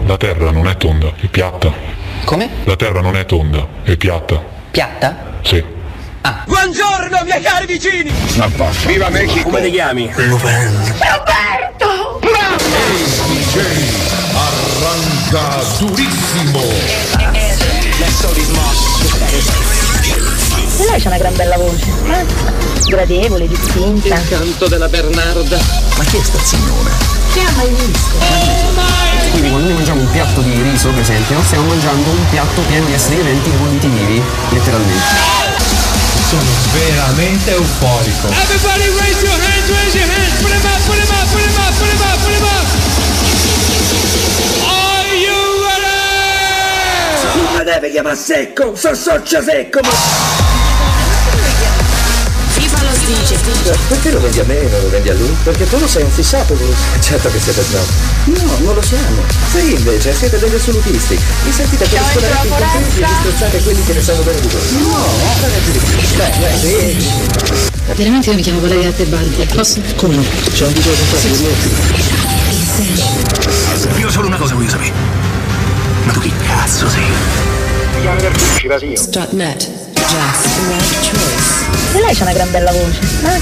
La terra non è tonda, è piatta. Come? La terra non è tonda, è piatta. Piatta? Sì. Ah. Buongiorno miei cari vicini! Viva Mexico! Come ti chiami? Roberto! Bravo! DJ arranca durissimo! E lei c'ha una gran bella voce, gradevole, distinta. Il canto della Bernarda. Ma chi è sta signora? Chi ha mai visto? Quindi quando noi mangiamo un piatto di riso, per esempio, stiamo mangiando un piatto pieno di esseri viventi conditi vivi, letteralmente. Sono veramente euforico. Everybody raise your hands, raise your hands. Put 'em up, put 'em up, put 'em up, put 'em up, put 'em up. Are you ready? Non mi deve chiamare secco, so socia secco, ma... FIFA lo dice. Perché lo vendi a me e non lo vendi a lui? Perché tu lo sei un fissato, lui. Certo che siete snob. No, non lo siamo. Sì, invece, siete degli assolutisti. Vi sentite per scolare i contenti e disprezzare quelli che ne sanno bene di voi. No, ragazzi di più. Sì. Veramente io mi chiamo Valeria Tebaldi, posso? Come no? C'è un video di Io solo una cosa voglio sapere. Ma tu chi cazzo sei? Strutnet, Jazz, Right Choice. E lei c'ha una gran bella voce,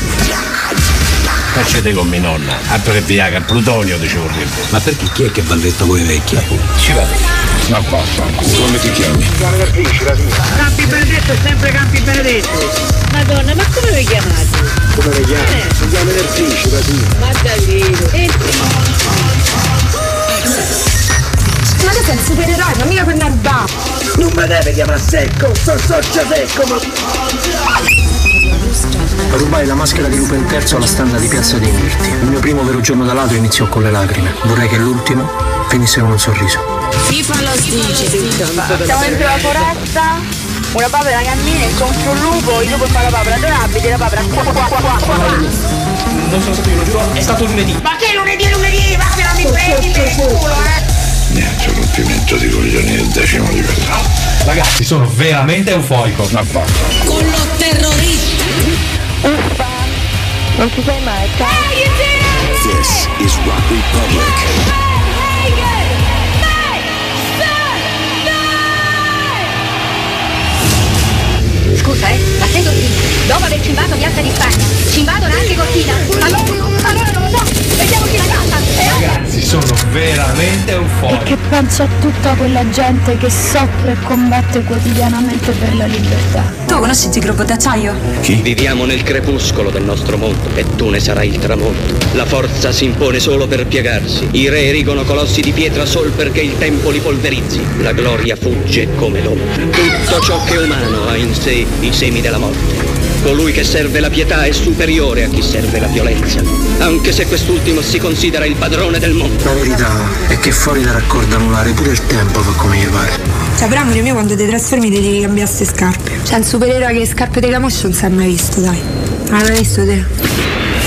Facete con mia nonna, altro che Viagra, Plutonio dicevo prima. Ma perché chi è che balletta voi vecchi? Ci va bene. Ma vaffanculo, come ti chiami? Campi Benedetto è sempre Campi Benedetto. Madonna, ma come vi chiamate? Come le chiami? Si chiama Nerfici, Ma Davide, Ma tu sei un supereroe, ma mica per andare. non mi deve chiamare secco, so socia secco, ma... Rubai la maschera di Lupin III alla standa di Piazza dei Mirti. Il mio primo vero giorno da ladro iniziò con le lacrime. Vorrei che l'ultimo finisse con un sorriso. FIFA lo dice. Siamo dentro la foresta, una papera cammina, incontro un lupo, il lupo fa la papera, dove abiti la papera? Qua. Non sono stato io, lo giuro, è stato lunedì. Ma che lunedì, vattene, mi prendi per il culo, Niente, rompimento di coglioni del 10° livello. Ragazzi, sono veramente euforico. Ma vaffanculo. Con lo terrorista. Uffa, non ti sei mai, This is Rock Republic. Scusa, ma sei Cortina? Dopo aver cimbato Piazza di Spagna, cimbadono anche Cortina? Allora non lo so, vediamoci la casa, Ragazzi, sono veramente euforico. Che penso a tutta quella gente che soffre e combatte quotidianamente per la libertà. Tu conosci il gruppo d'acciaio? Viviamo nel crepuscolo del nostro mondo e tu ne sarai il tramonto. La forza si impone solo per piegarsi. I re erigono colossi di pietra sol perché il tempo li polverizzi. La gloria fugge come l'ombra. Tutto ciò che è umano ha in sé i semi della morte. Colui che serve la pietà è superiore a chi serve la violenza, anche se quest'ultimo si considera il padrone del mondo. La verità è che fuori da raccordo anulare pure il tempo fa come gli pare. Cioè, però amore mio, quando ti trasformi ti devi cambiare ste scarpe. Cioè, un supereroe che le scarpe di camoscio non si è mai visto, dai. Non l'hai mai visto te?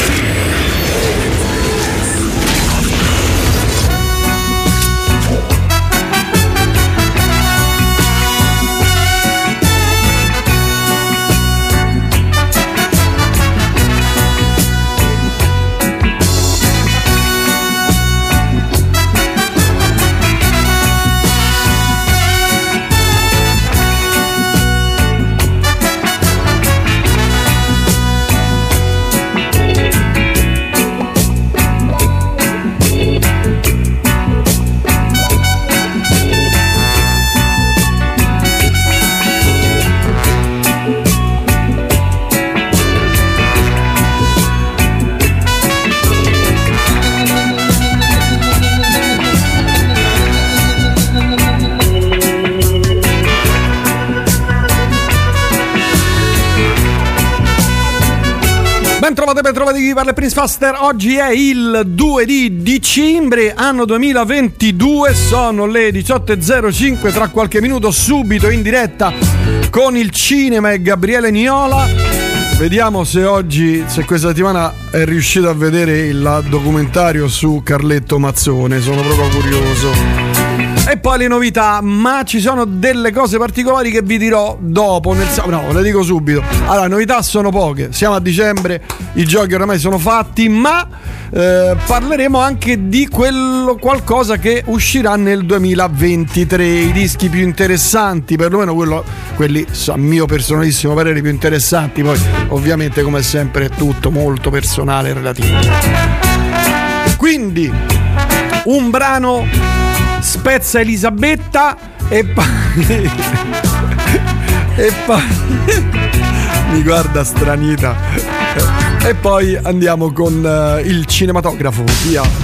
Ben trovati chi parla Prince Faster. Oggi è il 2 di dicembre, anno 2022, sono le 18.05, tra qualche minuto subito in diretta con il cinema e Gabriele Niola. Vediamo se questa settimana è riuscito a vedere il documentario su Carletto Mazzone, sono proprio curioso. E poi le novità, ma ci sono delle cose particolari che vi dirò dopo. No, ve le dico subito. Allora, novità sono poche, siamo a dicembre, i giochi oramai sono fatti, ma parleremo anche di qualcosa che uscirà nel 2023, i dischi più interessanti, perlomeno quelli a mio personalissimo parere più interessanti. Poi ovviamente come sempre è tutto molto personale e relativo. Quindi un brano spezza Elisabetta e poi mi guarda stranita e poi andiamo con il cinematografo, via.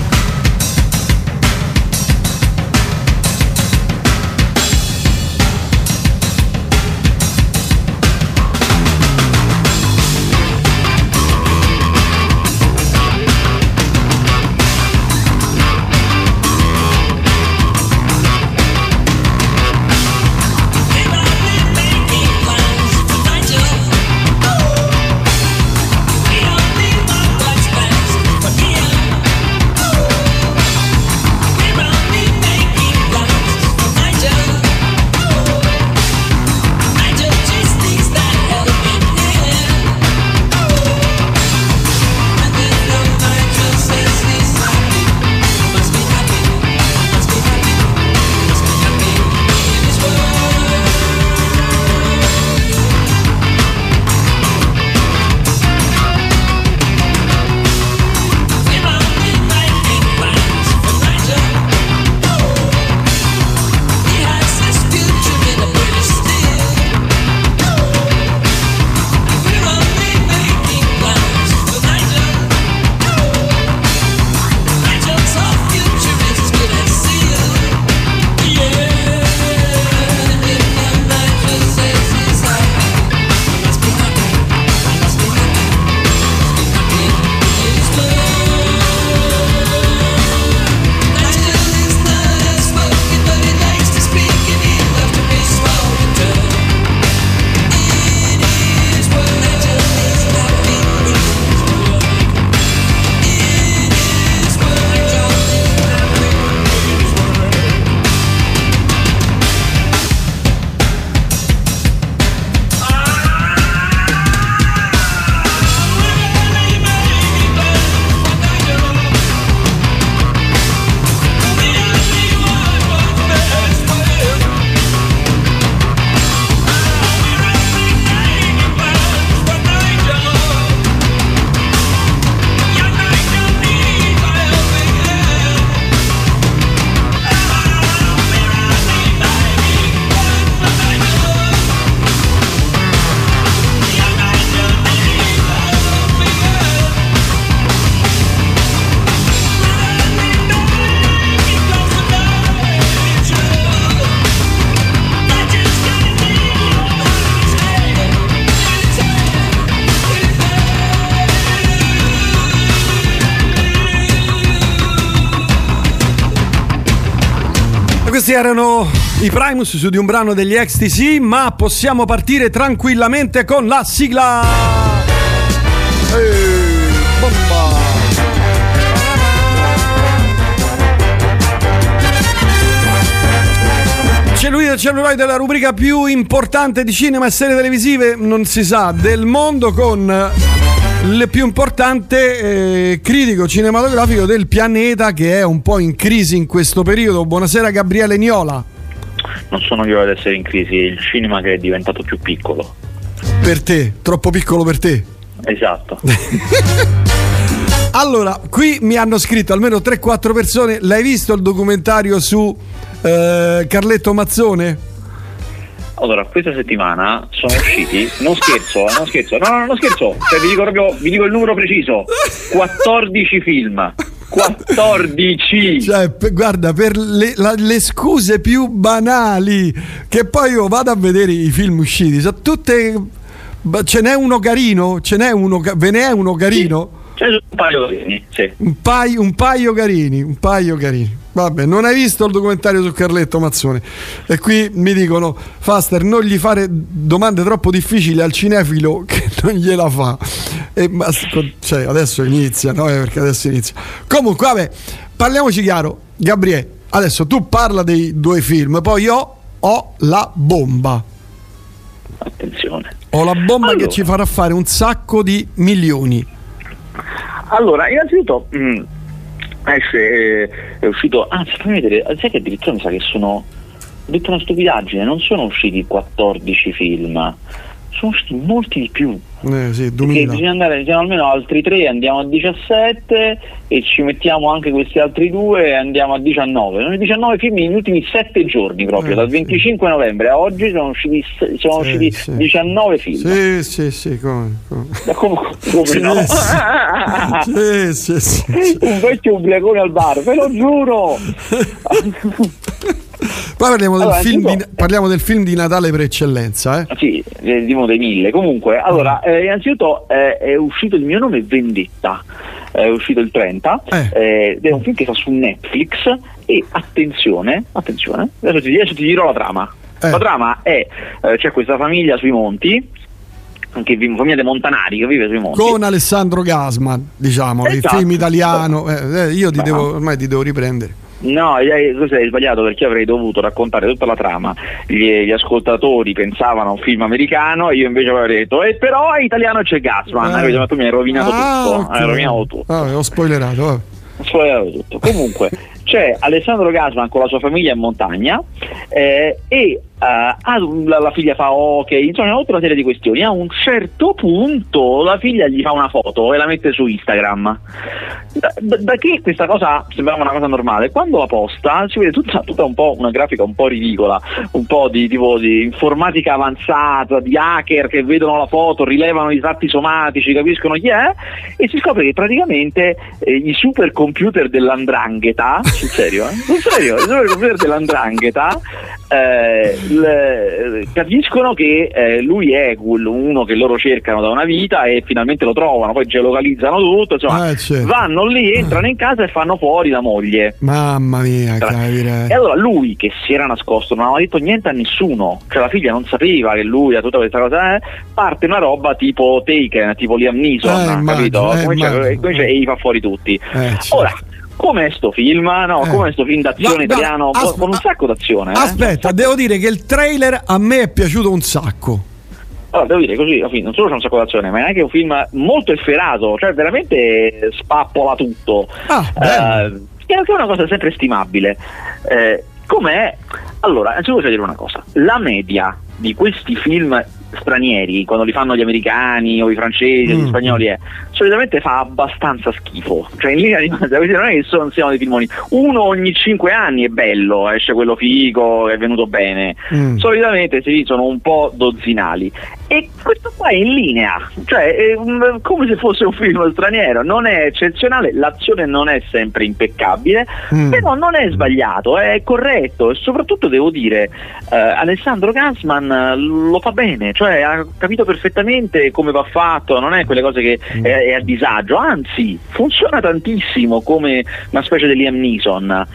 Questi erano i Primus su di un brano degli XTC, ma possiamo partire tranquillamente con la sigla. Bomba! Celluloide della rubrica più importante di cinema e serie televisive, non si sa, del mondo, con il più importante critico cinematografico del pianeta, che è un po' in crisi in questo periodo. Buonasera Gabriele Niola. Non sono io ad essere in crisi, è il cinema che è diventato più piccolo. Per te? Troppo piccolo per te? Esatto. Allora, qui mi hanno scritto almeno 3-4 persone: l'hai visto il documentario su Carletto Mazzone? Allora, questa settimana sono usciti, non scherzo, non scherzo, cioè vi dico il numero preciso, 14 film. 14. Cioè, guarda, per le scuse più banali, che poi io vado a vedere i film usciti, sono tutte. Ce n'è uno carino? Ve ne è uno carino? C'è un paio carini, sì. Un paio carini. Vabbè, non hai visto il documentario su Carletto Mazzone? E qui mi dicono: Faster, non gli fare domande troppo difficili al cinefilo che non gliela fa. Cioè, adesso inizia, no? Perché adesso inizia. Comunque, vabbè, parliamoci chiaro, Gabriele. Adesso tu parla dei 2 film, poi io ho la bomba. Attenzione. Ho la bomba che ci farà fare un sacco di milioni. Allora, innanzitutto è uscito, anzi fammi vedere, sai che addirittura mi sa che ho detto una stupidaggine, non sono usciti 14 film, sono usciti molti di più. Sì, 2000. Perché bisogna andare, diciamo, almeno altri 3, andiamo a 17 e ci mettiamo anche questi altri 2 e andiamo a 19. Sono 19 film negli ultimi 7 giorni proprio, dal 25 novembre a oggi sono usciti 19 film. Sì, come? Ma come no? Sì. Un vecchio ubriacone al bar, ve lo giuro. Poi parliamo del film di Natale per eccellenza, Sì, di uno dei 1000. Comunque, allora, innanzitutto è uscito Il mio nome è Vendetta, è uscito il 30, ed è un film che sta su Netflix e attenzione, adesso ti dirò la trama. La trama è, c'è questa famiglia sui monti, famiglia dei Montanari che vive sui monti, con Alessandro Gasman, diciamo, il film italiano. Io ormai ti devo riprendere. No, questo è sbagliato, perché avrei dovuto raccontare tutta la trama. Gli ascoltatori pensavano a un film americano e io invece avrei detto però è italiano e c'è Gasman. Ma tu mi hai rovinato tutto. Okay. Hai rovinato tutto. Ho spoilerato. Tutto. Comunque c'è Alessandro Gasman con la sua famiglia in montagna e la figlia fa ok, insomma tutta una serie di questioni. A un certo punto la figlia gli fa una foto e la mette su Instagram. Da che questa cosa sembrava una cosa normale, quando la posta si vede tutta un po' una grafica un po' ridicola, un po' di tipo di informatica avanzata, di hacker che vedono la foto, rilevano i tratti somatici, capiscono chi è, e si scopre che praticamente i supercomputer dell''ndrangheta, sul serio, i supercomputer dell''ndrangheta capiscono che lui è uno che loro cercano da una vita e finalmente lo trovano, poi geolocalizzano tutto, insomma vanno lì, entrano in casa e fanno fuori la moglie. Mamma mia, capire. E allora lui, che si era nascosto, non aveva detto niente a nessuno, cioè la figlia non sapeva che lui ha tutta questa cosa, parte una roba tipo Taken, tipo Liam Neeson, capito? E gli fa fuori tutti. Ora, com'è sto film? Com'è sto film d'azione italiano? Con un sacco d'azione. Aspetta, devo dire che il trailer a me è piaciuto un sacco. Allora, devo dire così, non solo c'è un sacco d'azione, ma è anche un film molto efferato, cioè veramente spappola tutto. Che è una cosa sempre stimabile. Com'è? Allora, innanzitutto voglio dire una cosa. La media di questi film stranieri, quando li fanno gli americani o i francesi o gli spagnoli, solitamente fa abbastanza schifo, cioè in linea di massima non è che siano dei filmoni, uno ogni 5 anni è bello, esce quello figo, è venuto bene, solitamente sono un po' dozzinali, e questo qua è in linea, cioè è come se fosse un film straniero, non è eccezionale, l'azione non è sempre impeccabile, però non è sbagliato, è corretto, e soprattutto devo dire Alessandro Gasman lo fa bene, cioè ha capito perfettamente come va fatto, non è quelle cose che è a disagio, anzi funziona tantissimo come una specie di Liam Neeson.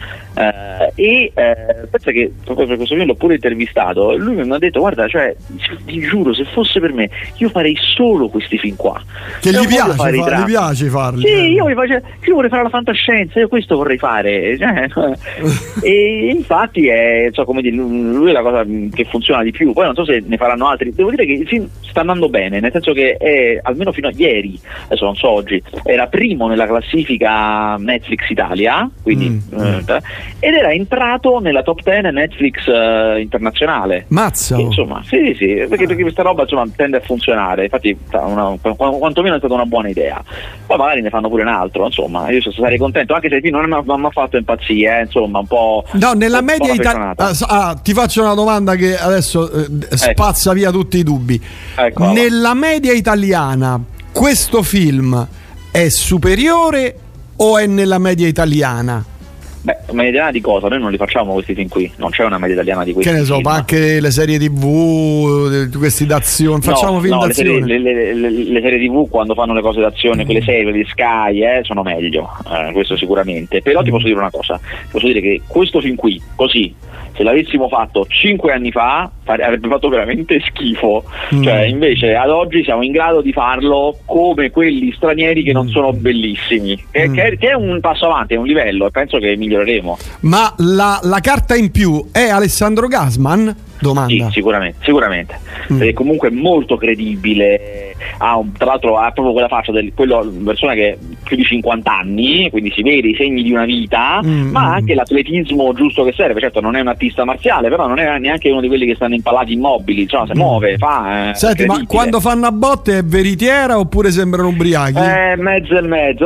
Pensa che proprio per questo film l'ho pure intervistato, lui mi ha detto guarda, cioè ti giuro, se fosse per me io farei solo questi film qua, che gli piace farli. Sì, io vorrei fare la fantascienza, io questo vorrei fare, e infatti è come dire, lui è la cosa che funziona di più. Poi non so se ne faranno altri, devo dire che il film sta andando bene, nel senso che è, almeno fino a ieri, adesso non so oggi, era primo nella classifica Netflix Italia, quindi ed era entrato nella top 10 Netflix internazionale. Mazza! Insomma, sì, perché questa roba insomma tende a funzionare, infatti quantomeno è stata una buona idea. Poi magari ne fanno pure un altro, insomma, io sarei contento, anche se il film non mi ha fatto impazzire, insomma, un po'. No, nella media italiana. Ti faccio una domanda che adesso spazza via tutti i dubbi. Ecco. Nella media italiana questo film è superiore o è nella media italiana? Beh, media italiana di cosa? Noi non li facciamo questi film qui, non c'è una media italiana di questi film. Che ne so, ma anche le serie TV, questi d'azione, facciamo film d'azione. Le serie TV quando fanno le cose d'azione, quelle serie di Sky, sono meglio, questo sicuramente. Però ti posso dire una cosa, posso dire che questo film qui, così, se l'avessimo fatto 5 anni fa avrebbe fatto veramente schifo, cioè invece ad oggi siamo in grado di farlo come quelli stranieri che non sono bellissimi, che è un passo avanti, è un livello, e penso che miglioreremo. Ma la carta in più è Alessandro Gasman? Domanda. Sì, sicuramente. È comunque molto credibile, tra l'altro ha proprio quella faccia quella persona che ha più di 50 anni, quindi si vede i segni di una vita, ma anche l'atletismo giusto che serve. Certo non è un artista marziale, però non è neanche uno di quelli che stanno impallati immobili, cioè si muove, fa. Senti, ma quando fanno a botte è veritiera oppure sembrano ubriachi? Mezzo e mezzo,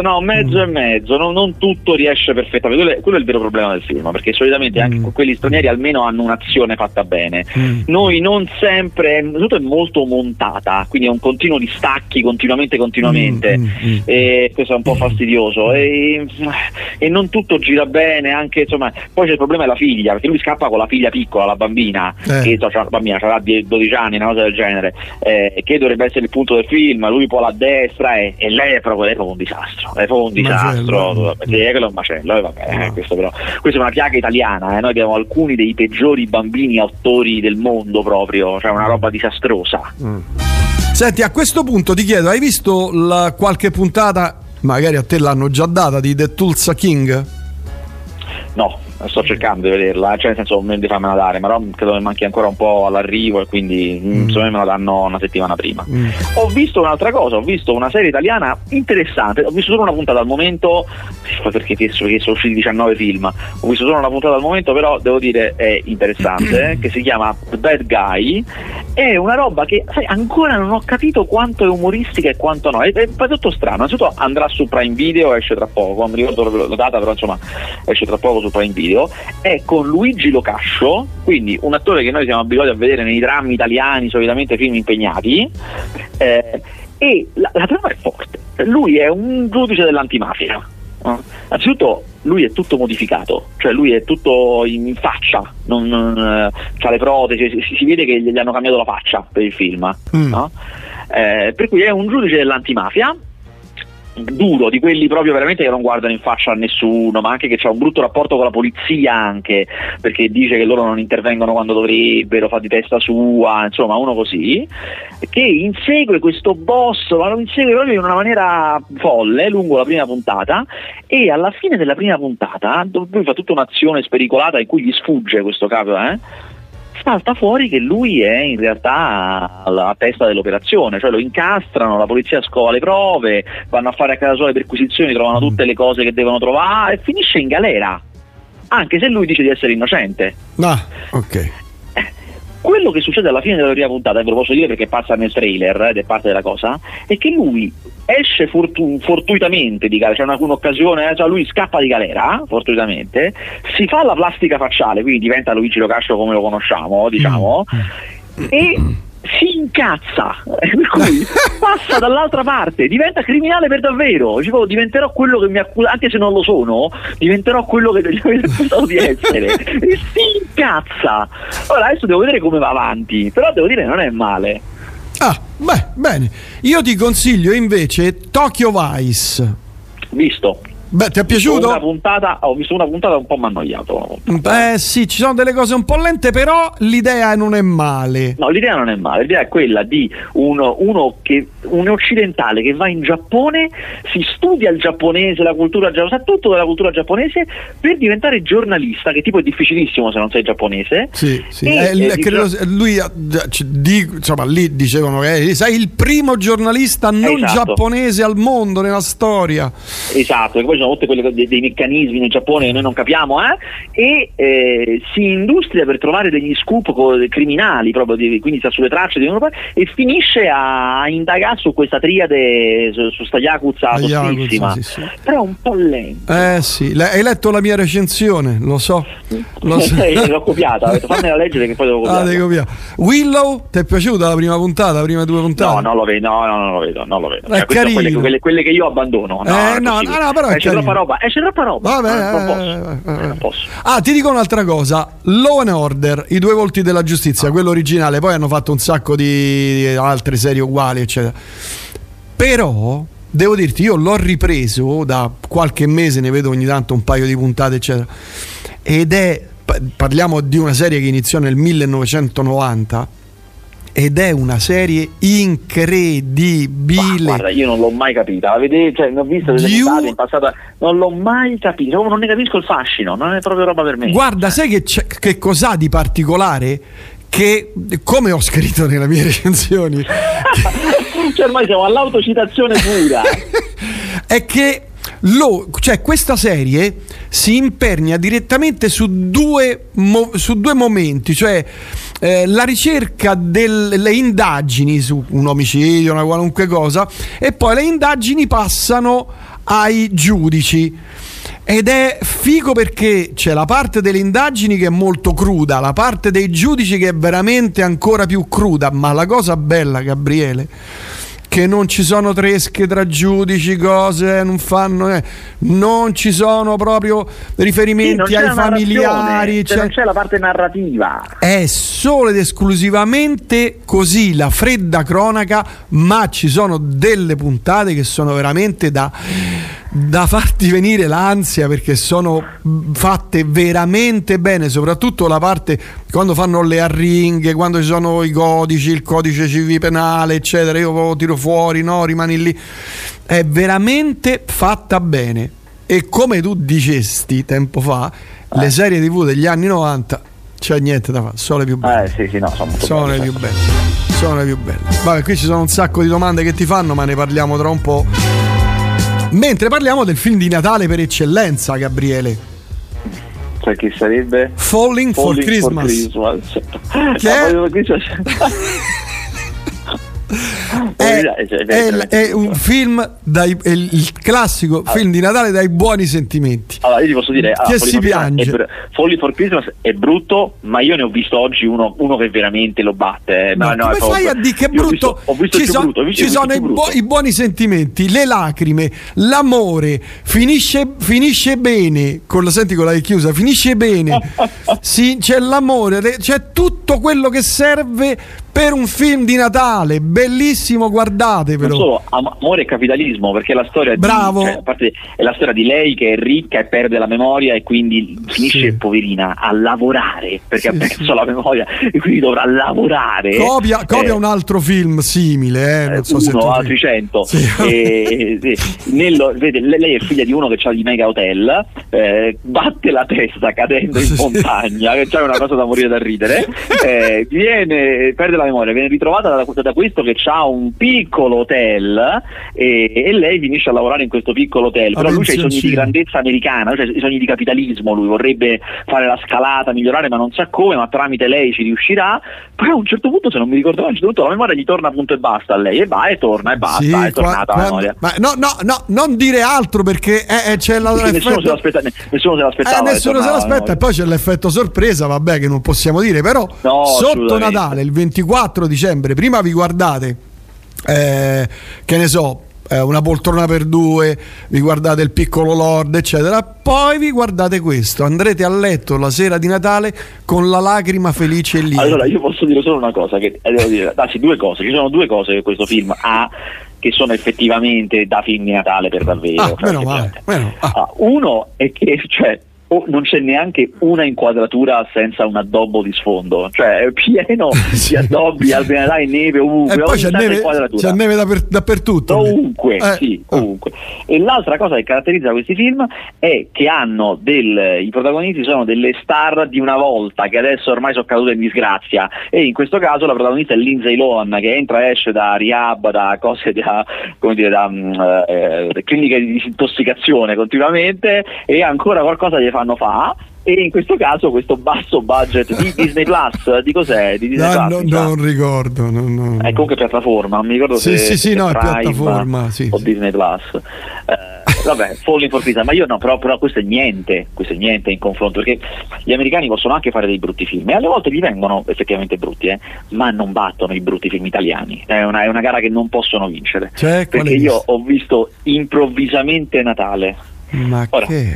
non tutto riesce perfettamente, quello è il vero problema del film, perché solitamente anche quelli stranieri almeno hanno un'azione fatta bene. Noi non sempre, tutto è molto montata, quindi è un continuo di stacchi continuamente, e questo è un po' fastidioso, e non tutto gira bene, anche insomma. Poi c'è il problema della figlia, perché lui scappa con la figlia piccola, la bambina, che la bambina avrà 12 anni, una cosa del genere, che dovrebbe essere il punto del film. Lui poi la destra e lei è proprio un disastro, quello è un macello, questo è una piaga italiana, noi abbiamo alcuni dei peggiori bambini attori del mondo, proprio, cioè una roba disastrosa. Senti, a questo punto ti chiedo, hai visto qualche puntata, magari a te l'hanno già data, di The Tulsa King? No, sto cercando di vederla, cioè nel senso di farmela dare, ma credo che manchi ancora un po' all'arrivo, e quindi secondo me me la danno una settimana prima. Ho visto un'altra cosa, ho visto una serie italiana interessante, ho visto solo una puntata al momento, perché sono usciti 19 film, ho visto solo una puntata al momento, però devo dire è interessante, che si chiama The Bad Guy. È una roba che, sai, ancora non ho capito quanto è umoristica e quanto no, è tutto strano. Innanzitutto andrà su Prime Video, esce tra poco, non mi ricordo la data, però insomma esce tra poco su Prime Video. È con Luigi Locascio, quindi un attore che noi siamo abituati a vedere nei drammi italiani, solitamente film impegnati, e la trama è forte. Lui è un giudice dell'antimafia. Anzitutto lui è tutto modificato, cioè lui è tutto in faccia, c'ha le protesi, si vede che gli hanno cambiato la faccia per il film, no? Per cui è un giudice dell'antimafia duro, di quelli proprio veramente che non guardano in faccia a nessuno, ma anche che c'ha un brutto rapporto con la polizia, anche perché dice che loro non intervengono quando dovrebbero, fa di testa sua, insomma uno così, che insegue questo boss, ma lo insegue proprio in una maniera folle lungo la prima puntata, e alla fine della prima puntata, dove lui fa tutta un'azione spericolata in cui gli sfugge questo capo, salta fuori che lui è in realtà alla testa dell'operazione, cioè lo incastrano, la polizia scova le prove, vanno a fare a casa sua le perquisizioni, trovano tutte le cose che devono trovare e finisce in galera, anche se lui dice di essere innocente. Ok. Quello che succede alla fine della prima puntata, ve lo posso dire perché passa nel trailer ed è parte della cosa, è che lui esce fortuitamente di galera, c'è un'occasione, cioè lui scappa di galera fortuitamente, si fa la plastica facciale, quindi diventa Luigi Locascio come lo conosciamo, diciamo, e si incazza, per cui passa dall'altra parte, diventa criminale per davvero, diventerò quello che mi accusa, anche se non lo sono, diventerò quello che mi avete accusato di essere, e si incazza. Ora adesso devo vedere come va avanti, però devo dire non è male. Bene, io ti consiglio invece Tokyo Vice. Visto. Beh, ti è piaciuto? Ho visto una puntata, un po' mi ha annoiato. Sì, ci sono delle cose un po' lente, però l'idea non è male. No, l'idea non è male, l'idea è quella di un occidentale che va in Giappone, si studia il giapponese, la cultura giapponese, sa tutto della cultura giapponese per diventare giornalista, che tipo è difficilissimo se non sei giapponese. Sì. Lui insomma, lì dicevano che sei il primo giornalista non giapponese al mondo nella storia. Esatto, e poi sono tutti dei meccanismi nel Giappone che noi non capiamo, e si industria per trovare degli scoop criminali, proprio quindi sta sulle tracce di uno, e finisce a indagare su questa triade, su sta Yakuza tossissima, sì. Però un po' lento. Sì, hai letto la mia recensione? Lo so. L'ho copiata, ho detto fammela leggere che poi devo copiare. Willow, ti è piaciuta la prima puntata, le prime 2 puntate? No, non lo vedo. È carino. Quelle che io abbandono. Però esce troppa roba. Vabbè, non posso. Ti dico un'altra cosa. Law and Order, i 2 volti della giustizia, quello originale, poi hanno fatto un sacco di altre serie uguali, eccetera. Però devo dirti, io l'ho ripreso da qualche mese, ne vedo ogni tanto un paio di puntate, eccetera, ed è parliamo di una serie che iniziò nel 1990 ed è una serie incredibile. Guarda, io non l'ho mai capita, cioè, ne ho visto delle puntate in passato, non l'ho mai capito, non ne capisco il fascino, non è proprio roba per me. Guarda, sai che cos'ha di particolare? Che, come ho scritto nelle mie recensioni, cioè ormai siamo all'autocitazione pura. È che cioè questa serie si impernia direttamente su due momenti, cioè la ricerca delle indagini su un omicidio, una qualunque cosa, e poi le indagini passano ai giudici. Ed è figo perché c'è la parte delle indagini che è molto cruda, la parte dei giudici che è veramente ancora più cruda, ma la cosa bella, Gabriele, che non ci sono tresche tra giudici, cose non ci sono proprio riferimenti ai familiari, non c'è la parte narrativa, è solo ed esclusivamente così, la fredda cronaca, ma ci sono delle puntate che sono veramente da farti venire l'ansia, perché sono fatte veramente bene, soprattutto la parte quando fanno le arringhe, quando ci sono i codici, il codice civile penale eccetera, io tiro fuori, no, rimani lì, è veramente fatta bene. E come tu dicesti tempo fa, le serie TV degli anni 90 c'è niente da fare, sono le più belle. Sono le più belle. Vabbè, qui ci sono un sacco di domande che ti fanno, ma ne parliamo tra un po'. Mentre parliamo del film di Natale per eccellenza, Gabriele. Cioè, chi sarebbe? Falling for Christmas. Che è un film il classico film di Natale dai buoni sentimenti. Allora io ti posso dire che si piange. Falling for Christmas è brutto, ma io ne ho visto oggi uno che veramente lo batte. Come fai a dire che è brutto? Ci sono i buoni sentimenti, le lacrime, l'amore, finisce bene con la chiusa, finisce bene. Sì, c'è l'amore, c'è tutto quello che serve per un film di Natale, bellissimo, guardatevelo. Non solo amore e capitalismo, perché la storia a parte è la storia di lei che è ricca e perde la memoria e quindi finisce poverina a lavorare perché ha perso la memoria e quindi dovrà lavorare. Copia un altro film simile, non so altri 100. Vede, lei è figlia di uno che ha di mega hotel, batte la testa cadendo in montagna, che c'è una cosa da morire da ridere, perde la memoria, viene ritrovata da questo che ha un piccolo hotel e lei finisce a lavorare in questo piccolo hotel, però lui ha i sogni di grandezza americana, cioè i sogni di capitalismo, lui vorrebbe fare la scalata, migliorare, ma non sa come, ma tramite lei ci riuscirà. Poi a un certo punto, se non mi ricordo, la memoria gli torna punto e basta a lei, e va e torna e basta, è tornata la memoria. Ma no, non dire altro, perché c'è nessuno se l'aspettava. Nessuno se l'aspetta, e poi c'è l'effetto sorpresa, vabbè, che non possiamo dire, però sotto Natale, il 24 dicembre, prima vi guardate che ne so, Una poltrona per due, vi guardate Il piccolo Lord eccetera, poi vi guardate questo, andrete a letto la sera di Natale con la lacrima felice e lieta. Allora io posso dire solo una cosa, che devo dire, due cose, ci sono due cose che questo film ha che sono effettivamente da film di Natale per davvero. Uno è che non c'è neanche una inquadratura senza un addobbo di sfondo, cioè è pieno di addobbi, alberi Natale, neve ovunque, e poi c'è neve dappertutto, ovunque. E l'altra cosa che caratterizza questi film è che hanno i protagonisti sono delle star di una volta che adesso ormai sono cadute in disgrazia, e in questo caso la protagonista è Lindsay Lohan, che entra e esce da rehab, da cose da cliniche di disintossicazione continuamente, e ancora qualcosa gli fanno fa, e in questo caso questo basso budget di Disney Plus, di cos'è? Di Disney Plus, non ricordo, è comunque piattaforma, non mi ricordo se è Prime piattaforma o Disney Plus. Vabbè, Falling for Christmas, ma io no, però questo è niente in confronto, perché gli americani possono anche fare dei brutti film e alle volte gli vengono effettivamente brutti, ma non battono i brutti film italiani. È una gara che non possono vincere, perché io ho visto Improvvisamente Natale. Ma ora, che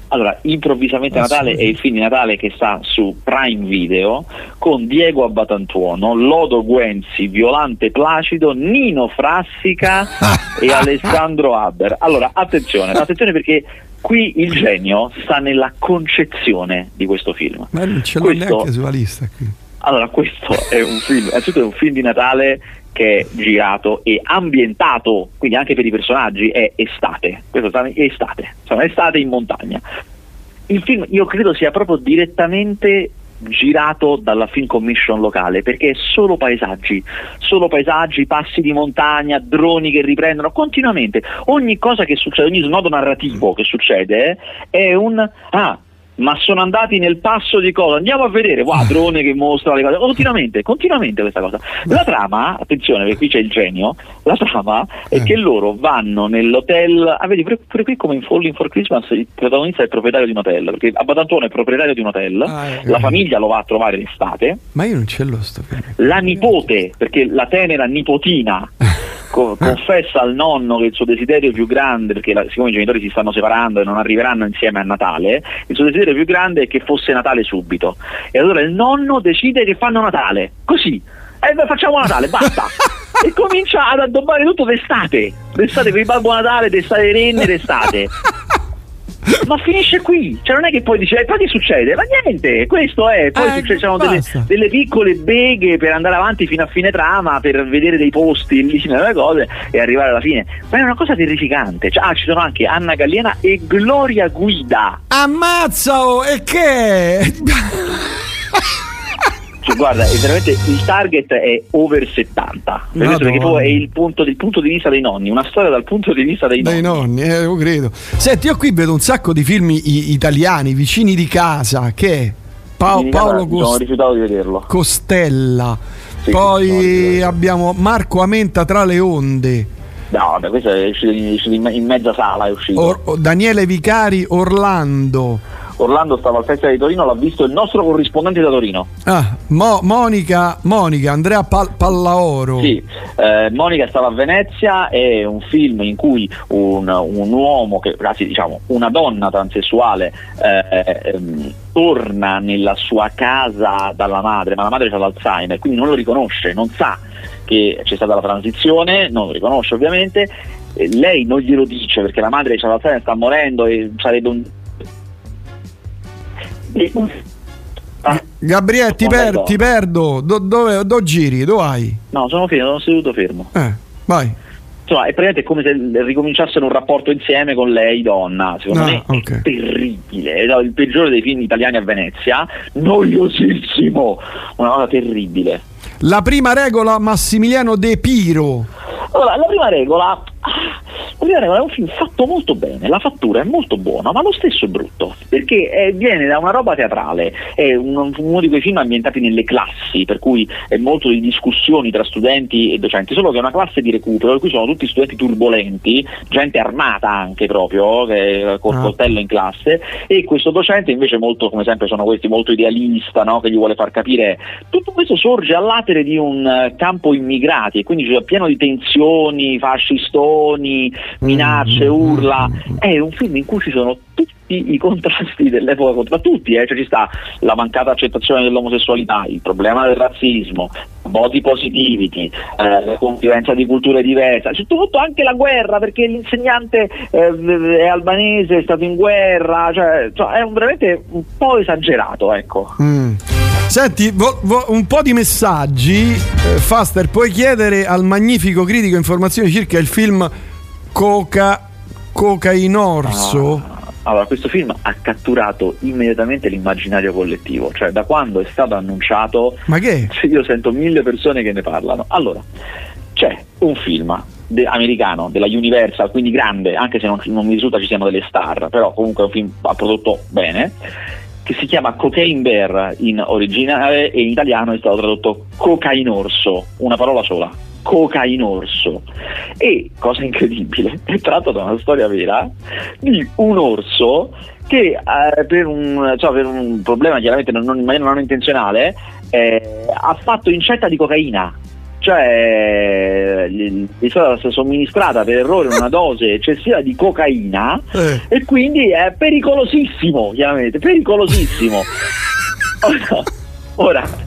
Allora, Improvvisamente Natale è il film di Natale che sta su Prime Video con Diego Abbatantuono, Lodo Guenzi, Violante Placido, Nino Frassica e Alessandro Haber. Allora, attenzione perché qui il genio sta nella concezione di questo film. Ma non ce l'ho neanche sulla lista qui. Allora, questo è un film, innanzitutto è un film di Natale che è girato e ambientato, quindi anche per i personaggi è estate. Questo è estate, sono estate in montagna. Il film io credo sia proprio direttamente girato dalla Film Commission locale, perché è solo paesaggi, passi di montagna, droni che riprendono continuamente. Ogni cosa che succede, ogni snodo narrativo che succede è un ma sono andati nel passo di cosa? Andiamo a vedere, drone che mostra le cose, continuamente questa cosa. La trama, attenzione perché qui c'è il genio, la trama è che loro vanno nell'hotel, vedi pure qui come in Falling for Christmas il protagonista è il proprietario di un hotel, perché Abbatantuono è proprietario di un hotel, la famiglia lo va a trovare l'estate. Ma io non ce l'ho sto film. La nipote, perché la tenera nipotina confessa al nonno che il suo desiderio più grande, perché siccome i genitori si stanno separando e non arriveranno insieme a Natale, il suo desiderio più grande è che fosse Natale subito, e allora il nonno decide che fanno Natale così, facciamo Natale, basta. E comincia ad addobbare tutto d'estate per il Babbo Natale, d'estate renne, d'estate. Ma finisce qui, cioè non è che poi dice poi che succede, ma niente, questo è, poi succedono delle piccole beghe per andare avanti fino a fine trama, per vedere dei posti lì nelle cose e arrivare alla fine. Ma è una cosa terrificante, ci sono anche Anna Galliena e Gloria Guida. Ammazza, e che? Cioè, guarda, è veramente il target è over 70, perché poi è il punto di vista dei nonni, una storia dal punto di vista dei nonni. Io credo. Senti, io qui vedo un sacco di film italiani, Vicini di casa, che Paolo sono rifiutato di vederlo. Costella, poi abbiamo Marco Amenta, Tra le onde. No, vabbè, questo è uscito in mezza sala, è uscito. Daniele Vicari, Orlando stava al Festival di Torino, l'ha visto il nostro corrispondente da Torino. Monica, Andrea Pallaoro. Sì, Monica stava a Venezia, è un film in cui un uomo, una donna transessuale torna nella sua casa dalla madre, ma la madre ha l'Alzheimer, quindi non lo riconosce, non sa che c'è stata la transizione, non lo riconosce ovviamente, lei non glielo dice perché la madre ha l'Alzheimer, sta morendo e sarebbe un... Gabriele, ti perdo. Dove giri? Dove vai? No, sono seduto fermo. Vai. Insomma, è praticamente come se ricominciassero un rapporto insieme con lei donna. Secondo me è terribile. È il peggiore dei film italiani a Venezia. Noiosissimo. Una cosa terribile. La prima regola, Massimiliano De Piro. Allora, la prima regola è un film fatto molto bene, la fattura è molto buona, ma lo stesso è brutto, perché viene da una roba teatrale, è uno di quei film ambientati nelle classi, per cui è molto di discussioni tra studenti e docenti, solo che è una classe di recupero, per cui sono tutti studenti turbolenti, gente armata anche proprio, col coltello in classe, e questo docente invece molto, come sempre sono questi, molto idealista, no? Che gli vuole far capire, tutto questo sorge all'atere di un campo immigrati, e quindi c'è pieno di tensioni, fascistoni, minacce, urla. È un film in cui ci sono tutti i contrasti dell'epoca contro tutti, cioè ci sta la mancata accettazione dell'omosessualità, il problema del razzismo, body positivity, la convivenza di culture diverse, soprattutto anche la guerra, perché l'insegnante è albanese, è stato in guerra, cioè è veramente un po' esagerato, ecco. Senti, un po' di messaggi. Faster, puoi chiedere al magnifico critico informazioni circa il film Cocainorso? Allora, questo film ha catturato immediatamente l'immaginario collettivo, cioè da quando è stato annunciato, ma che? Io sento 1000 persone che ne parlano. Allora, c'è un film americano della Universal, quindi grande, anche se non mi risulta ci siano delle star, però comunque è un film prodotto bene, che si chiama Cocaine Bear in originale, e in italiano è stato tradotto Cocainorso, una parola sola, Cocainorso. E, cosa incredibile, è tratto da una storia vera di un orso che per un problema chiaramente in maniera non intenzionale ha fatto incetta di cocaina. cioè gli è stata somministrata per errore una dose eccessiva di cocaina e quindi è pericolosissimo, chiaramente, pericolosissimo. Ora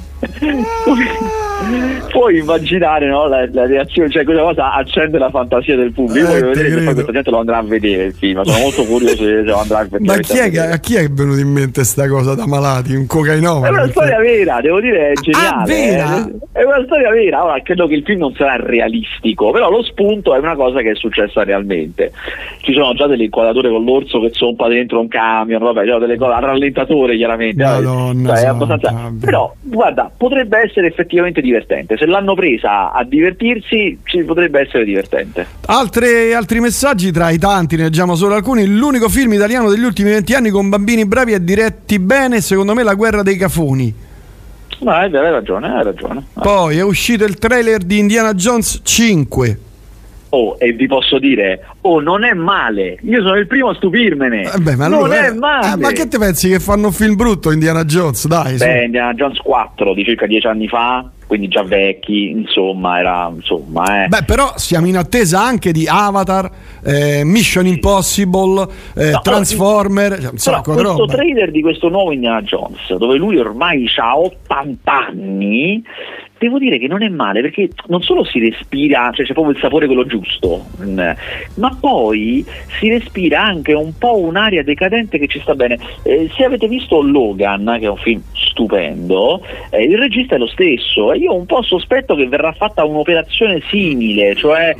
puoi immaginare, no, la reazione, cioè questa cosa accende la fantasia del pubblico. Io voglio vedere se poi questa gente lo andrà a vedere il film, sono molto curioso se lo andrà a vedere. Ma a chi è venuto in mente sta cosa da malati? Un cocainomane? È una storia vera, devo dire, è geniale. Vera? È una storia vera. Ora credo che il film non sarà realistico, però lo spunto è una cosa che è successa realmente. Ci sono già delle inquadrature con l'orso che zompa dentro un camion, vabbè, già delle cose a rallentatore, chiaramente. Madonna, è abbastanza. Però guarda, potrebbe essere effettivamente divertente. Se l'hanno presa a divertirsi, ci potrebbe essere divertente. Altri messaggi tra i tanti, ne leggiamo solo alcuni. L'unico film italiano degli ultimi 20 anni con bambini bravi e diretti bene, secondo me, La guerra dei cafoni. Ma hai ragione. Poi è uscito il trailer di Indiana Jones 5. E vi posso dire, non è male. Io sono il primo a stupirmene. Ma non è male. Ma che te pensi, che fanno un film brutto Indiana Jones? Dai. Indiana Jones 4 di circa 10 anni fa, quindi già vecchi, insomma. Beh, però siamo in attesa anche di Avatar, Mission Impossible, Transformer, questo trailer di questo nuovo Indiana Jones, dove lui ormai ha 80 anni, devo dire che non è male, perché non solo si respira, cioè c'è proprio il sapore quello giusto, ma poi si respira anche un po' un'aria decadente che ci sta bene. Se avete visto Logan, che è un film stupendo, il regista è lo stesso, e io un po' sospetto che verrà fatta un'operazione simile, cioè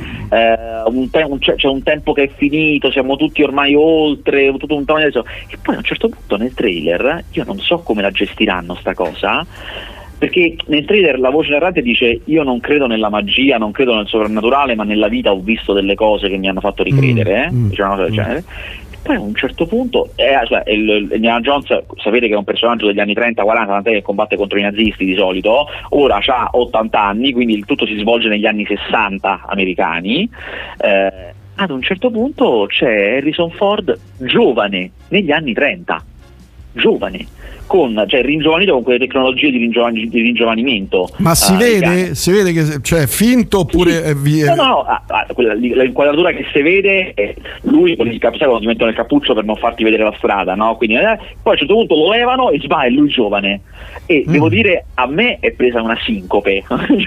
c'è un tempo che è finito, siamo tutti ormai oltre, tutto un tempo adesso, e poi a un certo punto nel trailer, io non so come la gestiranno sta cosa, perché nel trailer la voce narrante dice: io non credo nella magia, non credo nel soprannaturale, ma nella vita ho visto delle cose che mi hanno fatto ricredere, dice una cosa del genere. Poi a un certo punto Indiana Jones, sapete che è un personaggio degli anni 30-40, tant'è che combatte contro i nazisti di solito, ora ha 80 anni, quindi il tutto si svolge negli anni 60 americani. Ad un certo punto c'è Harrison Ford giovane negli anni 30, giovane, ringiovanito con quelle tecnologie di ringiovanimento. Ma si vede che c'è finto oppure sì. L'inquadratura che si vede è lui con il capello, ti mettono il cappuccio per non farti vedere la strada, no? Quindi poi a un certo punto lo levano e è lui giovane, e devo dire, a me è presa una sincope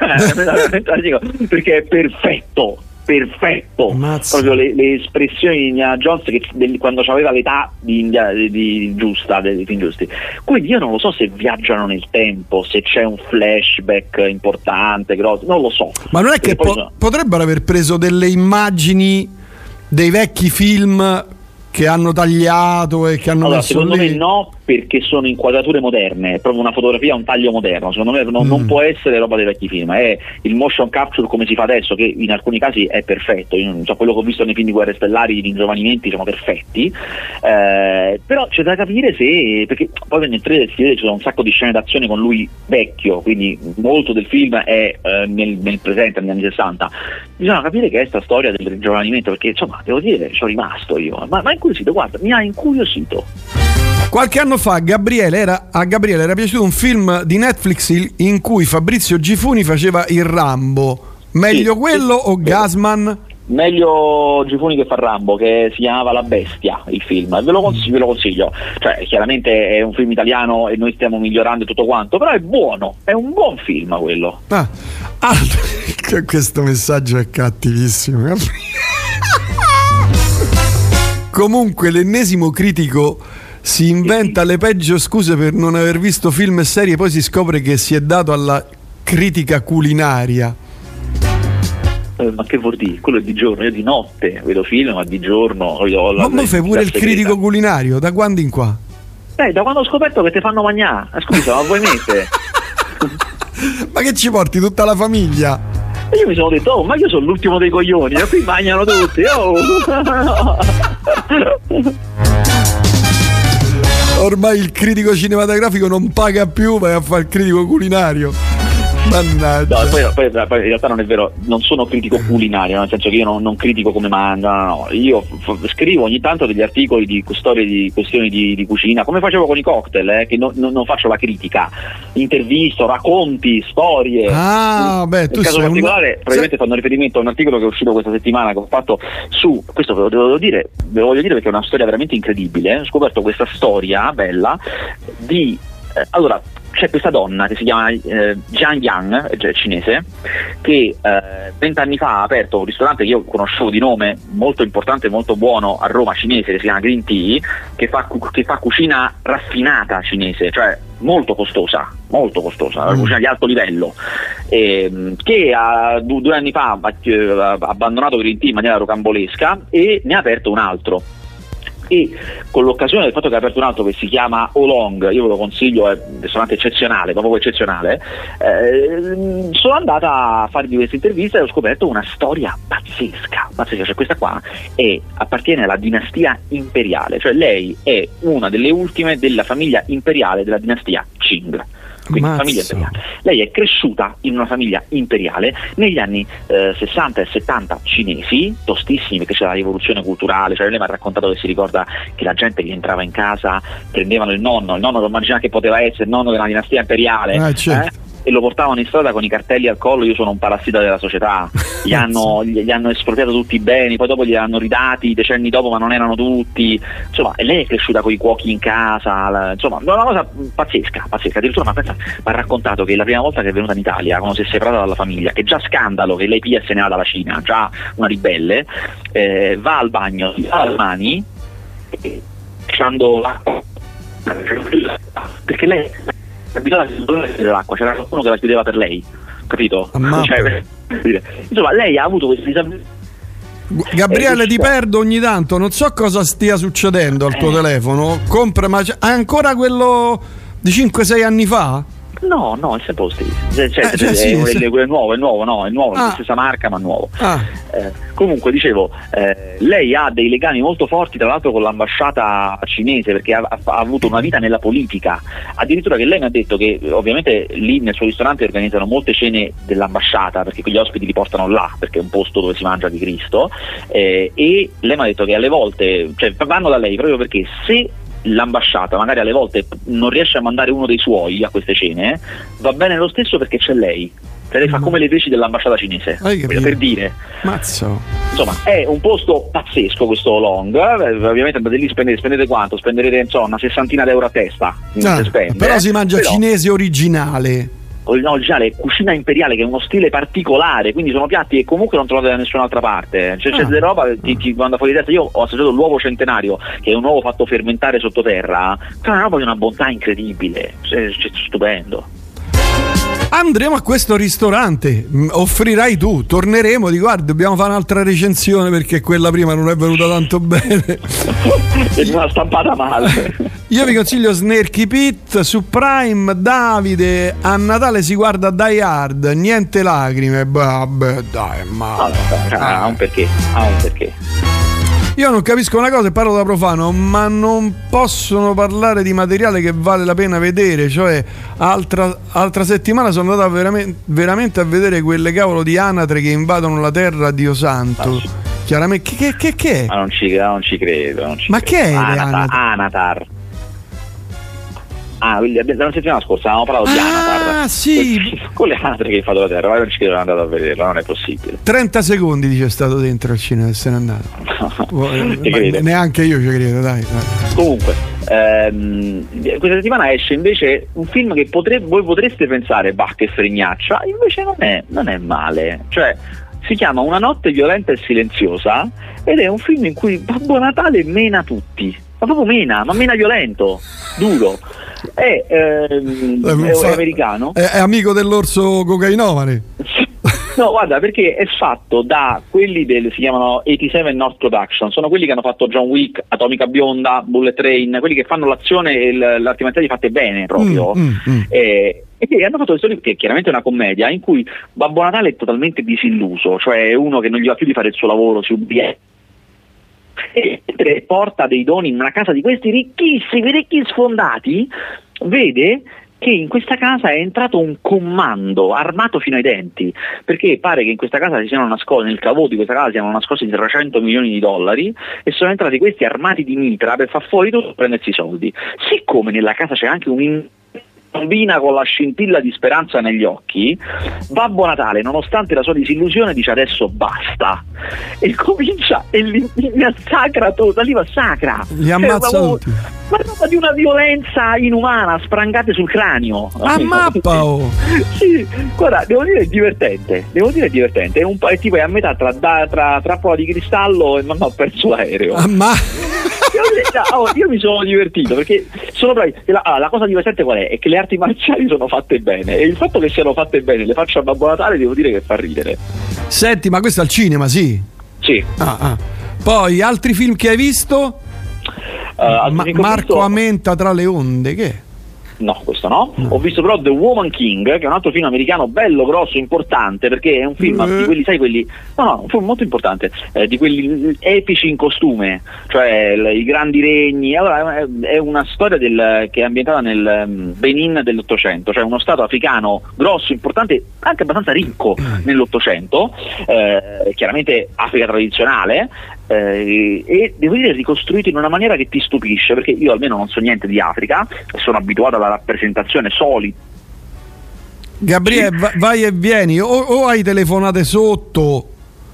perché è perfetto, proprio le espressioni di Indiana Jones quando aveva l'età giusta dei film giusti. Quindi io non lo so se viaggiano nel tempo, se c'è un flashback importante, grosso, non lo so. Ma non è che potrebbero aver preso delle immagini dei vecchi film che hanno tagliato e che hanno messo secondo lì? me no, perché sono inquadrature moderne, è proprio una fotografia, un taglio moderno. Secondo me non può essere roba dei vecchi film, è il motion capture come si fa adesso, che in alcuni casi è perfetto. Io non so, quello che ho visto nei film di Guerre Stellari, i ringiovanimenti sono perfetti, però c'è da capire perché poi nel trailer si vede ci sono un sacco di scene d'azione con lui vecchio, quindi molto del film è nel presente, negli anni 60. Bisogna capire che è sta storia del ringiovanimento, perché insomma devo dire, ci ho rimasto io, ma incuriosito, guarda, mi ha incuriosito. Qualche anno fa a Gabriele era piaciuto un film di Netflix in cui Fabrizio Gifuni faceva il Rambo. Meglio quello o Gasman? Meglio Gifuni che fa Rambo, che si chiamava La Bestia, il film. Ve lo consiglio. Cioè, chiaramente è un film italiano e noi stiamo migliorando tutto quanto, però è buono, è un buon film quello. Questo messaggio è cattivissimo. Comunque l'ennesimo critico si inventa le peggio scuse per non aver visto film e serie, poi si scopre che si è dato alla critica culinaria. Ma che vuol dire? Quello è di giorno, io di notte vedo film, ma di giorno ma fai pure il critico culinario? Da quando in qua? Da quando ho scoperto che te fanno mangiare. Scusa, ma vuoi mettere? Ma che ci porti tutta la famiglia? E io mi sono detto, ma io sono l'ultimo dei coglioni, e qui mangiano tutti. Ormai il critico cinematografico non paga più, vai a fare il critico culinario. Mannaggia. No, poi in realtà non è vero, non sono critico culinario, nel senso che io non critico come mangiano, no. Io scrivo ogni tanto degli articoli di storie, di questioni di cucina, come facevo con i cocktail, che non faccio la critica, intervisto, racconti, storie. Beh, tu nel caso sei particolare probabilmente fanno riferimento a un articolo che è uscito questa settimana che ho fatto su, questo ve lo voglio dire perché è una storia veramente incredibile. Ho scoperto questa storia bella di allora c'è questa donna che si chiama Jiang Yang, cinese, che 20 anni fa ha aperto un ristorante che io conoscevo di nome, molto importante, molto buono a Roma, cinese, che si chiama Green Tea, che fa cucina raffinata cinese, cioè molto costosa, una cucina di alto livello, che 2 anni fa ha abbandonato Green Tea in maniera rocambolesca e ne ha aperto un altro. E con l'occasione del fatto che ha aperto un altro che si chiama Oolong, io ve lo consiglio, è un ristorante eccezionale, proprio eccezionale, sono andata a fargli questa intervista e ho scoperto una storia pazzesca, cioè questa qua appartiene alla dinastia imperiale, cioè lei è una delle ultime della famiglia imperiale della dinastia Qing. Quindi famiglia imperiale. Lei è cresciuta in una famiglia imperiale negli anni 60 e 70 cinesi, tostissimi, perché c'era la rivoluzione culturale, cioè lei mi ha raccontato che si ricorda che la gente che entrava in casa prendevano il nonno lo immaginava che poteva essere il nonno della dinastia imperiale, certo. E lo portavano in strada con i cartelli al collo: io sono un parassita della società. Gli hanno espropriato tutti i beni, poi dopo gli hanno ridati decenni dopo, ma non erano tutti, insomma. E lei è cresciuta con i cuochi in casa, insomma, una cosa pazzesca. Addirittura mi ha raccontato che la prima volta che è venuta in Italia, quando si è separata dalla famiglia, che già scandalo che lei piglia e se ne va dalla Cina, già una ribelle, va al bagno, si lava le mani lasciando l'acqua, perché lei l'acqua, c'era qualcuno che la chiudeva per lei, capito? Cioè, insomma, lei ha avuto questi disabilità. Gabriele, ti perdo ogni tanto, non so cosa stia succedendo al tuo telefono. Ma hai ancora quello di 5-6 anni fa? No, è sempre lo stesso. È nuovo, la stessa marca ma nuovo. Comunque dicevo, lei ha dei legami molto forti tra l'altro con l'ambasciata cinese, perché ha avuto una vita nella politica, addirittura che lei mi ha detto che ovviamente lì nel suo ristorante organizzano molte cene dell'ambasciata, perché quegli ospiti li portano là, perché è un posto dove si mangia di Cristo, e lei mi ha detto che alle volte, cioè, vanno da lei proprio perché se l'ambasciata magari alle volte non riesce a mandare uno dei suoi a queste cene, va bene lo stesso perché c'è lei. Cioè lei fa come le feci dell'ambasciata cinese, per dire. Mazzo. Insomma, è un posto pazzesco questo Oolong. Ovviamente andate lì, spendete quanto? Spenderete insomma una 60 euro a testa. Però si mangia cinese originale. Originale, cucina imperiale, che è uno stile particolare, quindi sono piatti che comunque non trovate da nessun'altra parte. C'è delle roba che ti manda fuori di testa. Io ho assaggiato l'uovo centenario, che è un uovo fatto fermentare sottoterra, che è una roba di una bontà incredibile, stupendo. Andremo a questo ristorante, offrirai tu, torneremo, guarda, dobbiamo fare un'altra recensione perché quella prima non è venuta tanto bene. È una stampata male. Io vi consiglio Snarky Pit su Prime. Davide, a Natale si guarda Die Hard, niente lacrime. Vabbè, dai, ma ha un perché. Io non capisco una cosa e parlo da profano, ma non possono parlare di materiale che vale la pena vedere. Cioè, altra settimana sono andato veramente a vedere quelle cavolo di anatre che invadono la terra, Dio santo. Chiaramente, che è? Ma non ci credo. Ma che è? Anatar. La settimana scorsa avevamo parlato di Anatar. Sì. Con le anatre che hai fatto la terra, ma non ci credo, è andato a vederla, non è possibile. 30 secondi dice è stato dentro al cinema e se n'è andato. Neanche io ci credo, dai. Comunque, questa settimana esce invece un film che voi potreste pensare, che fregnaccia, invece non è male. Cioè, si chiama Una notte violenta e silenziosa ed è un film in cui Babbo Natale mena tutti. Ma proprio mena violento, duro. È americano. È amico dell'orso cocainomane. No, guarda, perché è fatto da quelli si chiamano 87 North Production, sono quelli che hanno fatto John Wick, Atomica Bionda, Bullet Train, quelli che fanno l'azione e l'arte marziali fatte bene proprio. E hanno fatto questo film che chiaramente è una commedia in cui Babbo Natale è totalmente disilluso, cioè è uno che non gli va più di fare il suo lavoro, si ubriaca e porta dei doni in una casa di questi ricchi sfondati, vede che in questa casa è entrato un comando armato fino ai denti, perché pare che in questa casa si siano nascosti, nel caveau di questa casa siano nascosti $300 milioni e sono entrati questi armati di mitra per far fuori tutto e prendersi i soldi. Siccome nella casa c'è anche un bambina con la scintilla di speranza negli occhi, Babbo Natale, nonostante la sua disillusione, dice adesso basta, e comincia e li massacra tutto, li massacra, li ammazza tutti, ma roba di una violenza inumana, sprangate sul cranio a mappa. Sì, guarda, devo dire è divertente, è tipo è a metà tra Trappola di cristallo e non ho perso l'aereo. Io mi sono divertito perché sono bravi. La cosa divertente qual è? È che le arti marziali sono fatte bene, e il fatto che siano fatte bene le faccio a Babbo Natale, devo dire che fa ridere. Senti, ma questo al cinema, sì? Sì. Poi altri film che hai visto? Marco Amenta tra le onde, che è? No, questo no. Ho visto però The Woman King, che è un altro film americano bello, grosso, importante, perché è un film di quelli, sai, quelli... No, un film molto importante, di quelli epici in costume, cioè i grandi regni. Allora, è una storia che è ambientata nel Benin dell'Ottocento, cioè uno stato africano grosso, importante, anche abbastanza ricco nell'Ottocento, chiaramente Africa tradizionale, e devo dire ricostruito in una maniera che ti stupisce, perché io almeno non so niente di Africa, sono abituato alla rappresentazione solida. Gabriele, vai e vieni, o hai telefonate sotto?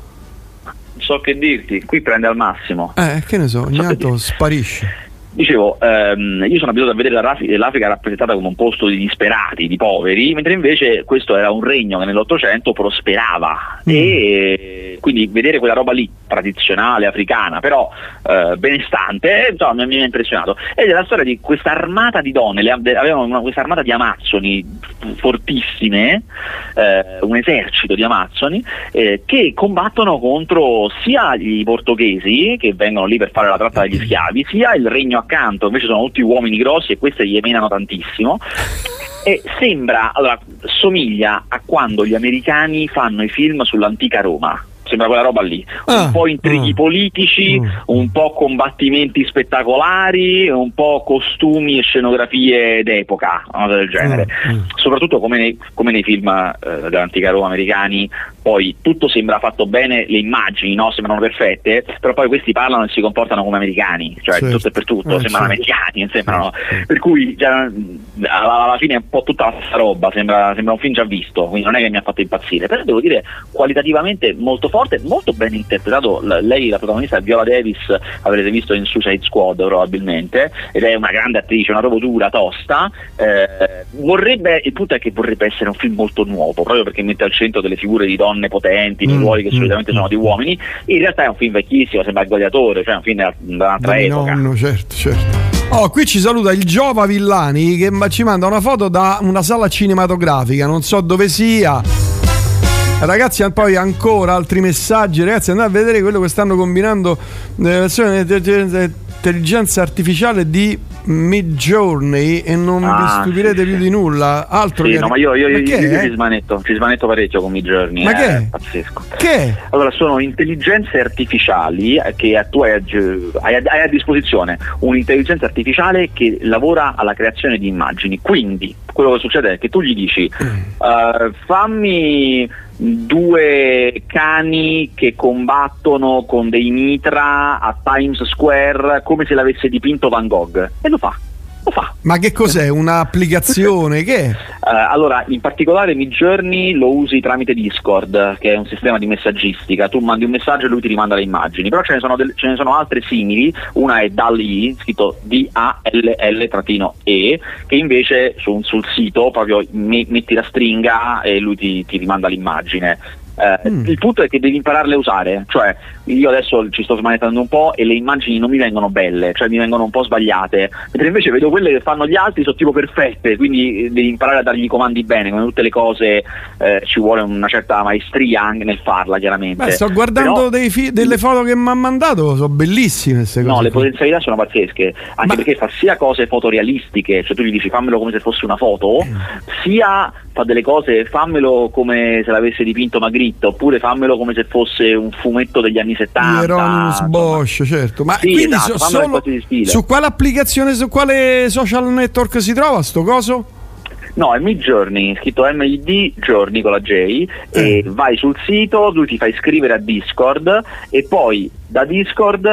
So che dirti, qui prende al massimo. Che ne so, ogni tanto sparisce. Dicevo, io sono abituato a vedere l'Africa rappresentata come un posto di disperati, di poveri, mentre invece questo era un regno che nell'Ottocento prosperava, e quindi vedere quella roba lì, tradizionale, africana, però benestante, insomma, mi ha impressionato. Ed è la storia di questa armata di donne, avevano questa armata di amazzoni fortissime, un esercito di amazzoni, che combattono contro sia i portoghesi, che vengono lì per fare la tratta degli schiavi, sia il regno accanto, invece sono tutti uomini grossi e queste gli menano tantissimo. E somiglia a quando gli americani fanno i film sull'antica Roma. Sembra quella roba lì, un po' intrighi politici, un po' combattimenti spettacolari, un po' costumi e scenografie d'epoca, una cosa del genere. Soprattutto come nei film dell'antica Roma americani, poi tutto sembra fatto bene, le immagini, no, sembrano perfette, però poi questi parlano e si comportano come americani, cioè tutto e per tutto, sembrano americani, sembrano, per cui alla fine è un po' tutta la stessa roba, sembra un film già visto, quindi non è che mi ha fatto impazzire, però devo dire qualitativamente molto forte, molto ben interpretato. Lei, la protagonista, è Viola Davis, avrete visto in Suicide Squad probabilmente, ed è una grande attrice, una roba dura, tosta. Il punto è che vorrebbe essere un film molto nuovo, proprio perché mette al centro delle figure di donne potenti, di ruoli che solitamente sono di uomini. In realtà è un film vecchissimo, sembra Il Gladiatore, cioè un film da un'altra epoca. No, certo. Qui ci saluta il Giova Villani, che ci manda una foto da una sala cinematografica, non so dove sia. Ragazzi, poi ancora altri messaggi. Ragazzi, andate a vedere quello che stanno combinando intelligenza artificiale di Midjourney e non vi stupirete più di nulla. Altro che... no, ma io ci smanetto parecchio con Midjourney. Ma che è? Pazzesco. Che? Allora, sono intelligenze artificiali che tu hai a disposizione, un'intelligenza artificiale che lavora alla creazione di immagini. Quindi quello che succede è che tu gli dici fammi 2 cani che combattono con dei mitra a Times Square come se l'avesse dipinto Van Gogh, e lo fa. Ma che cos'è? Un'applicazione? Che è? Allora, in particolare Midjourney lo usi tramite Discord, che è un sistema di messaggistica. Tu mandi un messaggio e lui ti rimanda le immagini, però ce ne sono altre simili. Una è DALL-E, scritto DALL-E, che invece sul sito proprio metti la stringa e lui ti rimanda l'immagine. Il punto è che devi impararle a usare, cioè io adesso ci sto smanettando un po' e le immagini non mi vengono belle, cioè mi vengono un po' sbagliate, mentre invece vedo quelle che fanno gli altri sono tipo perfette, quindi devi imparare a dargli i comandi bene. Come tutte le cose ci vuole una certa maestria anche nel farla, chiaramente. Sto guardando delle foto che mi ha mandato, sono bellissime queste cose. No, le potenzialità sono pazzesche, anche perché fa sia cose fotorealistiche, cioè tu gli dici fammelo come se fosse una foto, sia fa delle cose, fammelo come se l'avesse dipinto Magritte, oppure fammelo come se fosse un fumetto degli anni 70. Hieronymus Bosch, certo. Ma sì, quindi esatto, su quale applicazione, su quale social network si trova sto coso? No, è Midjourney, scritto MID Journey con la J, e vai sul sito, lui ti fa iscrivere a Discord e poi da Discord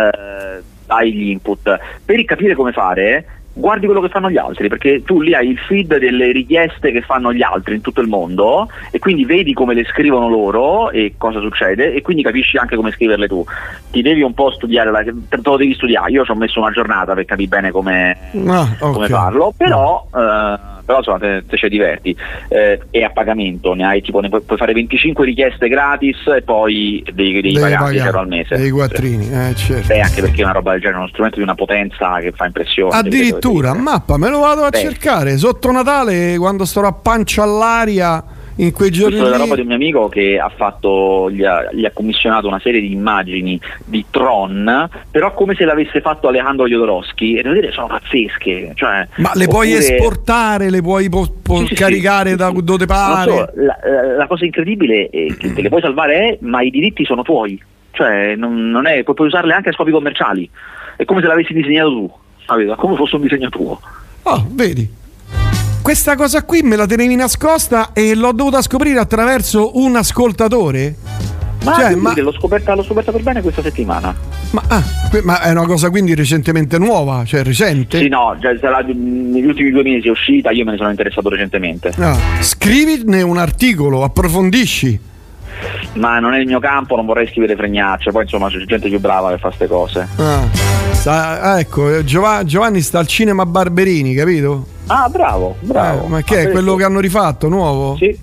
hai gli input. Per capire come fare, guardi quello che fanno gli altri, perché tu lì hai il feed delle richieste che fanno gli altri in tutto il mondo e quindi vedi come le scrivono loro e cosa succede, e quindi capisci anche come scriverle tu. Ti devi un po' studiare, te lo devi studiare. Io ci ho messo una giornata per capire bene come farlo, però insomma te ci diverti. È a pagamento, ne hai tipo, ne puoi fare 25 richieste gratis e poi devi pagare €0 al mese. Dei quattrini, certo. Anche perché una roba del genere è uno strumento di una potenza che fa impressione. Addirittura, mappa, me lo vado a cercare sotto Natale, quando starò a pancia all'aria in quei giorni. Questa è la roba di un mio amico che ha fatto, gli ha commissionato una serie di immagini di Tron, però come se l'avesse fatto Alejandro Jodorowsky, e devo dire sono pazzesche, cioè, ma le puoi esportare, le puoi caricare da dove pare? Non so, la cosa incredibile è che te le puoi salvare, ma i diritti sono tuoi, cioè non è, puoi usarle anche a scopi commerciali, è come se l'avessi disegnato tu, capito? Come fosse un disegno tuo. Vedi, questa cosa qui me la tenevi nascosta e l'ho dovuta scoprire attraverso un ascoltatore? L'ho scoperta per bene questa settimana. Ma è una cosa quindi recentemente nuova, cioè recente? Sì, no, già negli ultimi 2 mesi è uscita, io me ne sono interessato recentemente. Scrivine un articolo, approfondisci. Ma non è il mio campo, non vorrei scrivere fregnacce, poi insomma c'è gente più brava che fa queste cose. Ecco, Giovanni sta al cinema Barberini, capito? Bravo. Ma che è quello che hanno rifatto, nuovo? Sì.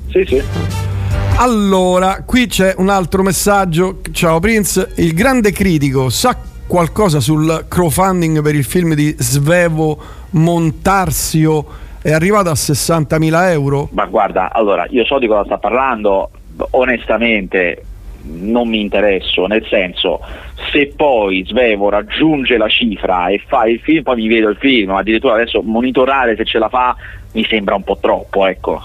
Allora, qui c'è un altro messaggio. Ciao Prince, il grande critico sa qualcosa sul crowdfunding per il film di Svevo Montarsio? È arrivato a 60.000 euro? Ma guarda, allora, io so di cosa sta parlando, onestamente non mi interesso, nel senso, se poi Svevo raggiunge la cifra e fa il film, poi mi vedo il film, ma addirittura adesso monitorare se ce la fa mi sembra un po' troppo, ecco.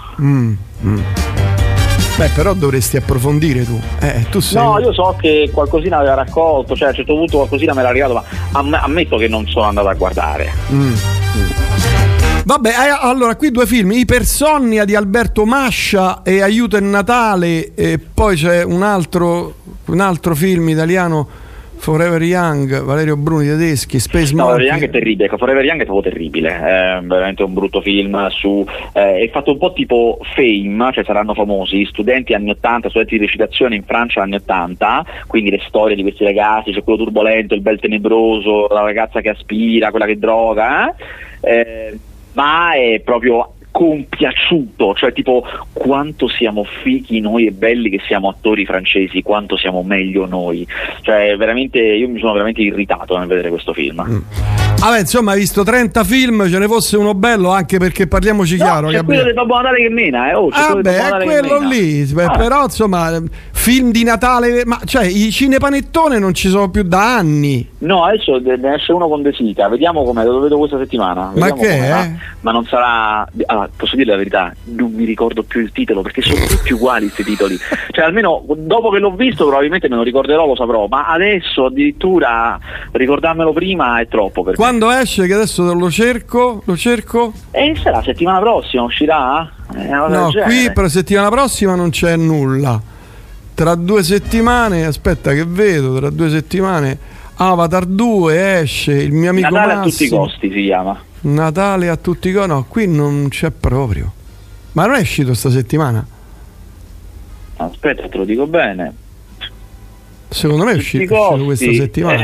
Beh, però dovresti approfondire tu sei... No, io so che qualcosina aveva raccolto, cioè a un certo punto qualcosina me l'ha arrivato, ma ammetto che non sono andato a guardare. Vabbè, allora qui 2 film, Ipersonnia di Alberto Mascia e Aiuto è Natale, e poi c'è un altro film italiano, Forever Young, Valerio Bruni tedeschi, Space Monkey. Forever Young è terribile, Forever Young è proprio terribile, è veramente un brutto film è fatto un po' tipo Fame, cioè saranno famosi studenti anni 80, studenti di recitazione in Francia anni 80, quindi le storie di questi ragazzi, c'è quello turbolento, il bel tenebroso, la ragazza che aspira, quella che droga, ma è proprio compiaciuto, cioè tipo quanto siamo fichi noi e belli che siamo attori francesi, quanto siamo meglio noi, cioè veramente io mi sono veramente irritato nel vedere questo film. Vabbè, insomma, hai visto 30 film, ce ne fosse uno bello, anche perché parliamoci chiaro, c'è quello del Babbo Natale che mena, è quello lì, però insomma, film di Natale, ma cioè i cinepanettone non ci sono più da anni. No, adesso ne esce uno con De Sica, vediamo com'è, lo vedo questa settimana. Ma che è? Ma non sarà, posso dire la verità, non mi ricordo più il titolo, perché sono tutti uguali questi titoli, cioè almeno dopo che l'ho visto probabilmente me lo ricorderò, lo saprò, ma adesso addirittura ricordarmelo prima è troppo per me. Quando esce, che adesso lo cerco? Sarà settimana prossima, uscirà? No, qui per settimana prossima non c'è nulla. Tra 2 settimane, aspetta che vedo, tra 2 settimane Avatar 2 esce, il mio amico Natale Massimo. a tutti i costi si chiama. Natale a tutti i costi, no, qui non c'è proprio. Ma non è uscito sta settimana? Aspetta, te lo dico bene. Secondo me è uscito questa settimana.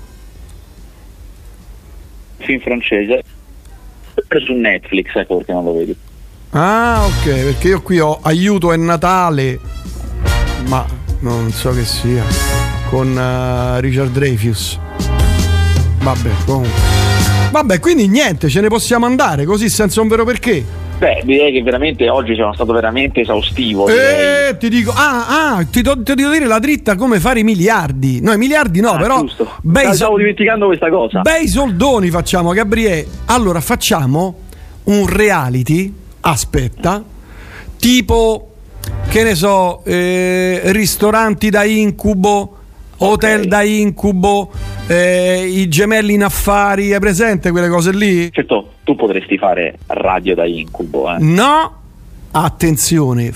Film francese su Netflix, ecco perché non lo vedi. Ok, perché io qui ho Aiuto è Natale, ma non so che sia, con Richard Dreyfuss. Vabbè, comunque. Vabbè, quindi niente, ce ne possiamo andare così senza un vero perché. Beh, direi che veramente oggi sono stato veramente esaustivo. Ti dico, ti devo dire la dritta come fare i miliardi. No, i miliardi no, però. Giusto. Stavo dimenticando questa cosa. Bei soldoni facciamo, Gabriele. Allora facciamo un reality. Aspetta, tipo, che ne so, ristoranti da incubo, hotel da incubo, I gemelli in affari, hai presente quelle cose lì? Certo, tu potresti fare radio da incubo, No, attenzione,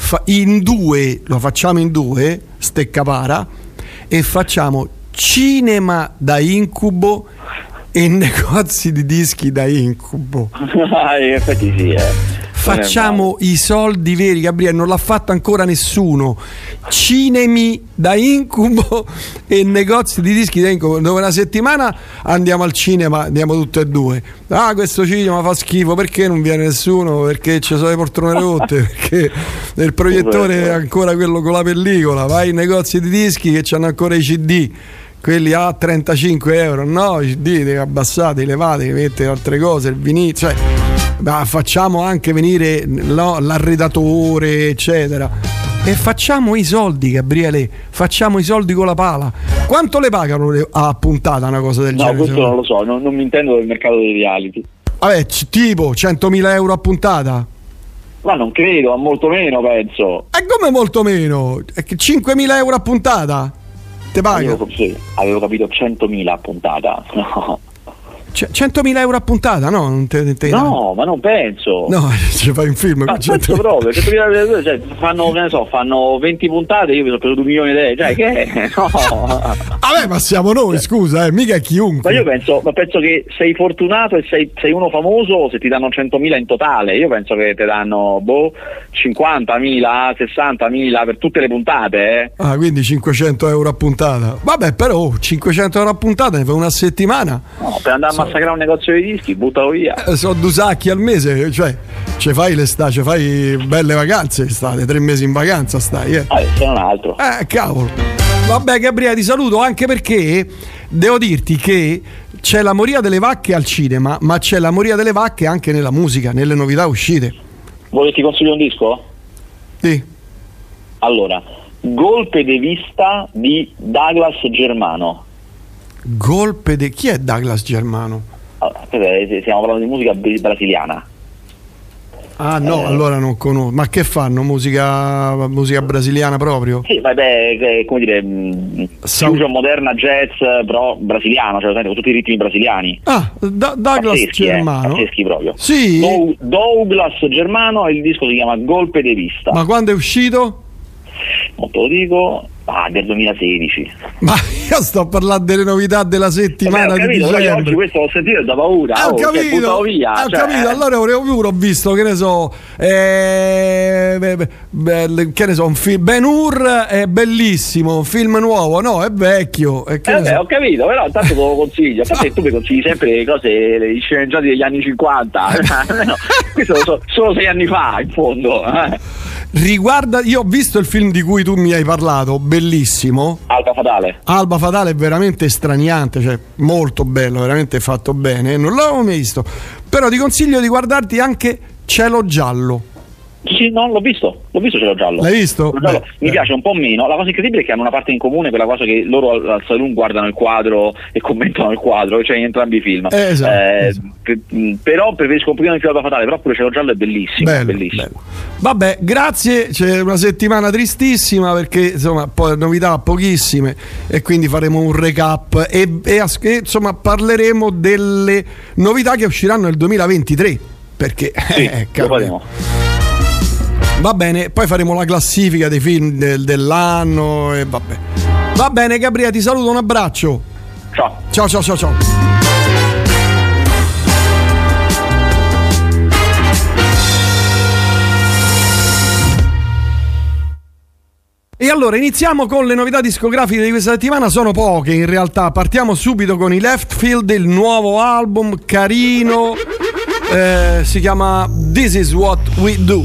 lo facciamo in due, steccapara, e facciamo cinema da incubo e negozi di dischi da incubo. In effetti sì, Facciamo i soldi veri, Gabriele, non l'ha fatto ancora nessuno. Cinemi da incubo e negozi di dischi da incubo, dove una settimana andiamo al cinema, andiamo tutte e due. Questo cinema fa schifo, perché non viene nessuno? Perché ci sono le poltrone rotte, perché il proiettore è ancora quello con la pellicola. Vai ai negozi di dischi che c'hanno ancora i CD, quelli a 35 euro, no, i CD abbassate, levate, mettete altre cose, il vinile, cioè facciamo anche venire l'arredatore, eccetera, e facciamo i soldi, Gabriele, facciamo i soldi con la pala. Quanto le pagano a puntata una cosa del genere? No, questo non lo so, non mi intendo del mercato dei reality. Vabbè, tipo 100.000 euro a puntata? Ma non credo, a molto meno, penso. E come molto meno? 5.000 euro a puntata? Te paga? Avevo capito 100.000 a puntata. No. 100.000 euro a puntata? No, no, ma non penso. No, ci fai un film. Ma penso proprio 100.000 euro, cioè, fanno 20 puntate, io mi sono preso 2 milioni di euro, cioè che no. Vabbè, ma siamo noi, scusa, mica chiunque. Ma io penso che sei fortunato e sei uno famoso se ti danno 100.000 in totale. Io penso che ti danno 50.000, 60.000 per tutte le puntate, quindi 500 euro a puntata. Vabbè, però 500 euro a puntata ne fai una settimana. No, per andare a massacrare un negozio di dischi, buttalo via. Sono 2 sacchi al mese, cioè ci fai belle vacanze, state 3 mesi in vacanza, stai. Se non altro. Cavolo. Vabbè, Gabriele, ti saluto, anche perché devo dirti che c'è la moria delle vacche al cinema, ma c'è la moria delle vacche anche nella musica, nelle novità uscite. Vuoi che ti consiglio un disco? Sì. Allora, Golpe de vista di Douglas Germano. Chi è Douglas Germano? Stiamo parlando di musica brasiliana. Allora non conosco. Ma che fanno? Musica brasiliana proprio? Sì, come dire, fusion moderna, jazz, però brasiliano, cioè con tutti i ritmi brasiliani. Douglas Germano. Pazzeschi proprio. Sì. Douglas Germano, e il disco si chiama Golpe de vista. Ma quando è uscito? Non te lo dico. Del 2016. Ma io sto parlando delle novità della settimana di dicembre. Oggi questo l'ho sentito da paura. Ho capito, via, allora ho visto, che ne so, un film. Ben-Hur è bellissimo, un film nuovo, no, è vecchio. Ho capito, però intanto te lo consiglio. Infatti tu mi consigli sempre le cose, i sceneggiati degli anni 50. Questo solo 6 anni fa, in fondo. Io ho visto il film di cui tu mi hai parlato, bellissimo. Alba Fatale è veramente straniante, cioè molto bello, veramente fatto bene. Non l'avevo mai visto, però ti consiglio di guardarti anche Cielo Giallo. Sì, no, l'ho visto Cielo Giallo. L'hai visto? Mi piace un po' meno. La cosa incredibile è che hanno una parte in comune, quella cosa che loro al saloon guardano il quadro e commentano il quadro, cioè in entrambi i film. Esatto. Però preferisco un pochino di più Alba Fatale, però pure Cielo Giallo è bellissimo. Bellissimo. Vabbè, grazie. C'è una settimana tristissima perché insomma poi novità pochissime e quindi faremo un recap e insomma parleremo delle novità che usciranno nel 2023 perché lo faremo. Va bene, poi faremo la classifica dei film dell'anno e vabbè. Va bene, Gabriele, ti saluto, un abbraccio. Ciao. E allora iniziamo con le novità discografiche di questa settimana, sono poche in realtà. Partiamo subito con i Left Field, il nuovo album carino, si chiama This Is What We Do.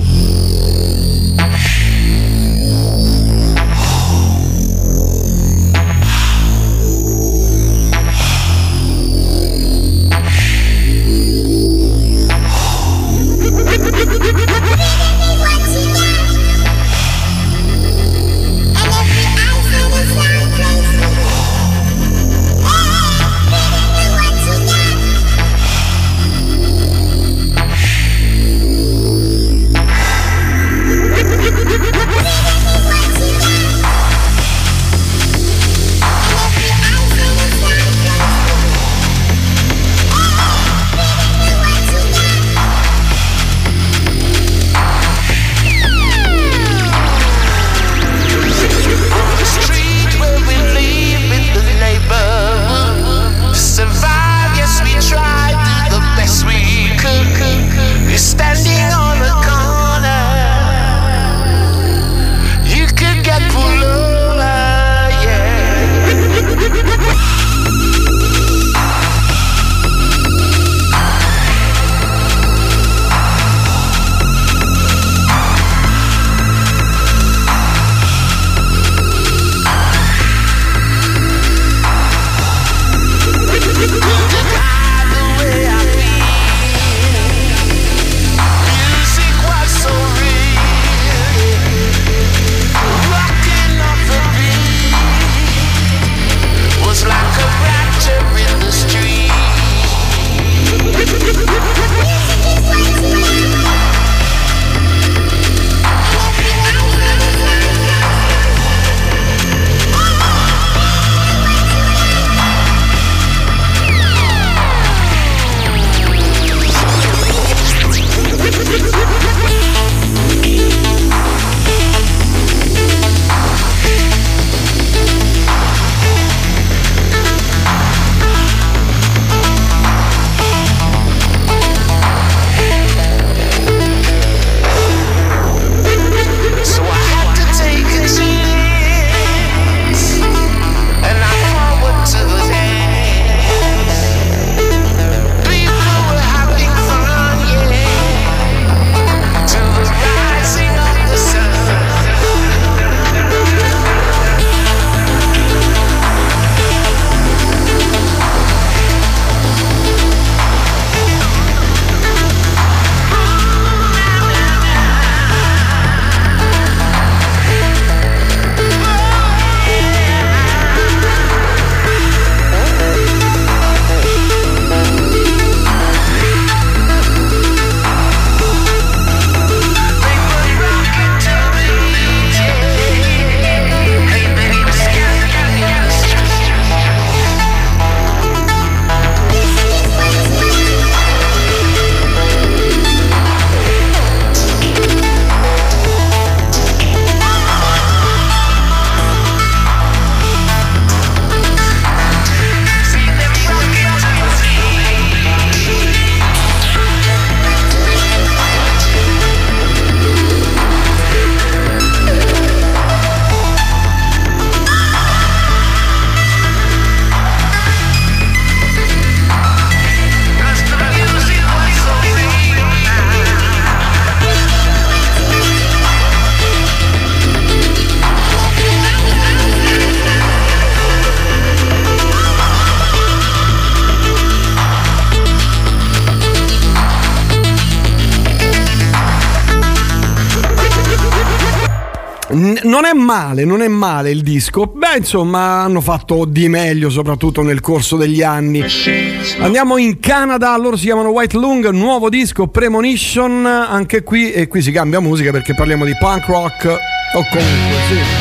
Non è male il disco. Beh, insomma, hanno fatto di meglio, soprattutto nel corso degli anni. Andiamo in Canada, loro si chiamano White Lung, nuovo disco Premonition, anche qui, e qui si cambia musica perché parliamo di punk rock o comunque, sì.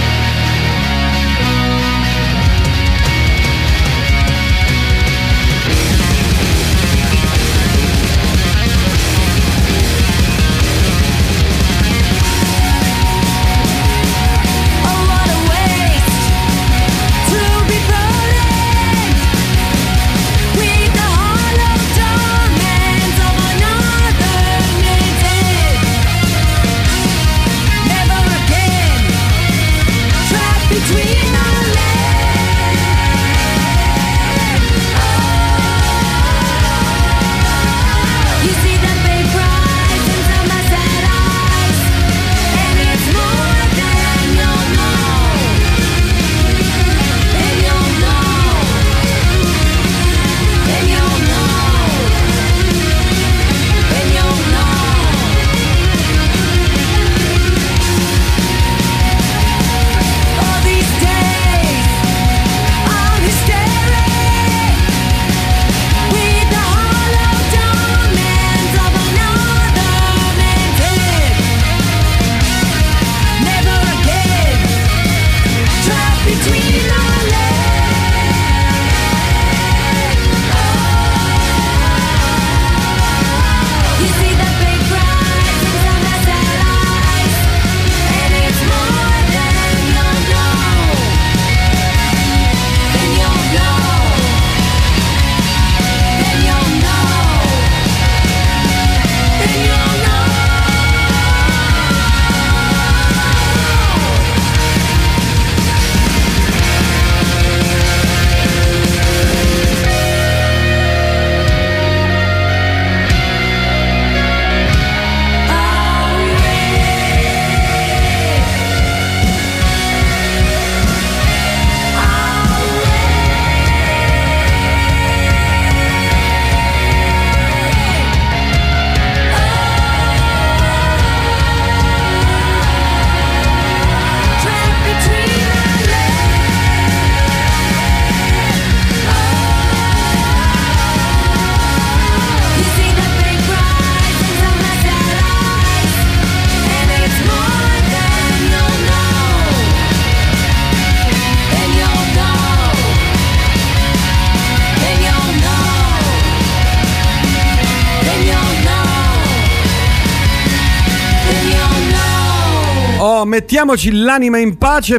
Mettiamoci l'anima in pace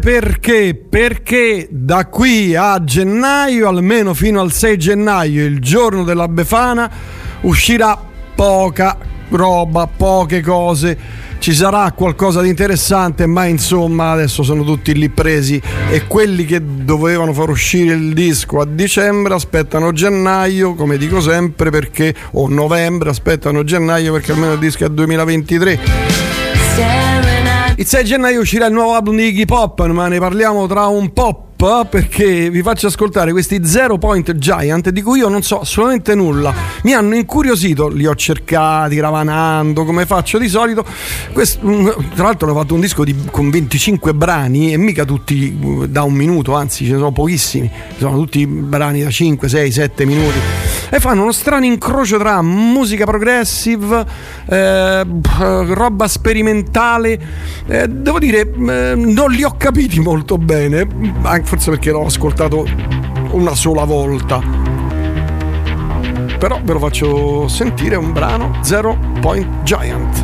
perché da qui a gennaio, almeno fino al 6 gennaio, il giorno della Befana, uscirà poca roba, poche cose. Ci sarà qualcosa di interessante, ma insomma adesso sono tutti lì presi, e quelli che dovevano far uscire il disco a dicembre aspettano gennaio, come dico sempre, perché o novembre aspettano gennaio, perché almeno il disco è 2023. Il 6 gennaio uscirà il nuovo album di Iggy Pop, ma ne parliamo tra un po', perché vi faccio ascoltare questi Zero Point Giant di cui io non so assolutamente nulla. Mi hanno incuriosito, li ho cercati ravanando come faccio di solito. Tra l'altro hanno fatto un disco con 25 brani e mica tutti da un minuto, anzi ce ne sono pochissimi, sono tutti brani da 5, 6, 7 minuti, e fanno uno strano incrocio tra musica progressive, roba sperimentale. Devo dire, non li ho capiti molto bene, anche forse perché l'ho ascoltato una sola volta, però ve lo faccio sentire, un brano, Zero Point Giant.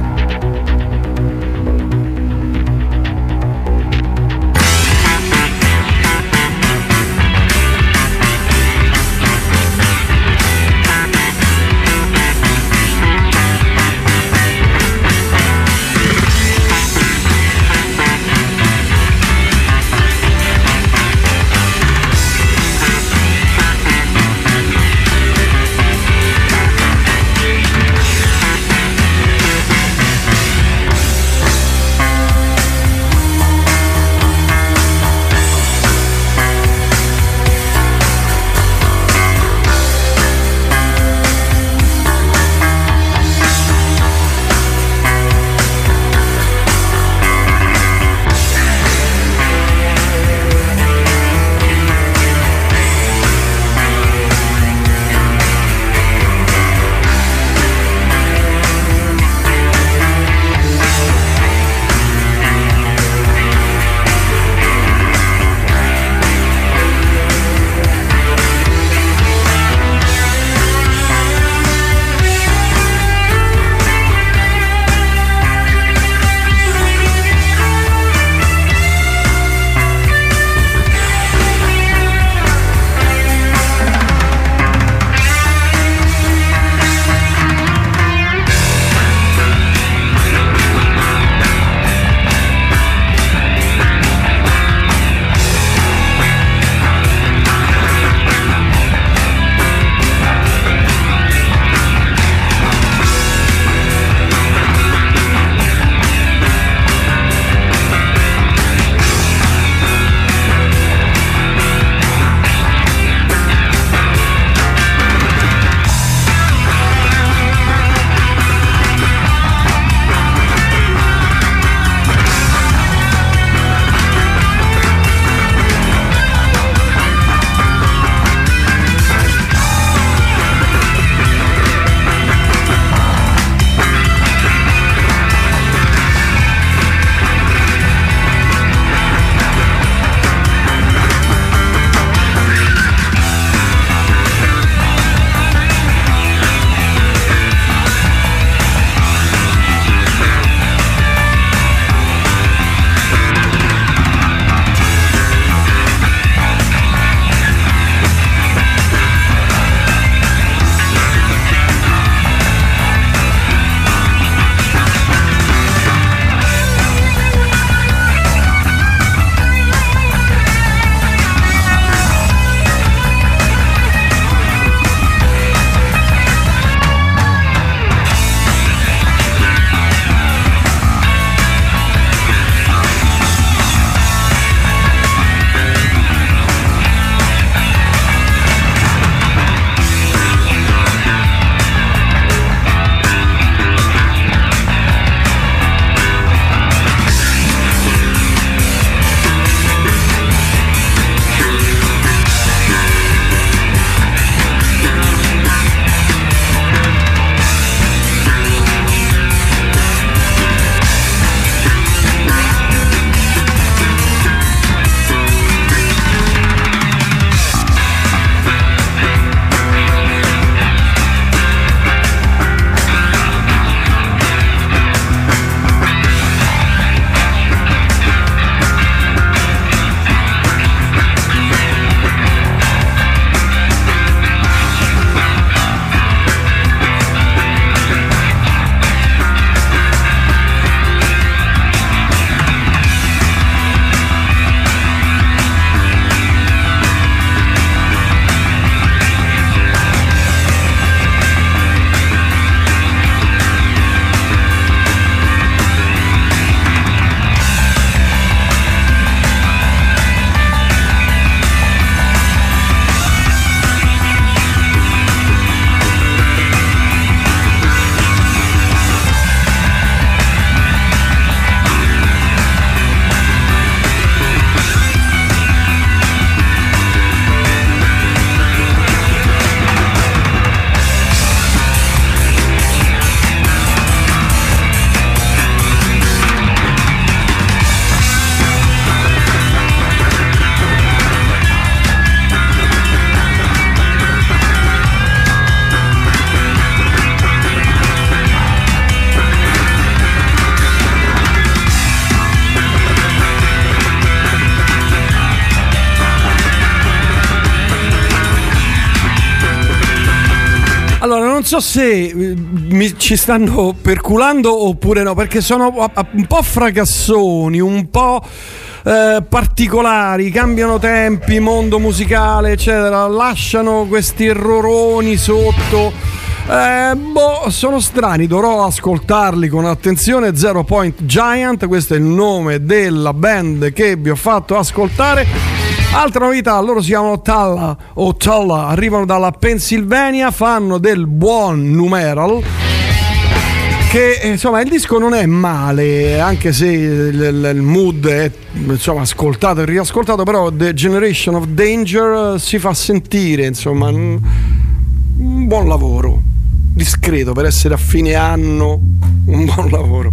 so se ci stanno perculando oppure no, perché sono un po' fracassoni, un po' particolari, cambiano tempi, mondo musicale eccetera, lasciano questi erroroni sotto. Sono strani, dovrò ascoltarli con attenzione. Zero Point Giant, questo è il nome della band che vi ho fatto ascoltare. Altra novità, loro si chiamano Talla o Talla, arrivano dalla Pennsylvania, fanno del buon numeral, che insomma il disco non è male, anche se il mood è insomma ascoltato e riascoltato, però The Generation of Danger si fa sentire, insomma un buon lavoro, discreto per essere a fine anno, un buon lavoro.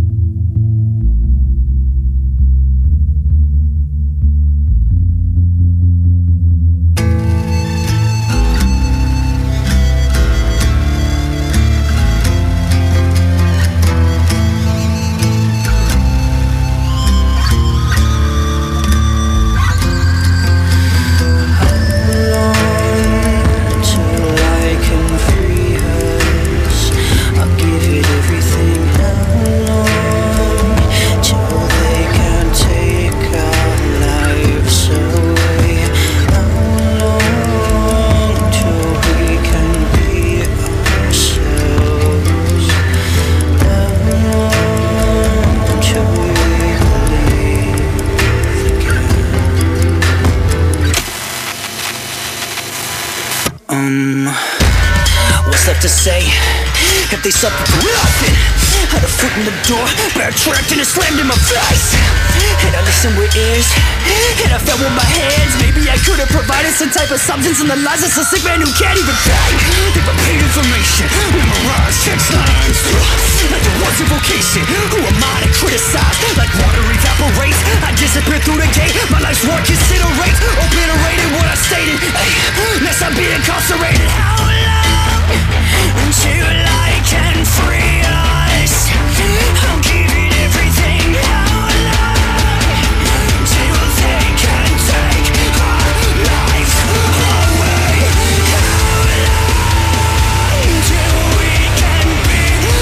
What's left to say? If they suffer from nothing, had a foot in the door, backtracked and it slammed in my face. And I listened with ears, and I felt with my hands. Maybe I could have provided some type of substance in the lives of some sick man who can't even pay. They repeat information, memorize text lines. Like the words of vocation, who am I to criticize? Like water evaporates, I disappear through the gate. My life's work considerates, obliterated what I stated. Next I'm being incarcerated. How long until I can free us? I'll give it everything. How long till they can take our life away? How long till we can be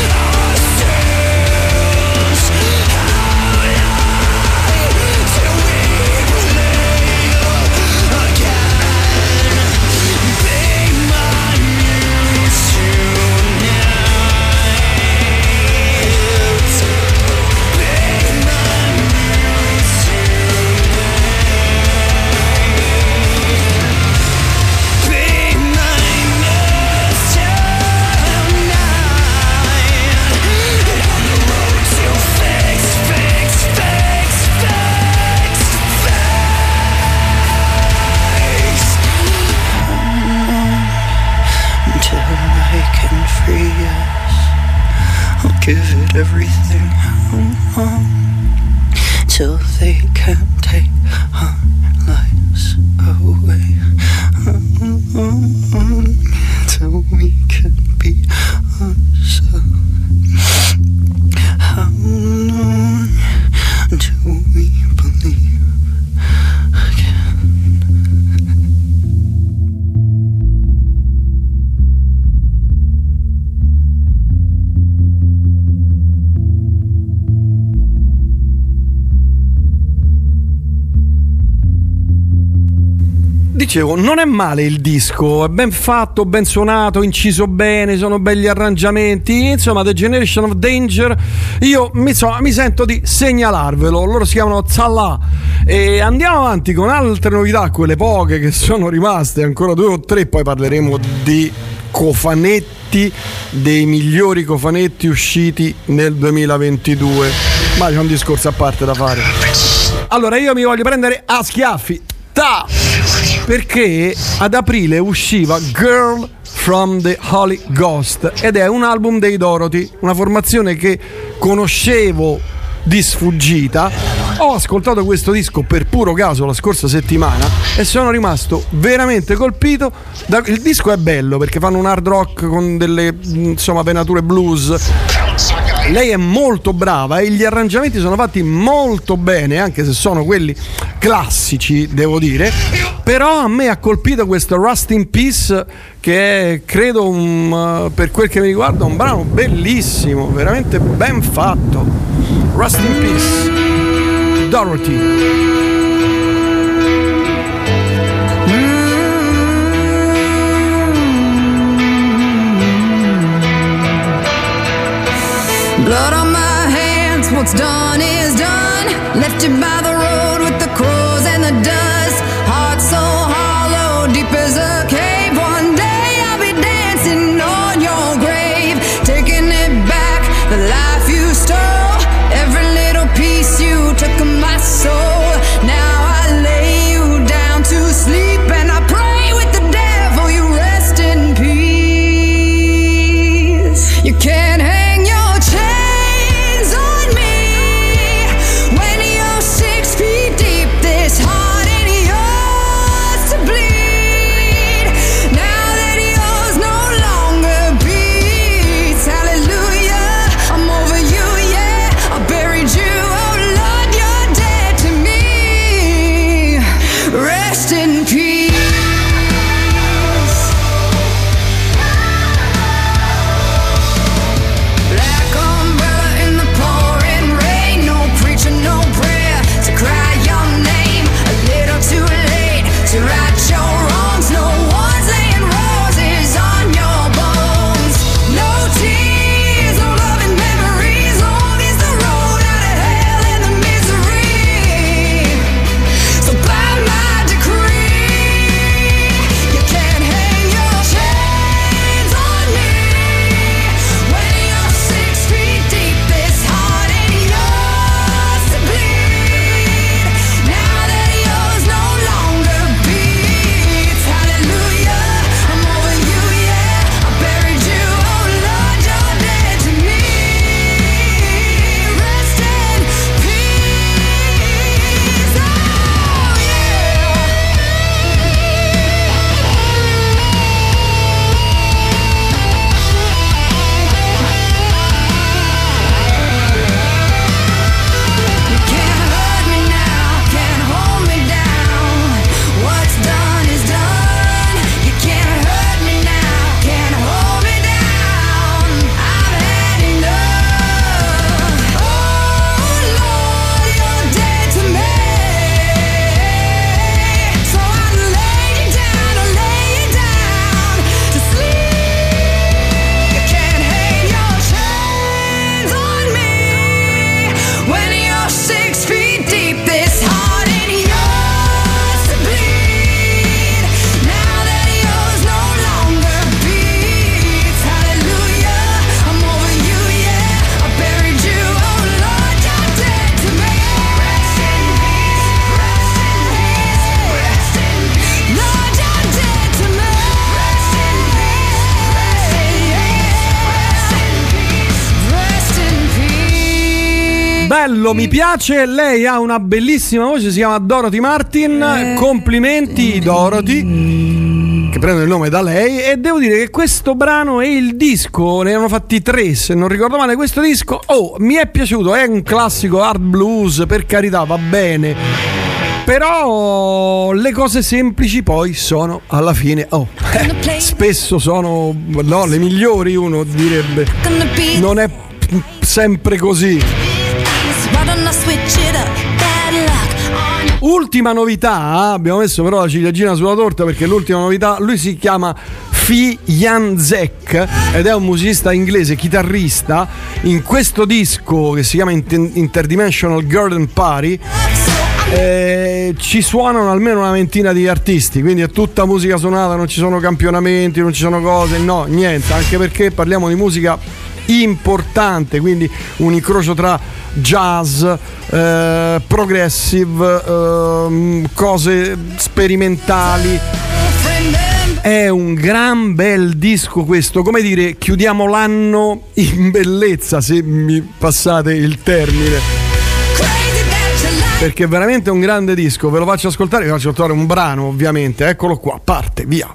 ourselves? How long till we believe again? Be my muse tonight. Be my muse tonight. Be my muse tonight. And on the road to fix until I can free us. I'll give it everything. How long till they can take our lives away? How long till we can be ourselves? How long until we believe again? Dicevo, non è male il disco, è ben fatto, ben suonato, inciso bene, sono belli arrangiamenti, insomma The Generation of Danger, io mi sento di segnalarvelo. Loro si chiamano Talla e andiamo avanti con altre novità, quelle poche che sono rimaste, ancora 2 o 3, poi parleremo di cofanetti, dei migliori cofanetti usciti nel 2022, ma c'è un discorso a parte da fare. Allora io mi voglio prendere a schiaffi perché ad aprile usciva Girl from the Holy Ghost ed è un album dei Dorothy, una formazione che conoscevo di sfuggita. Ho ascoltato questo disco per puro caso la scorsa settimana e sono rimasto veramente colpito. Il disco è bello perché fanno un hard rock con delle insomma venature blues. lei è molto brava e gli arrangiamenti sono fatti molto bene, anche se sono quelli classici, devo dire. Però a me ha colpito questo Rust in Peace, che è, credo, per quel che mi riguarda, un brano bellissimo, veramente ben fatto. Rust in Peace, Dorothy. Blood on my hands, what's done is done. Left you by the road with the crows and the dust. Heart so hollow, deep as a cave. One day I'll be dancing on your grave, taking it back, the life you stole. Every little piece you took of my soul. Now I lay you down to sleep and I pray with the devil you rest in peace. You can't hang your Mi piace, lei ha una bellissima voce, si chiama Dorothy Martin, complimenti Dorothy, che prende il nome da lei, e devo dire che questo brano e il disco, ne hanno fatti 3 se non ricordo male, questo disco, mi è piaciuto, è un classico hard blues, per carità, va bene, però le cose semplici poi sono alla fine, spesso sono le migliori, uno direbbe, non è sempre così. Ultima novità, abbiamo messo però la ciliegina sulla torta perché l'ultima novità, lui si chiama Fi Yan Zek ed è un musicista inglese, chitarrista. In questo disco che si chiama Interdimensional Garden Party ci suonano almeno una ventina di artisti, quindi è tutta musica suonata, non ci sono campionamenti, non ci sono cose, no, niente, anche perché parliamo di musica importante, quindi un incrocio tra jazz, progressive, cose sperimentali. È un gran bel disco questo, come dire, chiudiamo l'anno in bellezza, se mi passate il termine, perché è veramente un grande disco. Ve lo faccio ascoltare, vi faccio ascoltare un brano, ovviamente, eccolo qua, parte, via.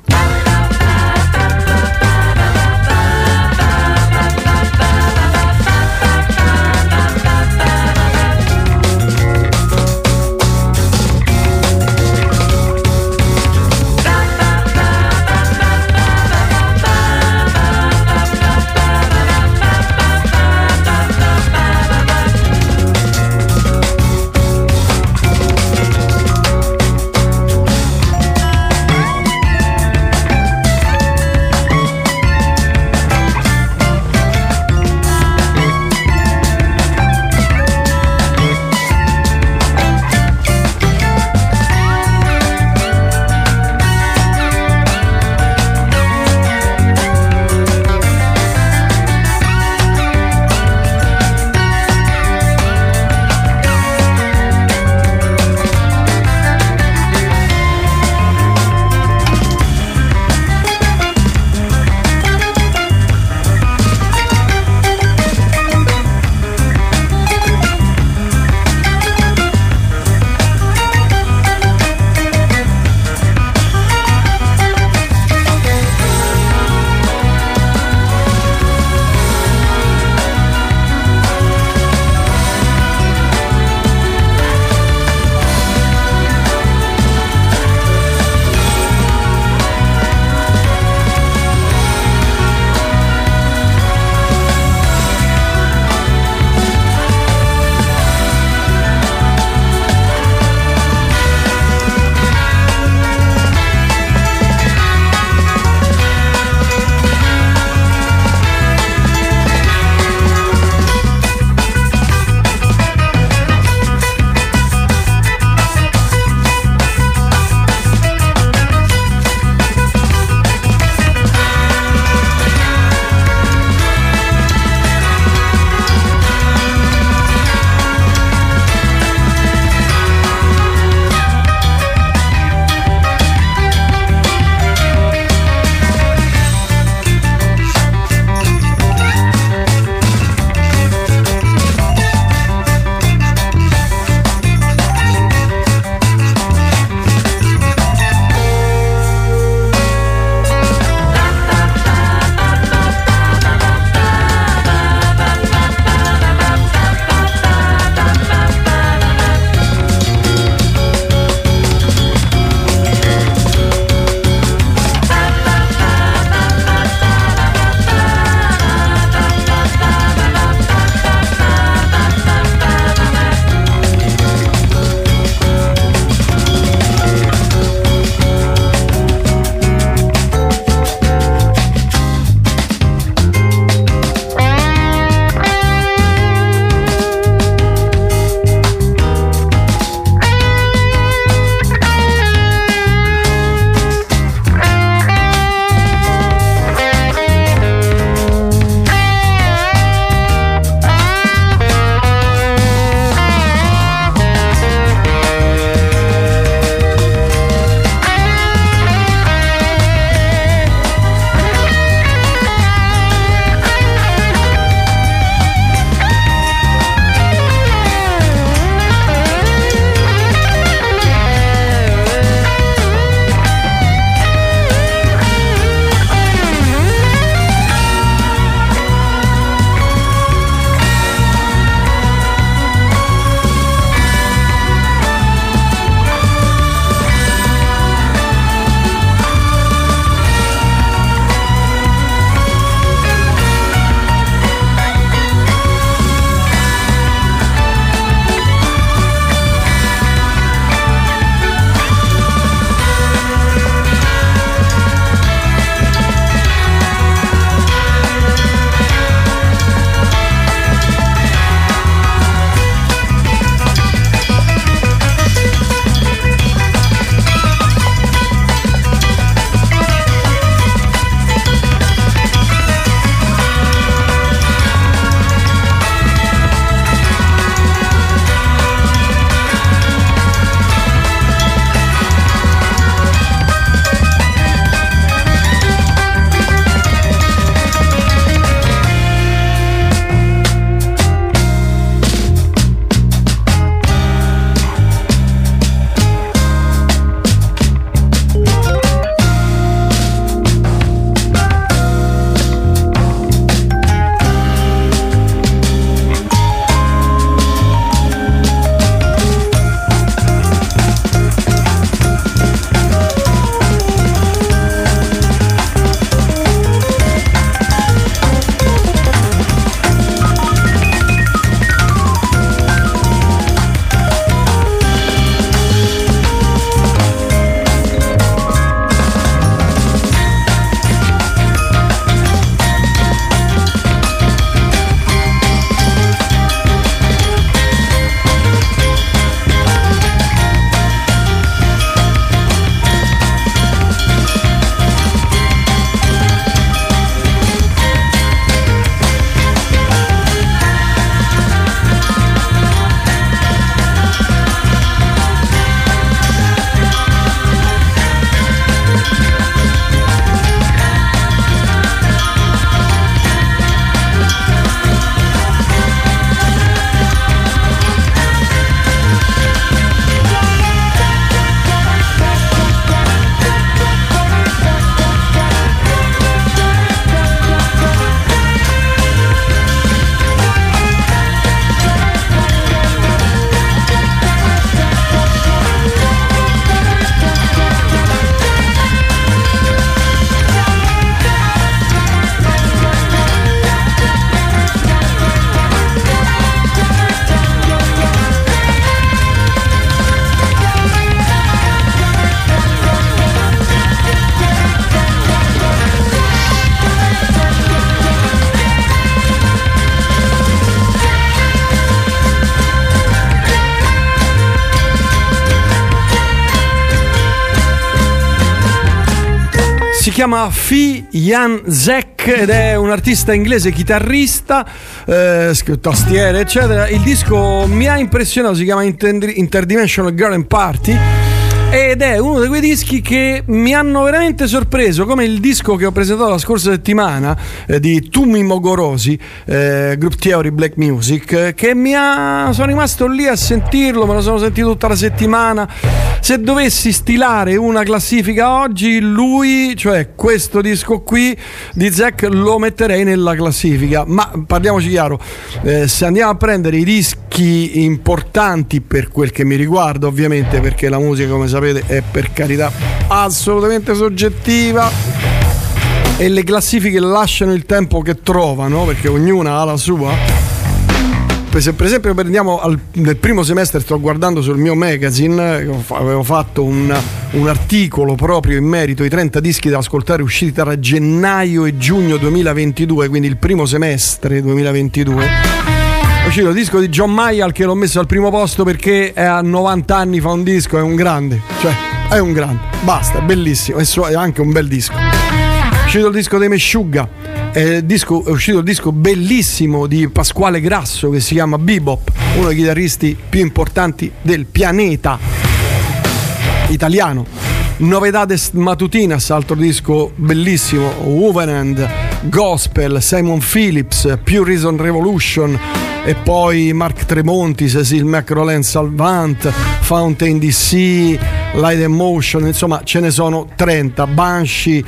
Si chiama Fi Yan Zek ed è un artista inglese, chitarrista, tastiere eccetera. Il disco mi ha impressionato, si chiama Interdimensional Girl and Party ed è uno di quei dischi che mi hanno veramente sorpreso, come il disco che ho presentato la scorsa settimana di Tumi Mogorosi, Group Theory Black Music, che sono rimasto lì a sentirlo, me lo sono sentito tutta la settimana. Se dovessi stilare una classifica oggi, lui, cioè questo disco qui di Zek, lo metterei nella classifica. Ma parliamoci chiaro, se andiamo a prendere i dischi importanti, per quel che mi riguarda ovviamente, perché la musica, come sapete, è per carità assolutamente soggettiva e le classifiche lasciano il tempo che trovano, perché ognuna ha la sua. Se per esempio prendiamo nel primo semestre, sto guardando sul mio magazine, avevo fatto un articolo proprio in merito ai 30 dischi da ascoltare usciti tra gennaio e giugno 2022, quindi il primo semestre 2022. È uscito il disco di John Mayall, che l'ho messo al primo posto perché a 90 anni fa un disco, è un grande, cioè è un grande, basta, è bellissimo, è anche un bel disco. È uscito il disco dei Meshuggah, è uscito il disco bellissimo di Pasquale Grasso che si chiama Bebop, uno dei chitarristi più importanti del pianeta italiano. Novedades Matutinas, altro disco bellissimo, Wovenand, Gospel, Simon Phillips, Pure Reason Revolution, e poi Mark Tremonti, Cecil McRoland Salvant, Fountain DC, Light and Motion, insomma ce ne sono 30, Banshee,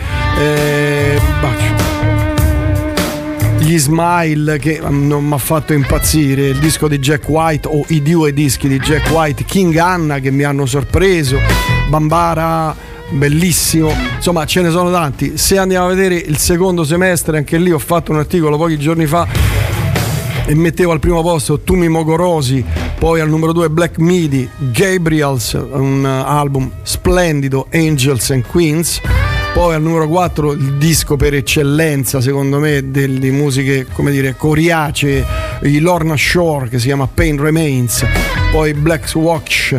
gli Smile, che non mi ha fatto impazzire, il disco di Jack White, o i due dischi di Jack White, King Anna, che mi hanno sorpreso, Bambara, bellissimo, insomma ce ne sono tanti. Se andiamo a vedere il secondo semestre, anche lì ho fatto un articolo pochi giorni fa e mettevo al primo posto Tumi Mogorosi, poi al numero 2 Black Midi, Gabriels, un album splendido, Angels and Queens. Poi al numero 4 il disco per eccellenza secondo me di musiche, come dire, coriacee, i Lorna Shore, che si chiama Pain Remains, poi Black Watch,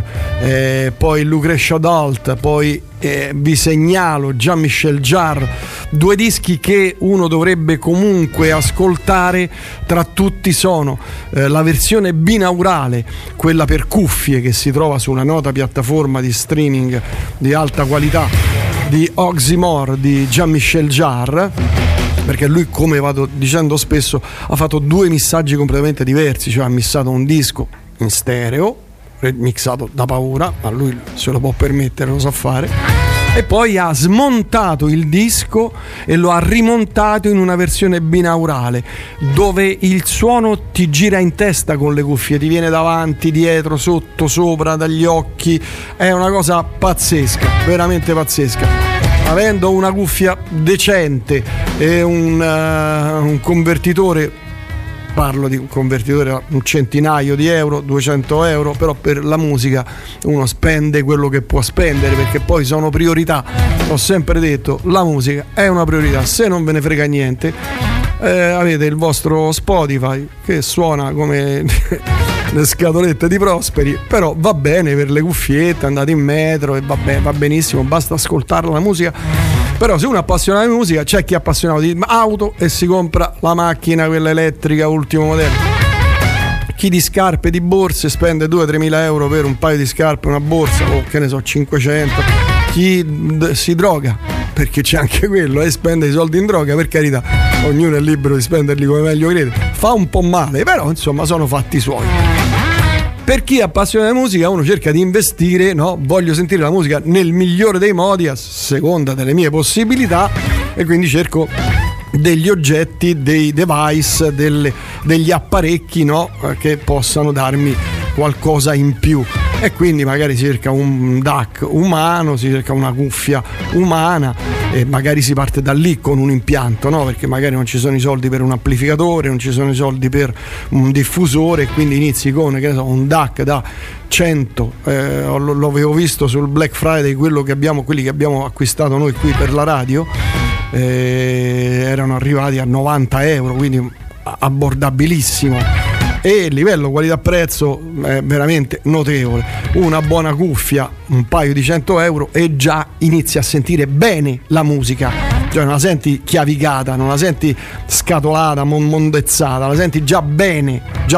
poi Lucretia Dalt, poi vi segnalo Jean-Michel Jarre, due dischi che uno dovrebbe comunque ascoltare. Tra tutti sono la versione binaurale, quella per cuffie, che si trova su una nota piattaforma di streaming di alta qualità, di Oxymore di Jean-Michel Jarre, perché lui, come vado dicendo spesso, ha fatto due missaggi completamente diversi, cioè ha missato un disco in stereo, mixato da paura, ma lui se lo può permettere, lo sa fare, e poi ha smontato il disco e lo ha rimontato in una versione binaurale, dove il suono ti gira in testa con le cuffie, ti viene davanti, dietro, sotto, sopra, dagli occhi, è una cosa pazzesca, veramente pazzesca. Avendo una cuffia decente e un convertitore, parlo di un convertitore a un centinaio di euro, 200 euro, però per la musica uno spende quello che può spendere, perché poi sono priorità. Ho sempre detto, la musica è una priorità. Se non ve ne frega niente, avete il vostro Spotify che suona come le scatolette di Prosperi, però va bene per le cuffiette, andate in metro e va benissimo, basta ascoltare la musica. Però se uno è appassionato di musica, c'è chi è appassionato di auto e si compra la macchina, quella elettrica ultimo modello. Chi di scarpe, di borse, spende 2-3 mila euro per un paio di scarpe, una borsa, o che ne so, 500. Chi si droga, perché c'è anche quello, e spende i soldi in droga, per carità, ognuno è libero di spenderli come meglio crede. Fa un po' male, però insomma sono fatti suoi. Per chi è appassionato di musica, uno cerca di investire, no? Voglio sentire la musica nel migliore dei modi, a seconda delle mie possibilità, e quindi cerco degli oggetti, dei device, degli apparecchi, no? Che possano darmi qualcosa in più. E quindi magari si cerca un DAC umano, si cerca una cuffia umana, e magari si parte da lì con un impianto, no? Perché magari non ci sono i soldi per un amplificatore, non ci sono i soldi per un diffusore, e quindi inizi con, che ne so, un DAC da 100, lo avevo visto sul Black Friday, quelli che abbiamo acquistato noi qui per la radio, erano arrivati a 90 euro, quindi abbordabilissimo. e il livello qualità-prezzo è veramente notevole. Una buona cuffia, un paio di 100 euro e già inizi a sentire bene la musica, cioè non la senti chiavicata, non la senti scatolata, mondezzata, la senti già bene.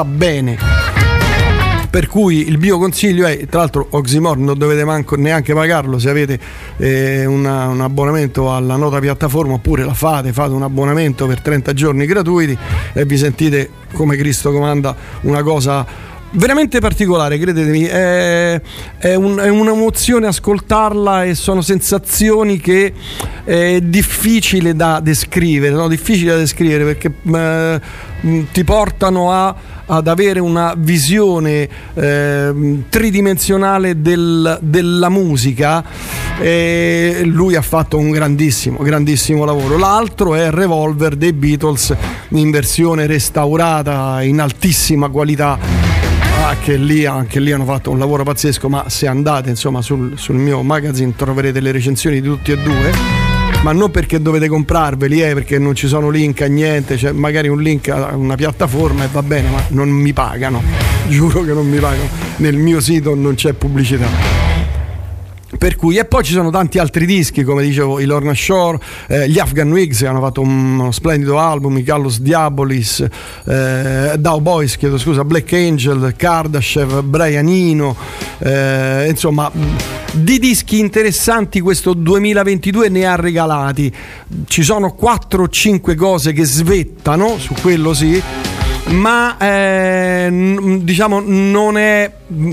Per cui il mio consiglio è, tra l'altro Oxymore non dovete neanche pagarlo se avete un abbonamento alla nota piattaforma, oppure fate un abbonamento per 30 giorni gratuiti e vi sentite, come Cristo comanda, una cosa veramente particolare, credetemi, è un'emozione ascoltarla e sono sensazioni che è difficile da descrivere, perché ti portano ad avere una visione tridimensionale della musica. E lui ha fatto un grandissimo lavoro. L'altro è Revolver dei Beatles in versione restaurata in altissima qualità. Anche lì hanno fatto un lavoro pazzesco, ma se andate insomma sul mio magazine troverete le recensioni di tutti e due, ma non perché dovete comprarveli, perché non ci sono link a niente, c'è magari un link a una piattaforma e va bene, ma non mi pagano, giuro che non mi pagano, nel mio sito non c'è pubblicità. Per cui, e poi ci sono tanti altri dischi, come dicevo, i Lorna Shore, gli Afghan Wigs che hanno fatto uno splendido album, i Gallus Diabolis, Dow Boys, Black Angel, Kardashev, Brian Eno, insomma, di dischi interessanti questo 2022 ne ha regalati. Ci sono 4 o 5 cose che svettano, su quello sì, ma diciamo non è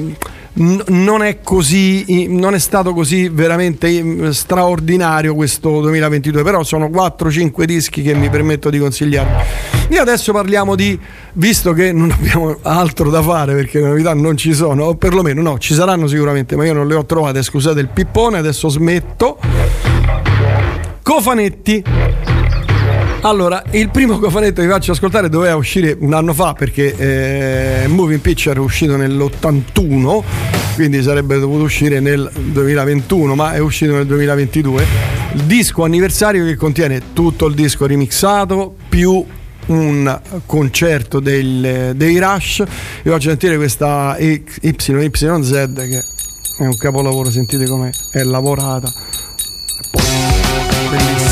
così, non è stato così veramente straordinario questo 2022, però sono 4-5 dischi che mi permetto di consigliarvi. E adesso parliamo visto che non abbiamo altro da fare perché le novità non ci sono, o perlomeno no, ci saranno sicuramente, ma io non le ho trovate, scusate il pippone, adesso smetto. Cofanetti. Allora, il primo cofanetto che vi faccio ascoltare doveva uscire un anno fa, perché Moving Picture è uscito nell'81, quindi sarebbe dovuto uscire nel 2021, ma è uscito nel 2022. Il disco anniversario che contiene tutto il disco remixato più un concerto dei Rush. Vi faccio sentire questa YYZ che è un capolavoro, sentite come è lavorata, bellissimo.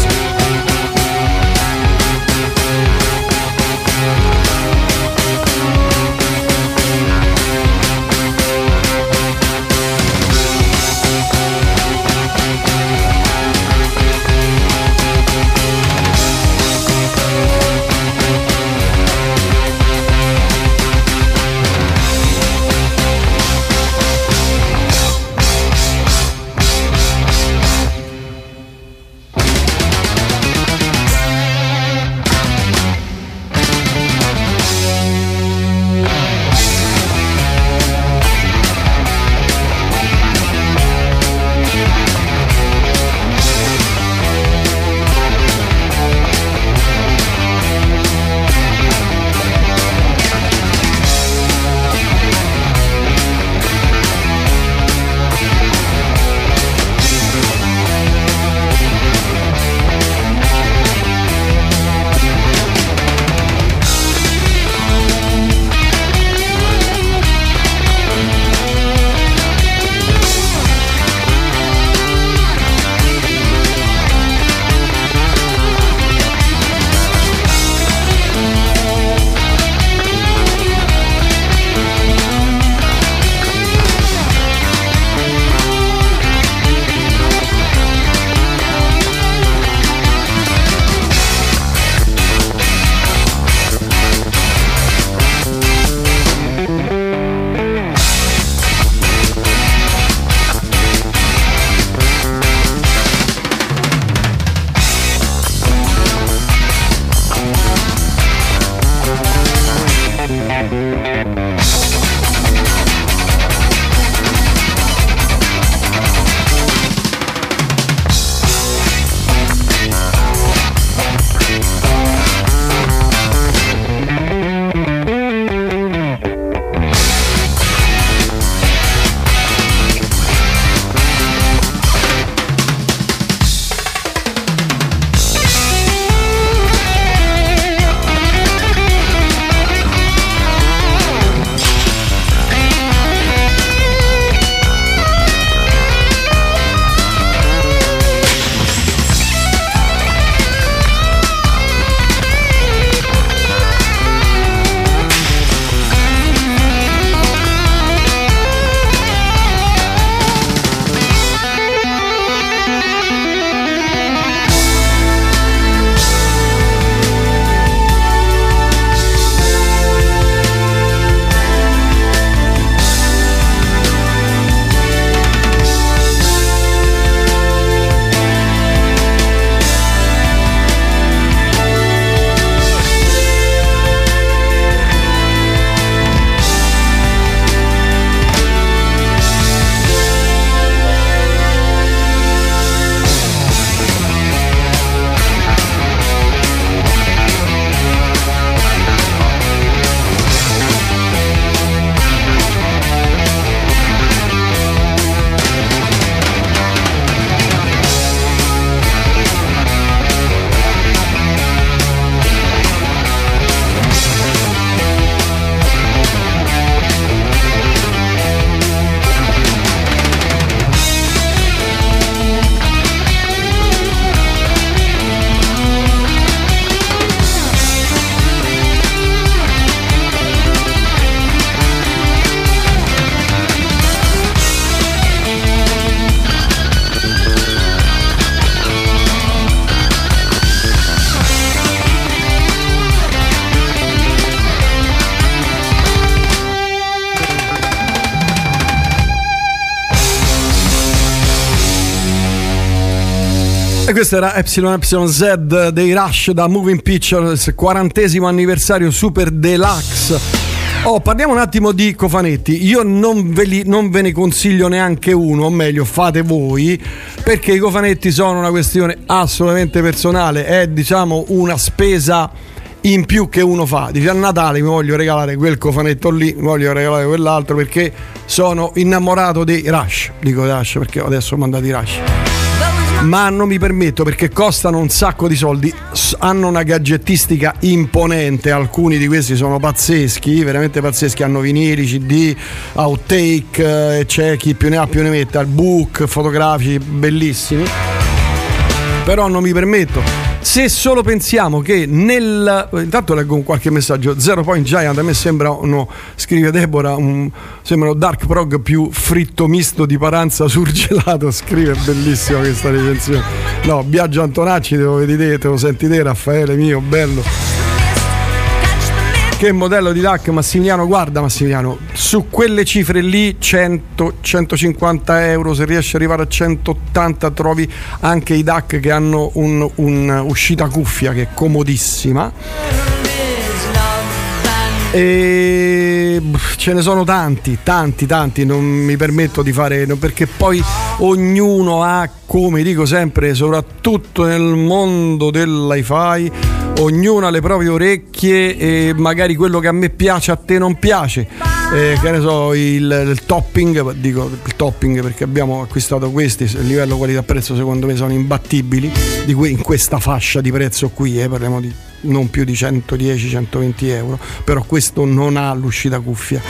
E questo era YYZ dei Rush da Moving Pictures, 40° anniversario Super Deluxe. Parliamo un attimo di cofanetti. Io non ve ne consiglio neanche uno, o meglio fate voi, perché i cofanetti sono una questione assolutamente personale, è diciamo una spesa in più che uno fa. Dice a Natale mi voglio regalare quel cofanetto lì, mi voglio regalare quell'altro perché sono innamorato dei Rush. Dico Rush perché adesso ho mandato i Rush, ma non mi permetto perché costano un sacco di soldi, hanno una gadgettistica imponente, alcuni di questi sono pazzeschi, veramente pazzeschi, hanno vinili, CD, outtake, c'è chi più ne ha più ne metta, book, fotografici bellissimi, però non mi permetto. Se solo pensiamo che intanto leggo qualche messaggio. Zero Point Giant, a me sembrano, scrive Deborah, sembrano dark prog più fritto misto di paranza surgelato. Scrive, bellissima questa recensione. No, Biagio Antonacci, te lo senti te, Raffaele mio, bello. Che modello di DAC, Massimiliano? Guarda Massimiliano, su quelle cifre lì 100-150 euro, se riesci ad arrivare a 180 trovi anche i DAC che hanno un'uscita cuffia che è comodissima, e ce ne sono tanti, non mi permetto di fare, perché poi ognuno ha, come dico sempre, soprattutto nel mondo dell'hi-fi, ognuno ha le proprie orecchie e magari quello che a me piace a te non piace, che ne so, il topping, dico il topping perché abbiamo acquistato questi, il livello qualità-prezzo secondo me sono imbattibili in questa fascia di prezzo qui, parliamo di non più di 110-120 euro, però questo non ha l'uscita cuffia.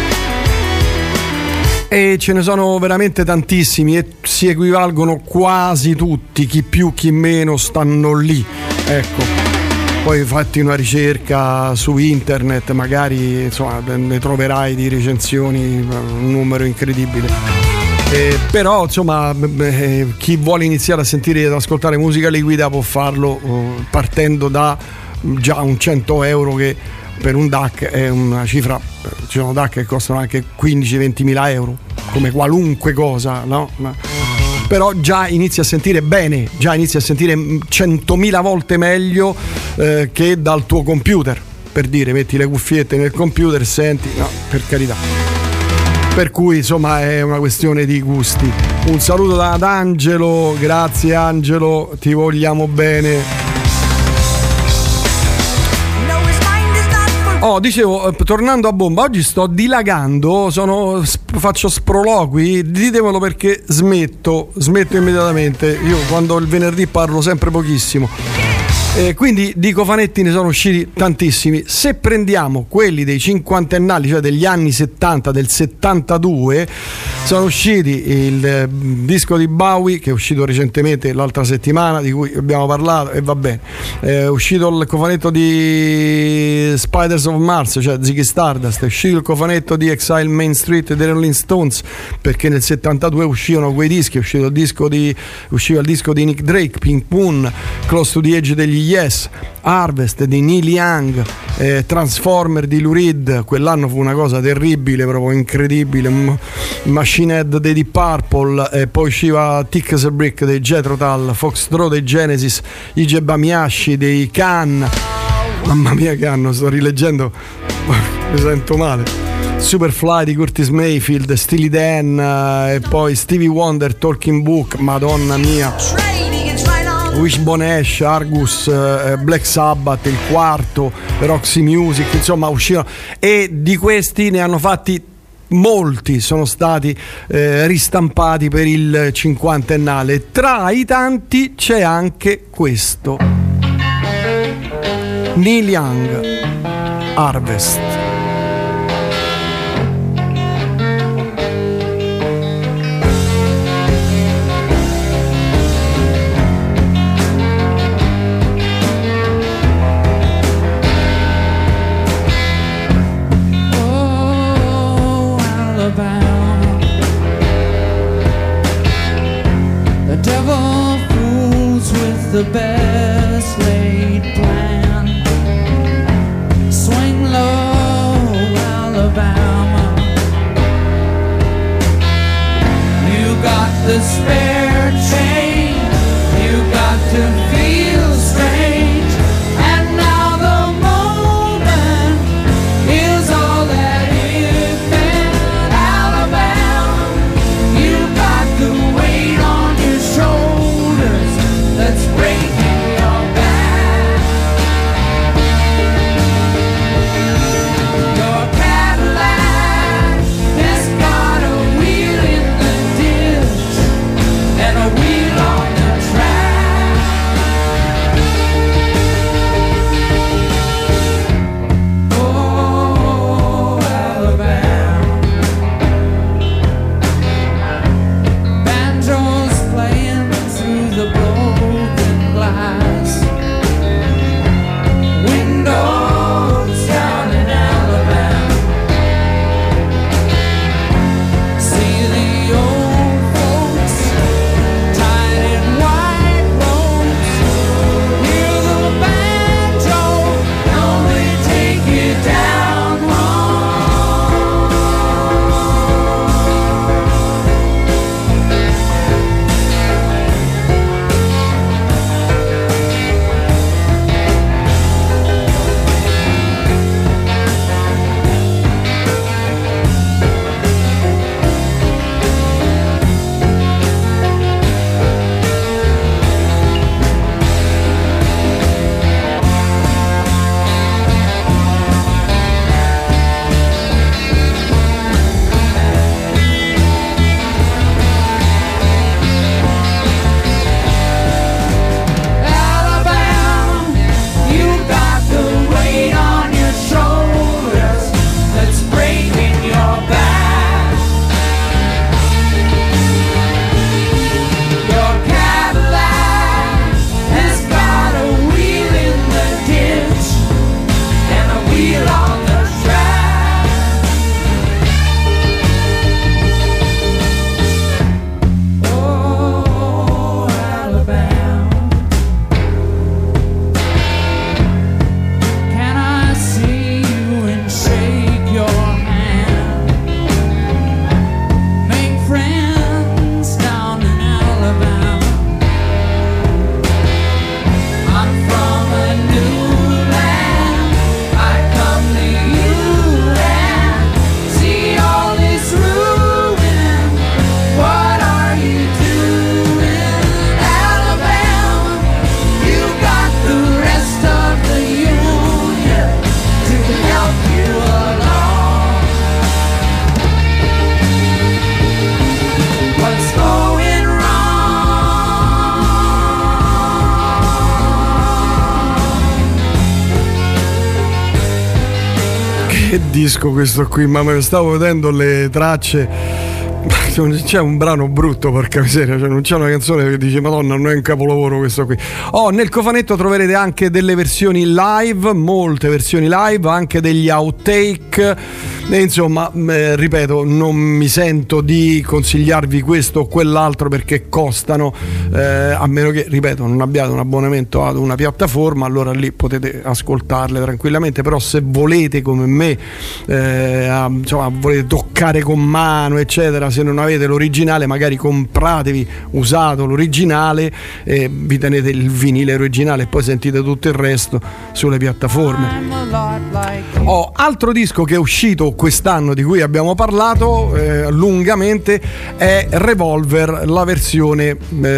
E ce ne sono veramente tantissimi e si equivalgono quasi tutti, chi più chi meno stanno lì, ecco. Poi fatti una ricerca su internet, magari insomma ne troverai di recensioni un numero incredibile. Però insomma chi vuole iniziare a sentire ed ascoltare musica liquida può farlo partendo da già un 100 euro, che per un DAC è una cifra. Ci sono DAC che costano anche 15-20 mila euro, come qualunque cosa, no? Però già inizi a sentire bene, già inizi a sentire 100.000 volte meglio che dal tuo computer, per dire, metti le cuffiette nel computer, senti, no, per carità. Per cui insomma è una questione di gusti. Un saluto ad Angelo, grazie Angelo, ti vogliamo bene. Dicevo, tornando a bomba, oggi sto dilagando, faccio sproloqui, ditemelo perché smetto immediatamente. Io quando il venerdì parlo sempre pochissimo. Quindi di cofanetti ne sono usciti tantissimi. Se prendiamo quelli dei cinquantennali, cioè degli anni 70, del 72, sono usciti il disco di Bowie che è uscito recentemente l'altra settimana, di cui abbiamo parlato e va bene, è uscito il cofanetto di Spiders of Mars, cioè Ziggy Stardust, è uscito il cofanetto di Exile Main Street dei Rolling Stones, perché nel 72 uscivano quei dischi, usciva il disco di Nick Drake, Pink Moon, Close to the Edge degli Yes, Harvest di Neil Young, Transformer di Lou Reed, quell'anno fu una cosa terribile, proprio incredibile, Machine Head dei Deep Purple, poi usciva Thick as a Brick dei Jethro Tull, Foxtrot dei Genesis, Ige Bamiyashi dei Can, mamma mia che anno, sto rileggendo, mi sento male, Superfly di Curtis Mayfield, Steely Dan, e poi Stevie Wonder, Talking Book, madonna mia, Wishbone Ash, Argus, Black Sabbath, il quarto, Roxy Music, insomma uscivano, e di questi ne hanno fatti molti, sono stati ristampati per il cinquantennale. Tra i tanti c'è anche questo, Neil Young, Harvest. The best laid plan. Swing low, Alabama. You got the spare chain. You got Che disco questo qui, mamma, stavo vedendo le tracce. C'è un brano brutto, porca miseria, cioè non c'è una canzone che dice Madonna, non è un capolavoro questo qui. Nel cofanetto troverete anche delle versioni live, molte versioni live, anche degli outtake, e insomma ripeto, non mi sento di consigliarvi questo o quell'altro perché costano, a meno che, ripeto, non abbiate un abbonamento ad una piattaforma, allora lì potete ascoltarle tranquillamente. Però se volete come me insomma volete toccare con mano eccetera, se non avete l'originale magari compratevi usato l'originale e vi tenete il vinile originale e poi sentite tutto il resto sulle piattaforme. Altro disco che è uscito quest'anno di cui abbiamo parlato lungamente è Revolver, la versione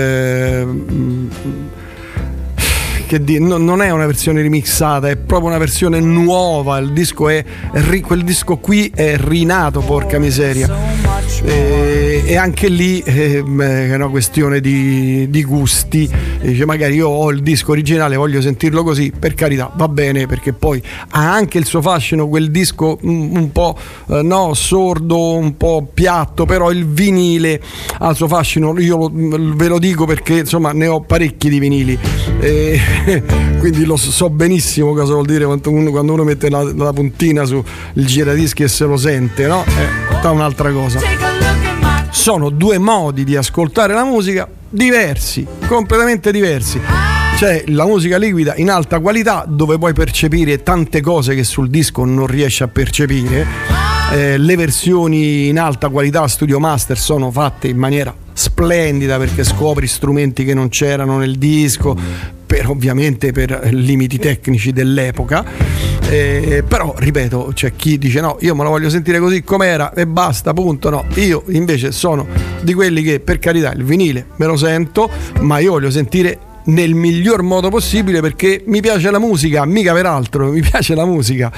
non è una versione remixata, è proprio una versione nuova. Il disco quel disco qui è rinato, porca miseria. E anche lì è una questione di gusti. Dice, magari io ho il disco originale, voglio sentirlo così, per carità, va bene, perché poi ha anche il suo fascino quel disco un po' sordo, un po' piatto, però il vinile ha il suo fascino. Io ve lo dico perché insomma ne ho parecchi di vinili, quindi lo so benissimo cosa vuol dire quando uno mette la puntina sul giradischi e se lo sente, no? È tutta un'altra cosa. Sono due modi di ascoltare la musica diversi, completamente diversi. C'è la musica liquida in alta qualità, dove puoi percepire tante cose che sul disco non riesci a percepire. Le versioni in alta qualità Studio Master sono fatte in maniera splendida, perché scopri strumenti che non c'erano nel disco, ovviamente per limiti tecnici dell'epoca. Però ripeto, c'è chi dice no, io me lo voglio sentire così com'era e basta, punto. No, io invece sono di quelli che, per carità, il vinile me lo sento, ma io voglio sentire nel miglior modo possibile, perché mi piace la musica, mica per altro, mi piace la musica.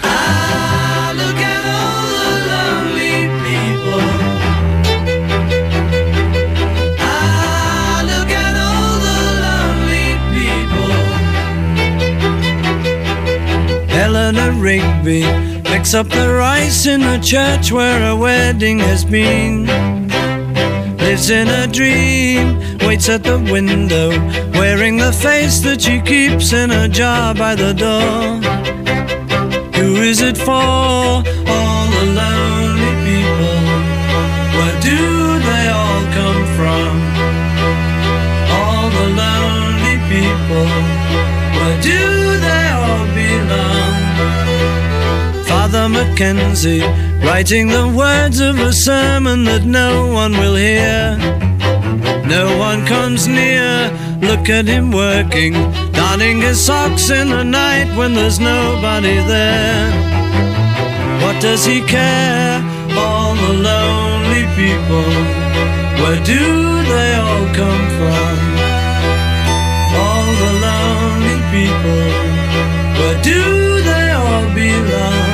Eleanor Rigby picks up the rice in the church where a wedding has been. Lives in a dream, waits at the window, wearing the face that she keeps in a jar by the door. Who is it for? All the lonely people. Where do they all come from? All the lonely people. Where do they all belong? Father Mackenzie, writing the words of a sermon that no one will hear. No one comes near, look at him working, darning his socks in the night when there's nobody there. What does he care? All the lonely people, where do they all come from? All the lonely people, where do they all belong?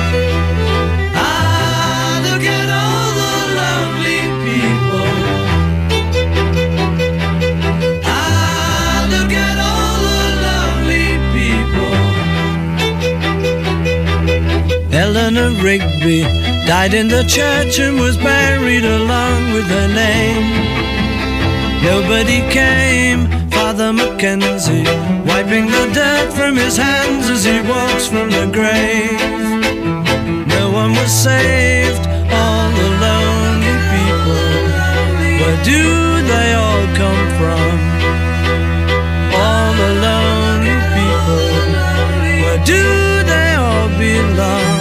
Eleanor Rigby died in the church and was buried along with her name. Nobody came, Father Mackenzie, wiping the dirt from his hands as he walks from the grave. No one was saved, all the lonely people. Where do they all come from? All the lonely people. Where do they all belong?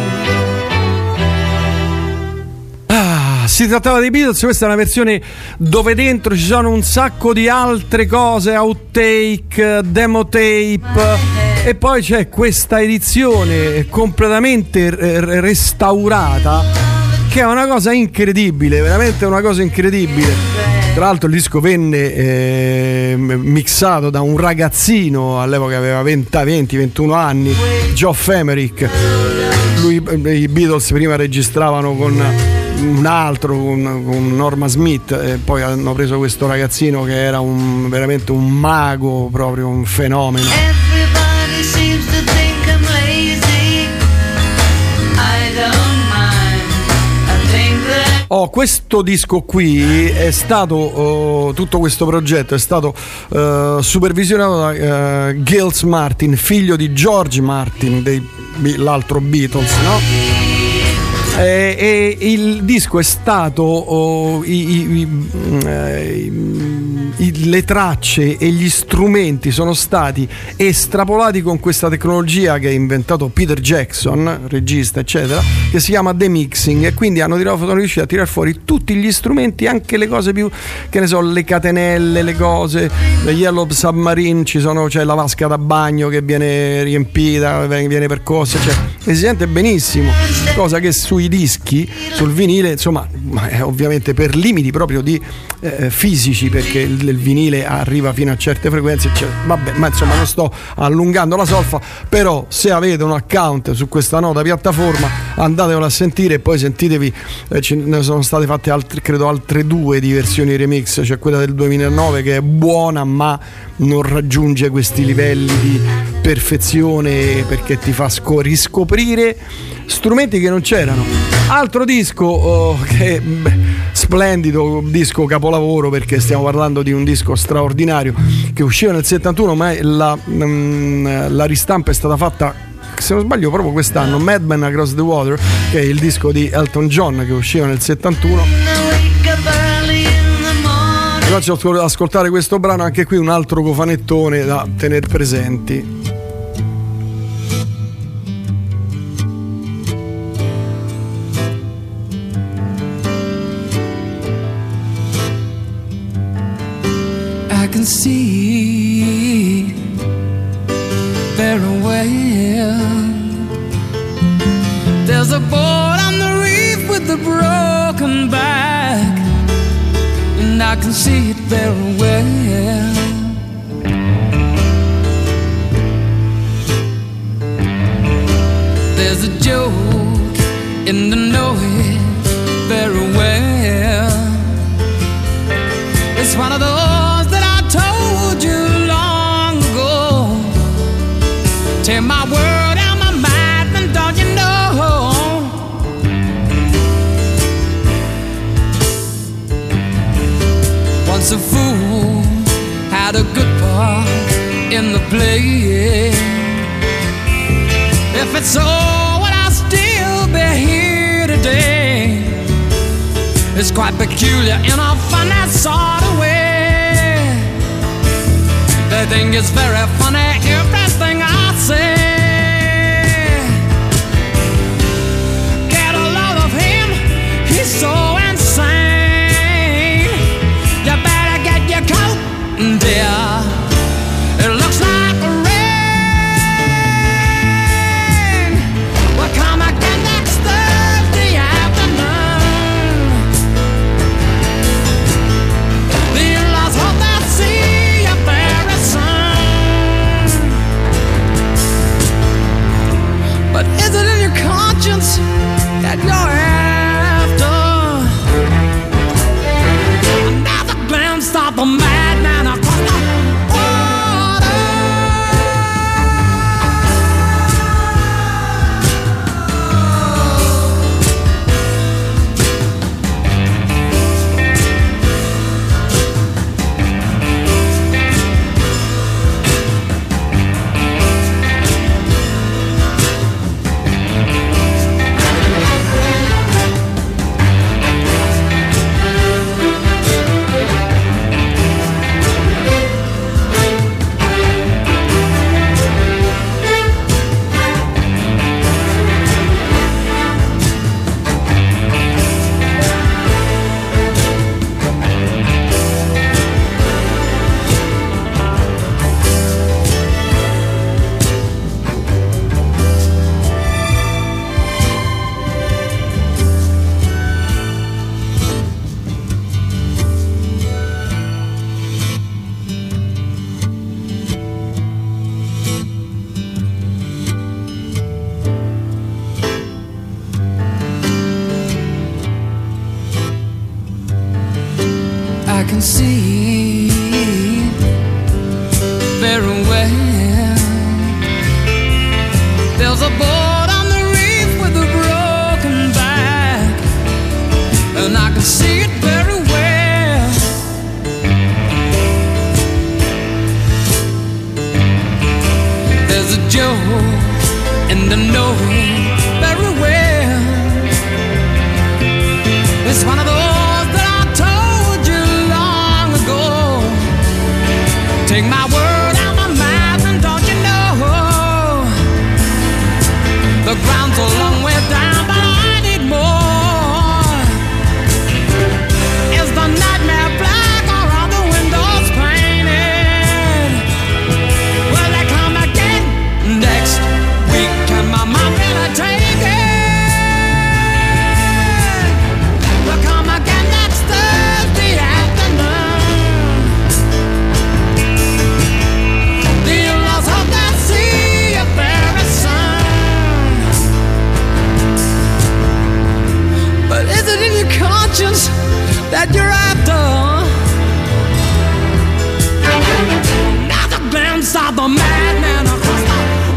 Si trattava dei Beatles, questa è una versione dove dentro ci sono un sacco di altre cose, outtake, demo tape, e poi c'è questa edizione completamente restaurata che è una cosa incredibile, veramente una cosa incredibile. Tra l'altro il disco venne mixato da un ragazzino, all'epoca aveva 20-21 anni, Geoff Emerick. I Beatles prima registravano con un altro, con Norma Smith, e poi hanno preso questo ragazzino che era veramente un mago, proprio un fenomeno. Everybody seems to think I'm lazy. I questo disco qui è stato, tutto questo progetto è stato supervisionato da Giles Martin, figlio di George Martin, l'altro Beatles, no? E il disco è stato le tracce e gli strumenti sono stati estrapolati con questa tecnologia che ha inventato Peter Jackson, regista eccetera, che si chiama The Mixing, e quindi sono riusciti a tirar fuori tutti gli strumenti, anche le cose più, che ne so, le catenelle, le cose, le Yellow Submarine, c'è la vasca da bagno che viene riempita, viene percossa, cioè si sente benissimo, cosa che sui dischi, sul vinile, insomma, ovviamente per limiti proprio di fisici, perché il vinile arriva fino a certe frequenze, vabbè, ma insomma non sto allungando la solfa, però se avete un account su questa nota piattaforma andatevelo a sentire e poi sentitevi, ne sono state fatte altre 2 di versioni remix, c'è quella del 2009 che è buona ma non raggiunge questi livelli di perfezione perché ti fa riscoprire strumenti che non c'erano. Altro disco che splendido, disco capolavoro, perché stiamo parlando di un disco straordinario che usciva nel 71, ma la ristampa è stata fatta, se non sbaglio, proprio quest'anno, Madman Across the Water, che è il disco di Elton John che usciva nel 71. Vi faccio ascoltare questo brano, anche qui un altro cofanettone da tenere presenti. I can see very well. There's a board on the reef with a broken back, and I can see it very well. There's a joke in the noise very well. It's one of those that I told you long ago. Take my word out my mind, and don't you know? Once a fool had a good part in the play. If it's so, would I still be here today? It's quite peculiar in a funny sort of way. They think it's very funny everything I say. Get a load of him, he's so insane. You better get your coat, dear. It looks like rain. We'll come again next Thursday afternoon. The in-laws hope they'll see you very soon. But is it in your conscience that you're after? Another glimpse of a madman across the I can see very well. There's a board on the reef with a broken back, and I Take my word, I'm a madman, don't you know? The ground's a long way down, but I need more. Is the nightmare black or are the windows painted? Will they come again next week? Can my mom really take it? They'll come again next Thursday afternoon. Do you lose hope they'll see you very soon? But is it in your conscience that you're after? Now the glance of the madman across the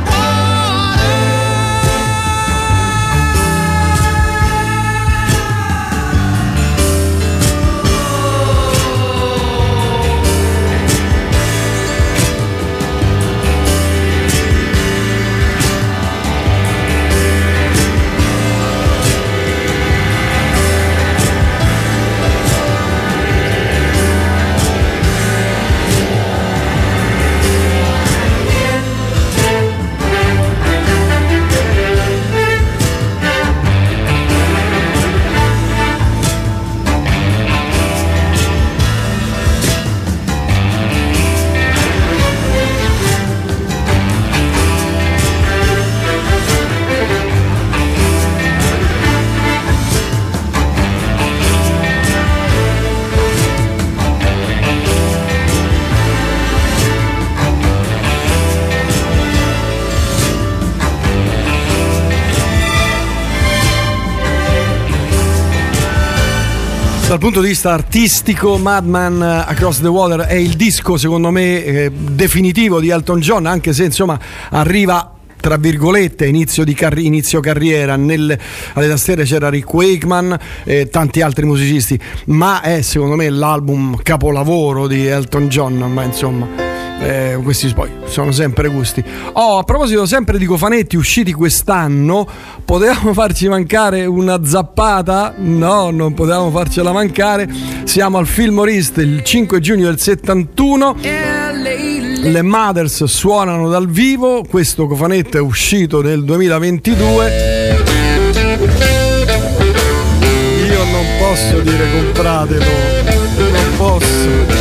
Dal punto di vista artistico, Madman Across the Water è il disco secondo me definitivo di Elton John, anche se insomma arriva tra virgolette inizio carriera. Alle tastiere c'era Rick Wakeman e tanti altri musicisti, ma è secondo me l'album capolavoro di Elton John. Ma insomma questi poi sono sempre gusti. A proposito sempre di cofanetti usciti quest'anno, potevamo farci mancare una zappata? No, non potevamo farcela mancare. Siamo al Fillmore il 5 giugno del 71. Le Mothers suonano dal vivo. Questo cofanetto è uscito nel 2022. Io non posso dire compratelo, non posso.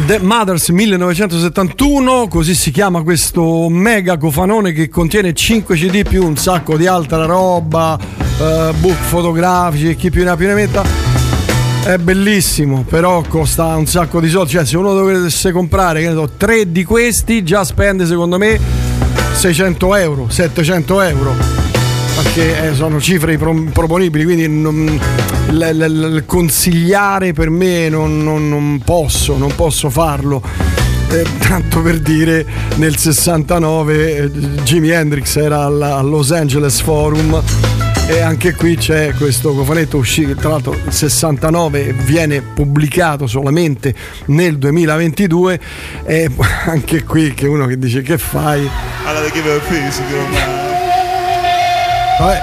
The Mothers 1971, così si chiama questo mega cofanone che contiene 5 CD più un sacco di altra roba, book fotografici e chi più ne ha più ne metta. È bellissimo, però costa un sacco di soldi, cioè se uno dovesse comprare, che ne so, 3 di questi già spende secondo me 600 euro, 700 euro, perché sono cifre improponibili, quindi il consigliare per me non posso farlo. Tanto per dire, nel 69 Jimi Hendrix era al Los Angeles Forum e anche qui c'è questo cofanetto uscito, tra l'altro il 69 viene pubblicato solamente nel 2022, e anche qui che uno che dice che fai? Allora give it a piece, if you don't mind. Vabbè.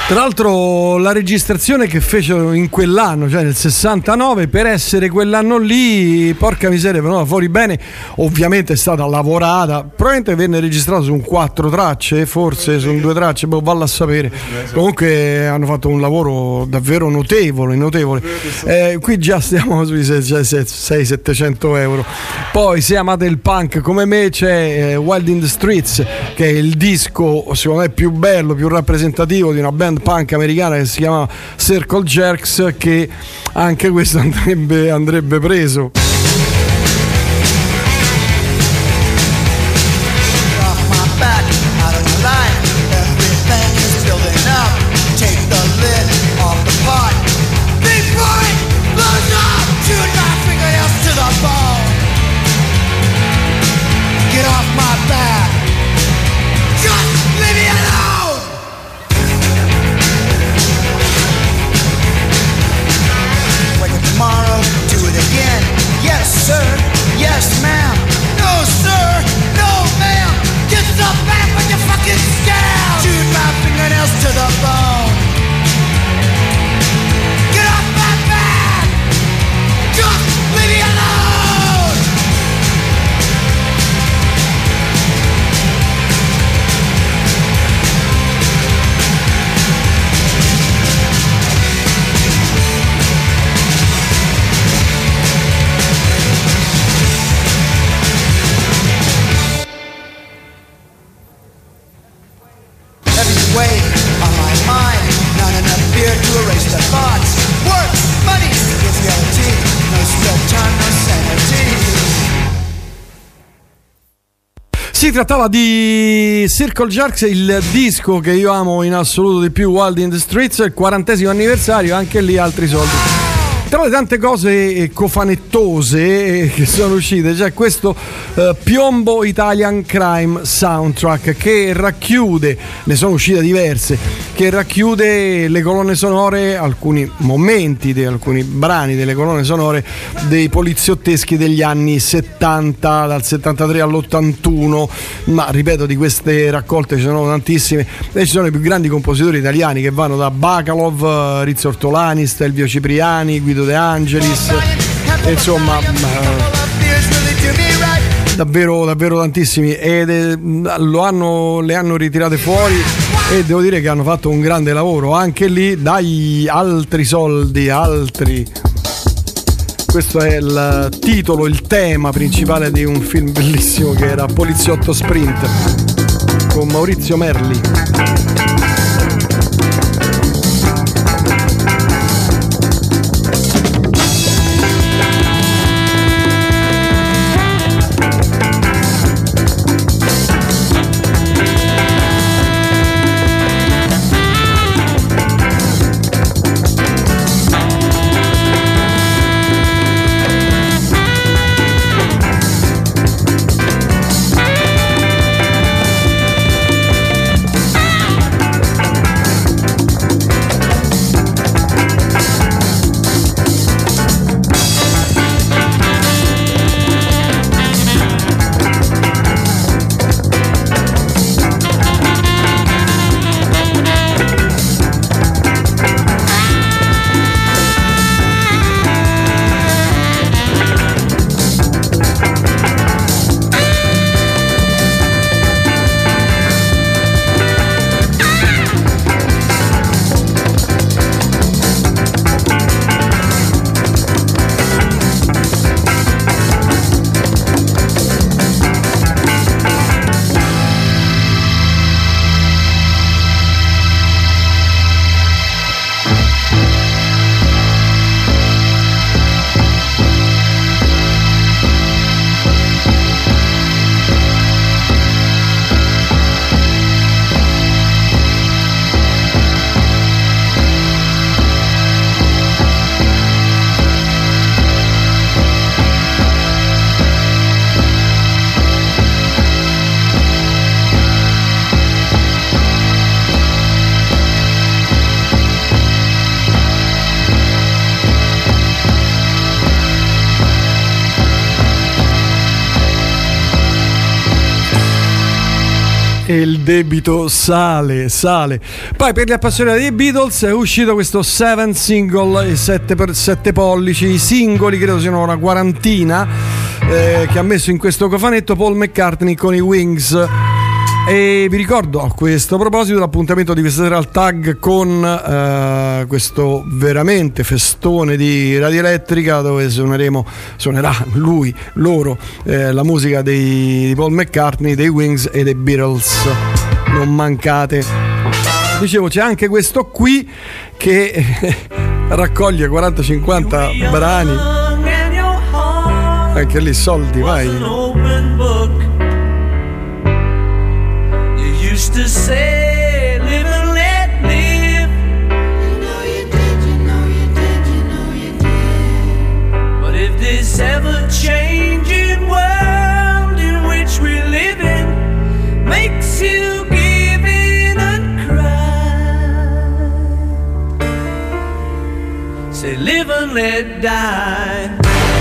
Tra l'altro la registrazione che fecero in quell'anno, cioè nel 69, per essere quell'anno lì, porca miseria, venuta fuori bene. Ovviamente è stata lavorata, probabilmente venne registrato su un 4 tracce, forse su un 2 tracce, boh, valla a sapere. Comunque hanno fatto un lavoro davvero notevole. Qui già stiamo sui 600-700 euro. Poi se amate il punk come me c'è Wild in the Streets, che è il disco secondo me più bello, più rappresentativo di una band punk americana che si chiama Circle Jerks, che anche questo andrebbe preso. Si trattava di Circle Jerks, il disco che io amo in assoluto di più, Wild in the Streets, il 40° anniversario, anche lì altri soldi. Tra le tante cose cofanettose che sono uscite c'è questo Piombo Italian Crime Soundtrack che racchiude, ne sono uscite diverse, che racchiude le colonne sonore, alcuni momenti di alcuni brani delle colonne sonore dei poliziotteschi degli anni 70, dal 73 all'81, ma ripeto, di queste raccolte ci sono tantissime e ci sono i più grandi compositori italiani che vanno da Bacalov, Rizzo Ortolani, Stelvio Cipriani, Guido De Angelis, insomma davvero tantissimi, ed le hanno ritirate fuori e devo dire che hanno fatto un grande lavoro anche lì. Dai, altri soldi, altri. Questo è il titolo, il tema principale di un film bellissimo che era Poliziotto Sprint con Maurizio Merli. E il debito sale. Poi per gli appassionati dei Beatles è uscito questo 7 single, 7x7 pollici. I singoli credo siano una quarantina, che ha messo in questo cofanetto Paul McCartney con i Wings. E vi ricordo a questo proposito l'appuntamento di questa sera al TAG con questo veramente festone di Radio Elettrica, dove suonerà loro la musica di Paul McCartney, dei Wings e dei Beatles. Non mancate. Dicevo, c'è anche questo qui che raccoglie 40-50 brani, anche lì soldi, vai. Used to say, live and let live. You know you did, you know you did, you know you did. But if this ever-changing world in which we live in makes you give in and cry, say live and let die.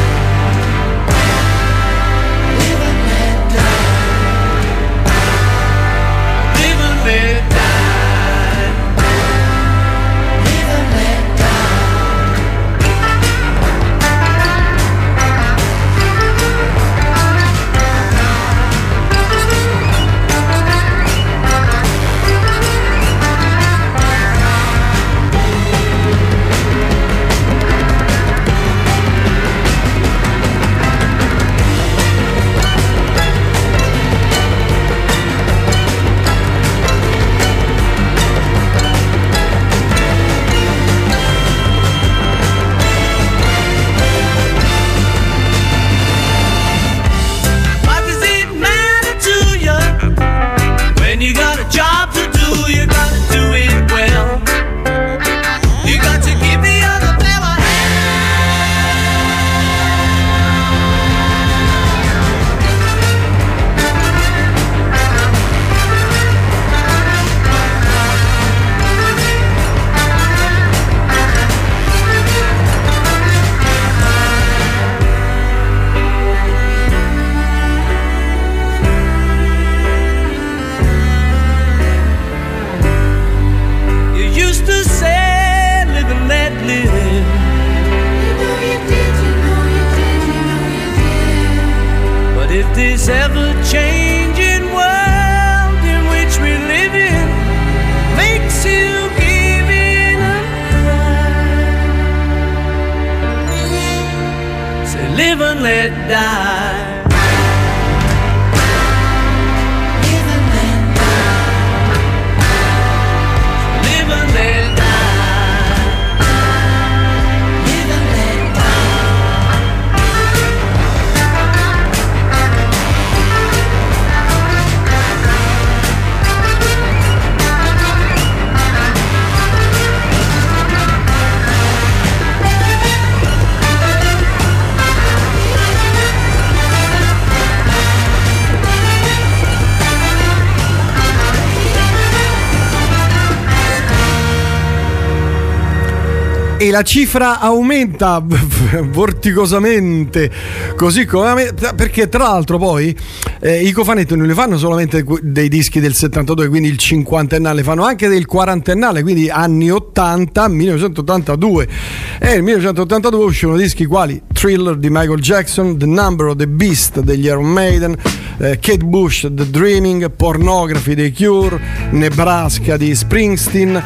E la cifra aumenta vorticosamente, così come perché tra l'altro poi i cofanetti non li fanno solamente dei dischi del 72, quindi il cinquantennale, fanno anche del quarantennale, quindi anni 80, 1982. E nel 1982 uscirono dischi quali Thriller di Michael Jackson, The Number of the Beast degli Iron Maiden, Kate Bush, The Dreaming, Pornography dei Cure, Nebraska di Springsteen,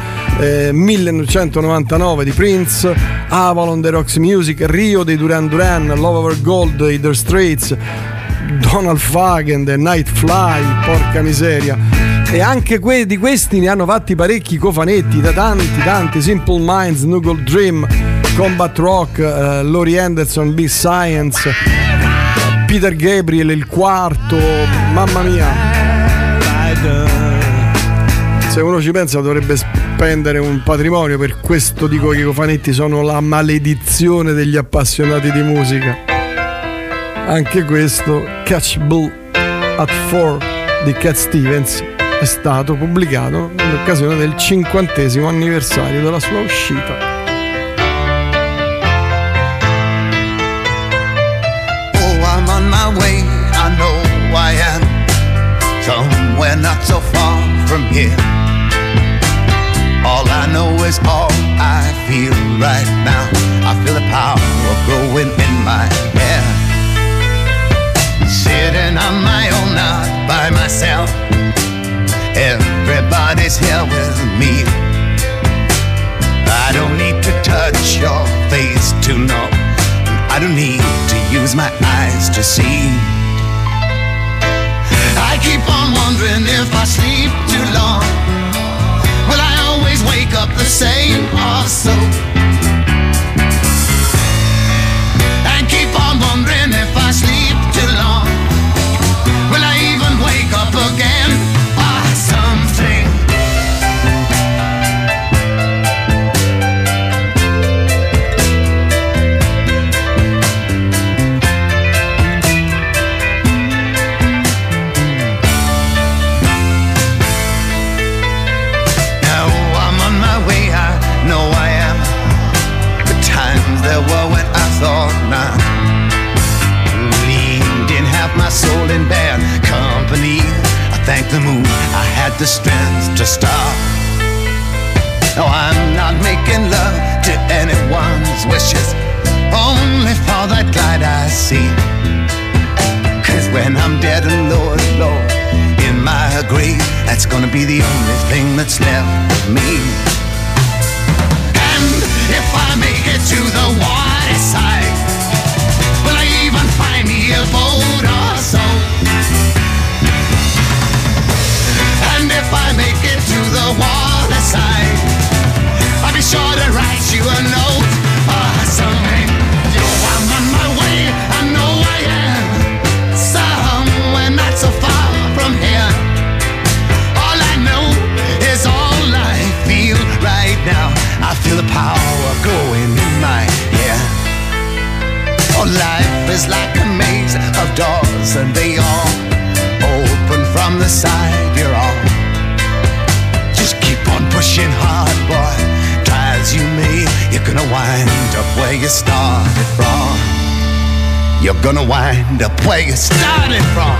1999 di Prince, Avalon dei Roxy Music, Rio dei Duran Duran, Love Over Gold dei The Straits, Donald Fagen, The Night Fly, porca miseria. E anche di questi ne hanno fatti parecchi cofanetti, da tanti, Simple Minds, Nuggle Dream, Combat Rock, Laurie Anderson, Big Science, Peter Gabriel il quarto, mamma mia. Se uno ci pensa dovrebbe spendere un patrimonio. Per questo dico che i cofanetti sono la maledizione degli appassionati di musica. Anche questo, Catch Bull at 4 di Cat Stevens, è stato pubblicato in occasione del 50° anniversario della sua uscita. Oh, I'm on my way, I know I am somewhere not not so far from here. All I know is all I feel right now. I feel the power growing in my hair. Sitting on my own, not by myself. Everybody's here with me. I don't need to touch your face to know. I don't need to use my eyes to see. I keep on wondering if I sleep too long. Will I always wake up the same or so? And keep on wondering if I sleep too long. Will I even wake up again or something? There were when I thought not. Didn't have my soul in bad company. I thank the moon I had the strength to stop. No, I'm not making love to anyone's wishes, only for that light I see. Cause when I'm dead and Lord, Lord, in my grave, that's gonna be the only thing that's left of me. If I make it to the water side, will I even find me a boat or so? And if I make it to the water side, I'll be sure to write you a note or something. Yo, I'm on my way, I know I am, somewhere not so far from here. All I know is all I feel right now. I feel the power growing in my hair. Oh, life is like a maze of doors, and they all open from the side you're on. Just keep on pushing hard, boy. Try as you may, you're gonna wind up where you started from. You're gonna wind up where you started from.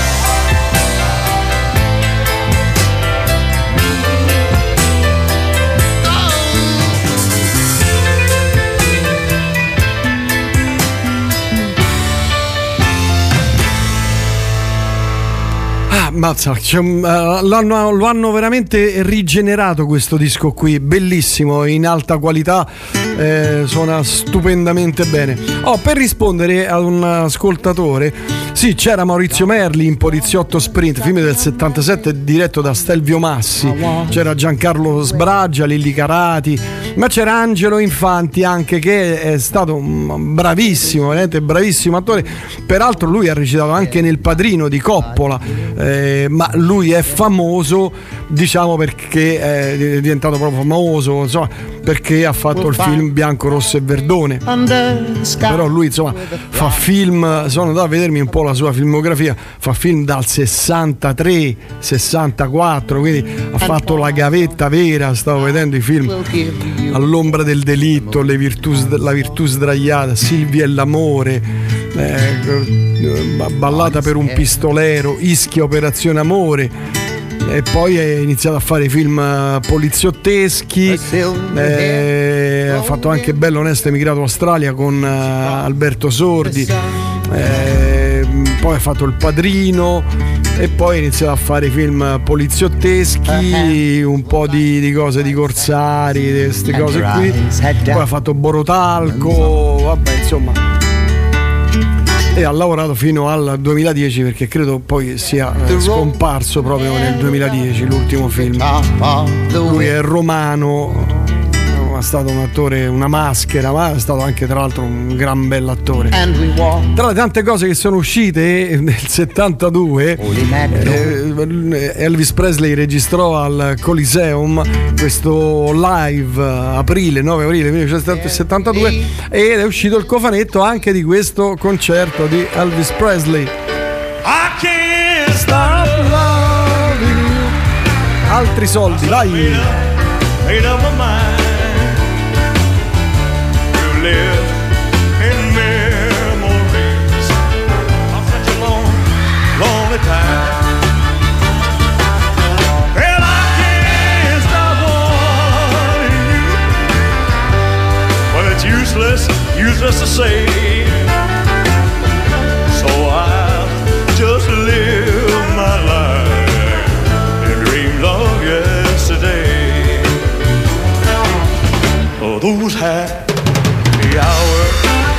Mazza, lo hanno veramente rigenerato questo disco qui, bellissimo, in alta qualità, suona stupendamente bene. Per rispondere ad un ascoltatore, sì, c'era Maurizio Merli in Poliziotto Sprint, film del 77 diretto da Stelvio Massi, c'era Giancarlo Sbraggia, Lilli Carati, ma c'era Angelo Infanti anche, che è stato un bravissimo, veramente bravissimo attore. Peraltro lui ha recitato anche nel Padrino di Coppola, ma lui è famoso, diciamo, perché è diventato proprio famoso, insomma, perché ha fatto il film Bianco, Rosso e Verdone. Però lui, insomma, fa film, sono andato a vedermi un po' la sua filmografia, fa film dal 63, 64, quindi ha fatto La Gavetta Vera, stavo vedendo i film, All'ombra del delitto, La virtù sdraiata, Silvia e l'amore, Ballata per un pistolero, Ischia, Operazione Amore, e poi è iniziato a fare film poliziotteschi, ha fatto anche Bello, Onesto, Emigrato Australia con Alberto Sordi, poi ha fatto Il Padrino e poi ha iniziato a fare film poliziotteschi, un po' di cose di corsari, queste cose qui, poi ha fatto Borotalco, vabbè, insomma, e ha lavorato fino al 2010, perché credo poi sia scomparso proprio nel 2010 l'ultimo film. Lui è romano, è stato un attore, una maschera, ma è stato anche tra l'altro un gran bell'attore. Tra le tante cose che sono uscite nel 72, Elvis Presley registrò al Coliseum questo live 9 aprile 1972, ed è uscito il cofanetto anche di questo concerto di Elvis Presley. I can't stop loving you. Altri soldi, vai! Made up my mind to live in memories of such a long, lonely time. say. So I just live my life in dreams of yesterday. Oh, those happy hours.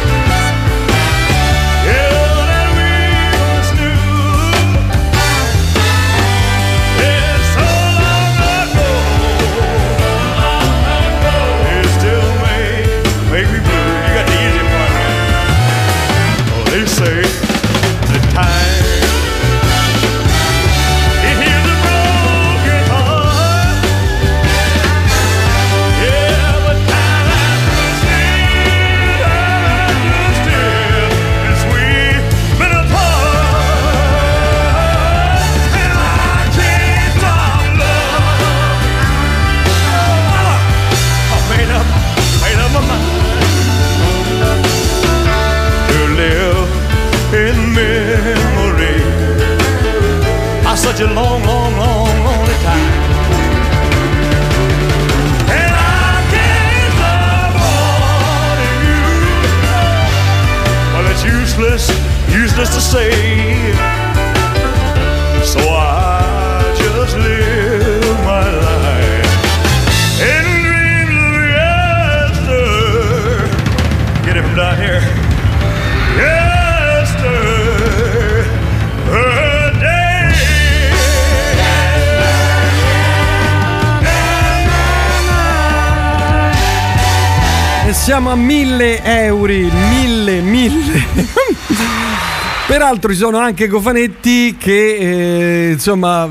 Such a long, long, long, lonely time. And I can't avoid you. Well, it's useless to say. So I just live my life in dreams of yesterday. Get it from down here. Siamo a 1.000 euro, 1.000. Peraltro ci sono anche cofanetti che insomma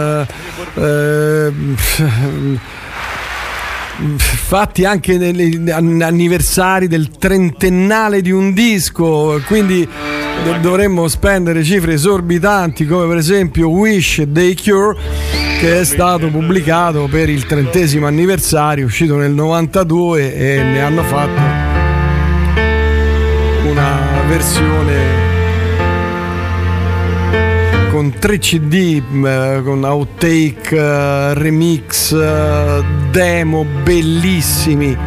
fatti anche negli anniversari del trentennale di un disco, quindi dovremmo spendere cifre esorbitanti, come per esempio Wish dei Cure, che è stato pubblicato per il 30° anniversario, uscito nel 92, e ne hanno fatto una versione con 3 CD, con outtake, remix, demo bellissimi.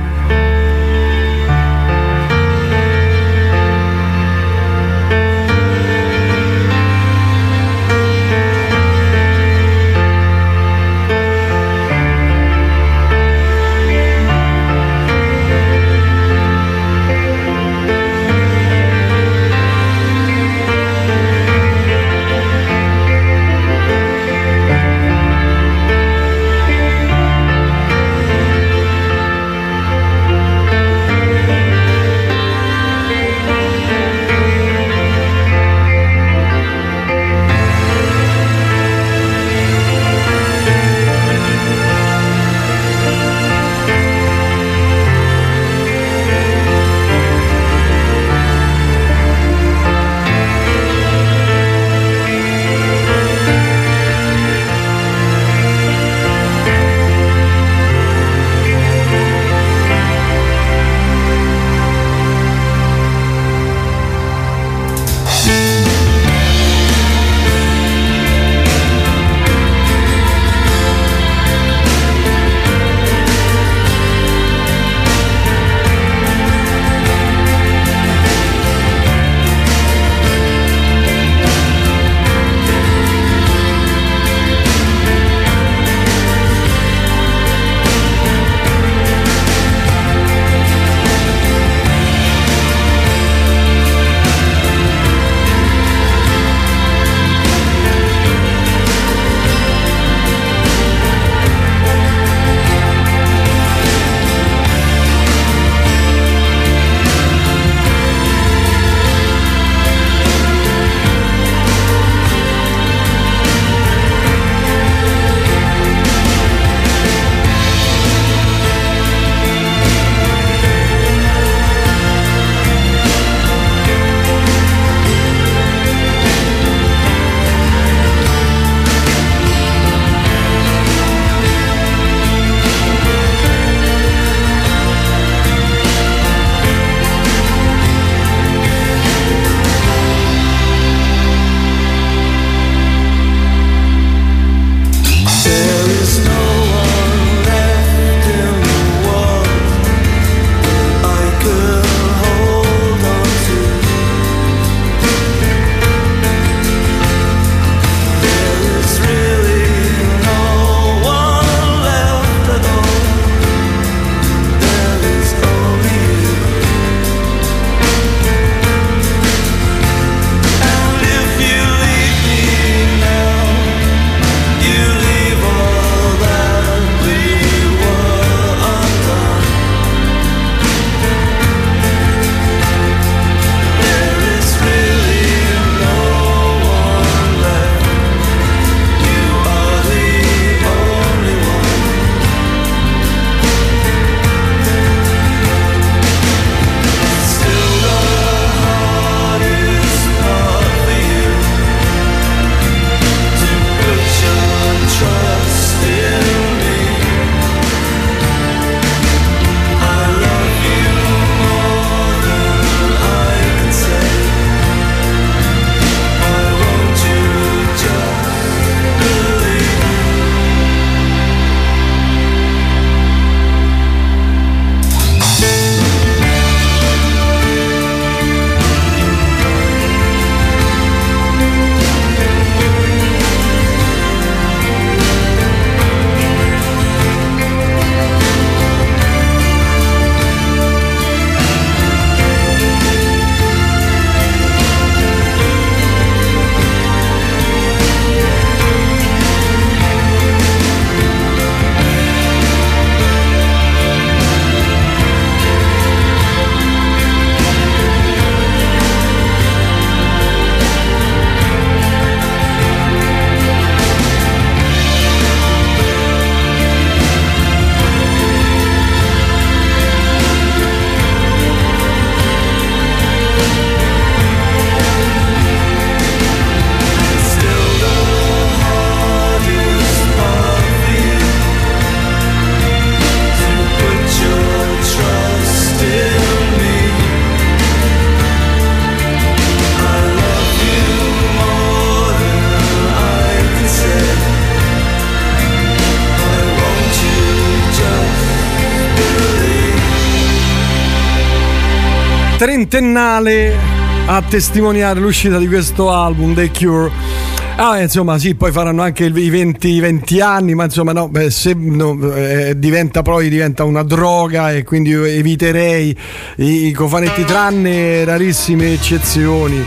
trentennale a testimoniare l'uscita di questo album, The Cure. Insomma, sì, poi faranno anche i 20 anni, ma insomma, no, se diventa una droga, e quindi io eviterei i cofanetti, tranne rarissime eccezioni.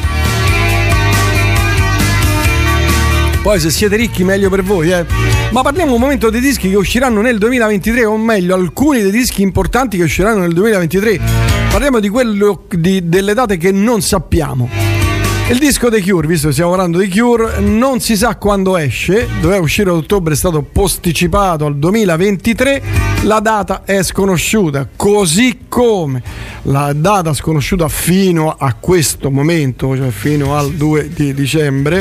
Poi se siete ricchi meglio per voi, Ma parliamo un momento dei dischi che usciranno nel 2023, o meglio alcuni dei dischi importanti che usciranno nel 2023. Parliamo di quello delle date che non sappiamo. Il disco The Cure, visto che stiamo parlando di Cure, non si sa quando esce, doveva uscire ad ottobre, è stato posticipato al 2023, la data è sconosciuta, così come la data sconosciuta fino a questo momento, cioè fino al 2 di dicembre,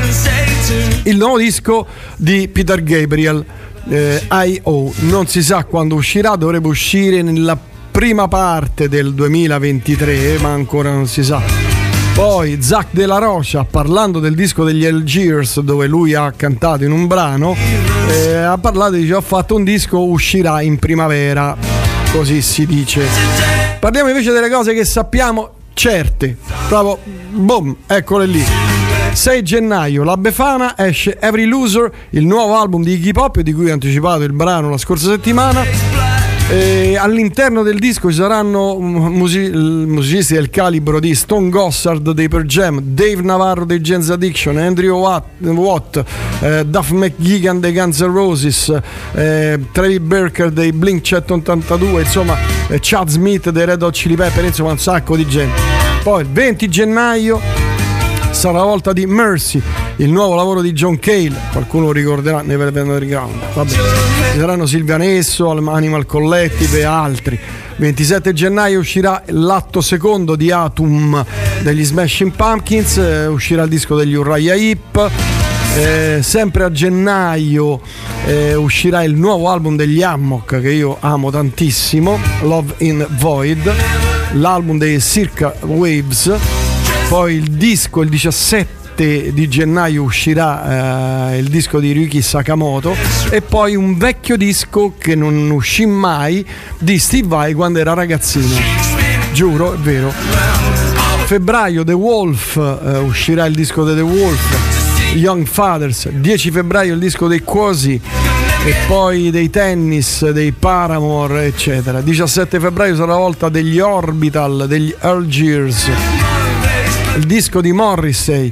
il nuovo disco di Peter Gabriel, I.O. Non si sa quando uscirà, dovrebbe uscire nella prima parte del 2023, ma ancora non si sa. Poi Zach De La Rocha, parlando del disco degli Algiers, dove lui ha cantato in un brano, ha parlato, dice: ho fatto un disco, uscirà in primavera, così si dice. Parliamo invece delle cose che sappiamo certe, proprio boom, eccole lì. 6 gennaio la Befana, esce Every Loser, il nuovo album di Iggy Pop, di cui ho anticipato il brano la scorsa settimana. All'interno del disco ci saranno musicisti del calibro di Stone Gossard dei Pearl Jam, Dave Navarro dei Jane's Addiction, Andrew Watt, Duff McGuigan dei Guns N' Roses, Travis Barker dei Blink-182, insomma Chad Smith dei Red Hot Chili Pepper, insomma un sacco di gente. Poi il 20 gennaio sarà la volta di Mercy, il nuovo lavoro di John Cale, qualcuno ricorderà nei Velvet Underground. Vabbè, ci saranno Silvia Nesso, Animal Collective e altri. 27 gennaio uscirà l'atto secondo di Atum degli Smashing Pumpkins, uscirà il disco degli Uriah Heep. Sempre a gennaio uscirà il nuovo album degli Hammock, che io amo tantissimo, Love in Void, l'album dei Circa Waves. Poi il disco, il 17 di gennaio uscirà il disco di Ryuki Sakamoto, e poi un vecchio disco che non uscì mai di Steve Vai quando era ragazzino, giuro, è vero. Febbraio The Wolf, uscirà il disco di The Wolf, Young Fathers. 10 febbraio il disco dei Quasi, e poi dei Tennis, dei Paramore, eccetera. 17 febbraio sarà la volta degli Orbital, degli Algiers, il disco di Morrissey.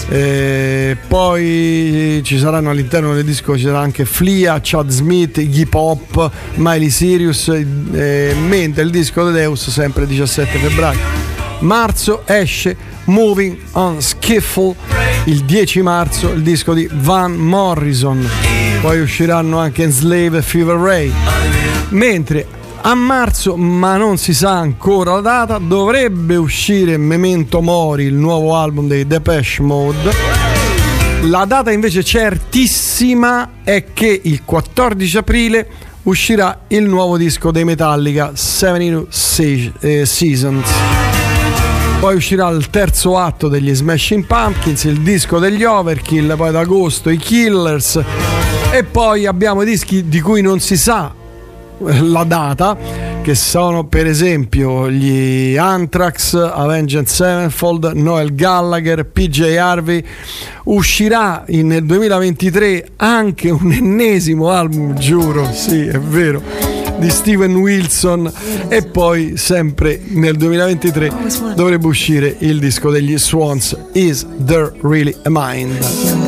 Poi ci saranno all'interno del disco, ci sarà anche Flea, Chad Smith, Iggy Pop, Miley Cyrus, mentre il disco di Deus sempre 17 febbraio. Marzo esce Moving on Skiffle, il 10 marzo il disco di Van Morrison. Poi usciranno anche Enslave e Fever Ray, mentre a marzo, ma non si sa ancora la data, dovrebbe uscire Memento Mori, il nuovo album dei Depeche Mode. La data invece certissima è che il 14 aprile uscirà il nuovo disco dei Metallica, 72 Seasons. Poi uscirà il terzo atto degli Smashing Pumpkins, il disco degli Overkill, poi ad agosto i Killers, e poi abbiamo i dischi di cui non si sa la data, che sono per esempio gli Anthrax, Avenged Sevenfold, Noel Gallagher, PJ Harvey. Uscirà nel 2023 anche un ennesimo album, giuro, sì, è vero, di Steven Wilson, e poi sempre nel 2023 dovrebbe uscire il disco degli Swans, Is There Really a Mind?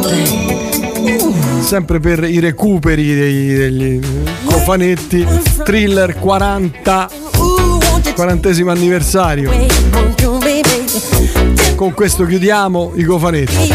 Sempre per i recuperi degli cofanetti, Thriller 40esimo anniversario. Con questo chiudiamo i cofanetti.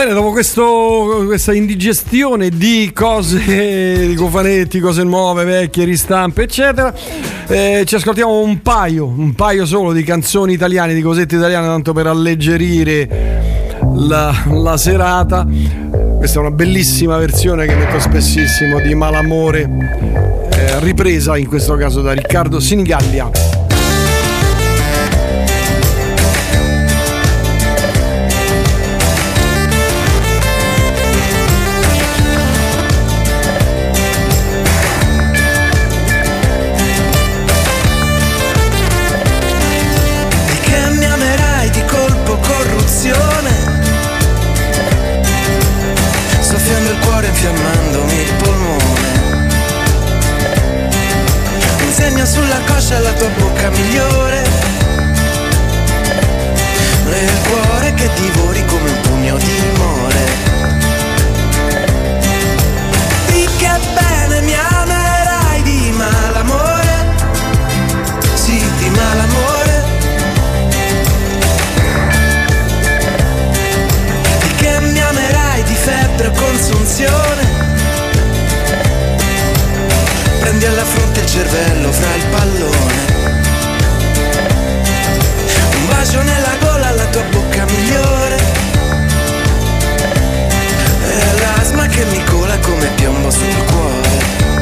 Bene, dopo questa indigestione di cose, di cofanetti, cose nuove, vecchie, ristampe, eccetera, ci ascoltiamo un paio solo di canzoni italiane, di cosette italiane, tanto per alleggerire la serata. Questa è una bellissima versione che metto spessissimo di Malamore, ripresa in questo caso da Riccardo Sinigallia. Infiammandomi il polmone, insegna sulla coscia la tua bocca migliore, nel cuore che divori come un pugno di more. Di che bene mi amerai di malamore, sì di malamore. Di che mi amerai di febbre o consunzione, prendi alla fronte il cervello fra il pallone, un bacio nella gola alla tua bocca migliore, è l'asma che mi cola come piombo sul cuore.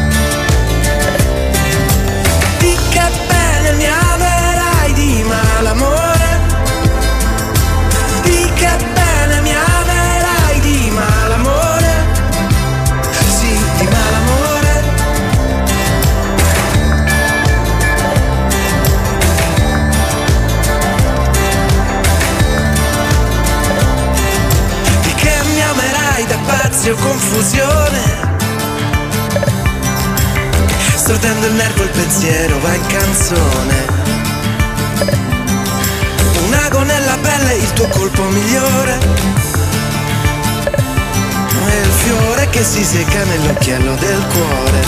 Di che bene mi amerai di malamore, di che bene mi amerai di malamore, sì di malamore. Di che mi amerai da pazzi o confusione, stordendo il nervo il pensiero va in canzone, un ago nella pelle il tuo colpo migliore, è il fiore che si secca nell'occhiello del cuore.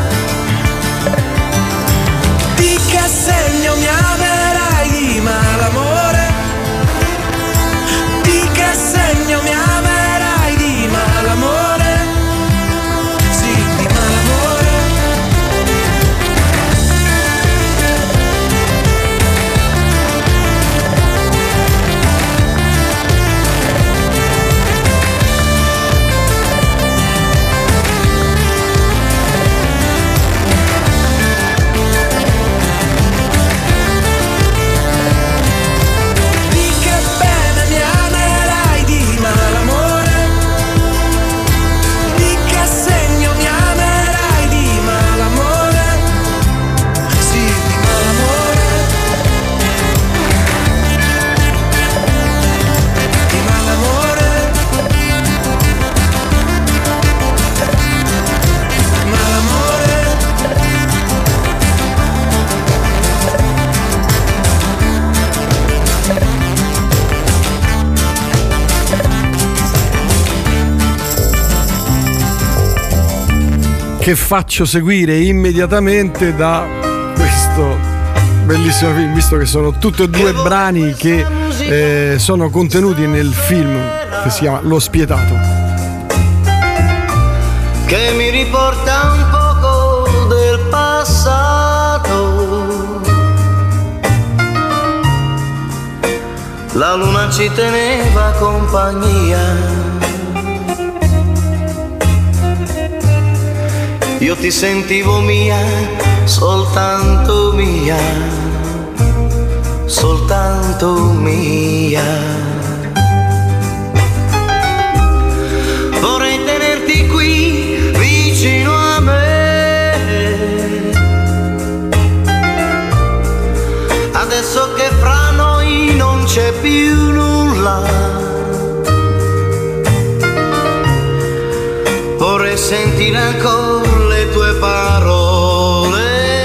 Di che segno mi amerai di malamore, di che segno mi amerai di malamore, sì di malamore. Che faccio seguire immediatamente da questo bellissimo film, visto che sono tutti e due brani che sono contenuti nel film che si chiama Lo Spietato, che mi riporta un poco del passato. La luna ci teneva compagnia, io ti sentivo mia, soltanto mia, soltanto mia. Vorrei tenerti qui vicino a me, adesso che fra noi non c'è più nulla. Vorrei sentire ancora le tue parole,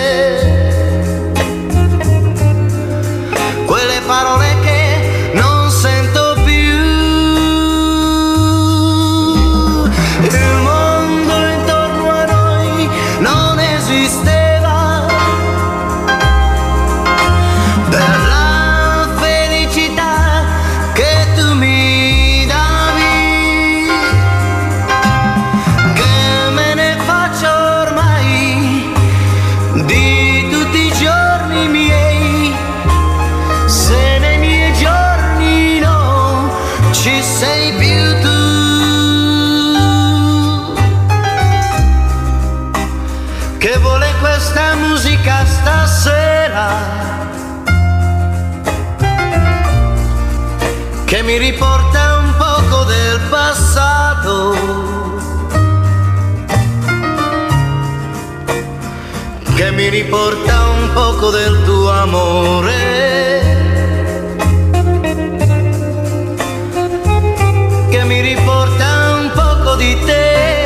quelle parole che non sento più. Il mondo intorno a noi non esisteva, per la felicità che tu mi davi. che mi riporta un poco del passato, che mi riporta un poco del tuo amore, che mi riporta un poco di te.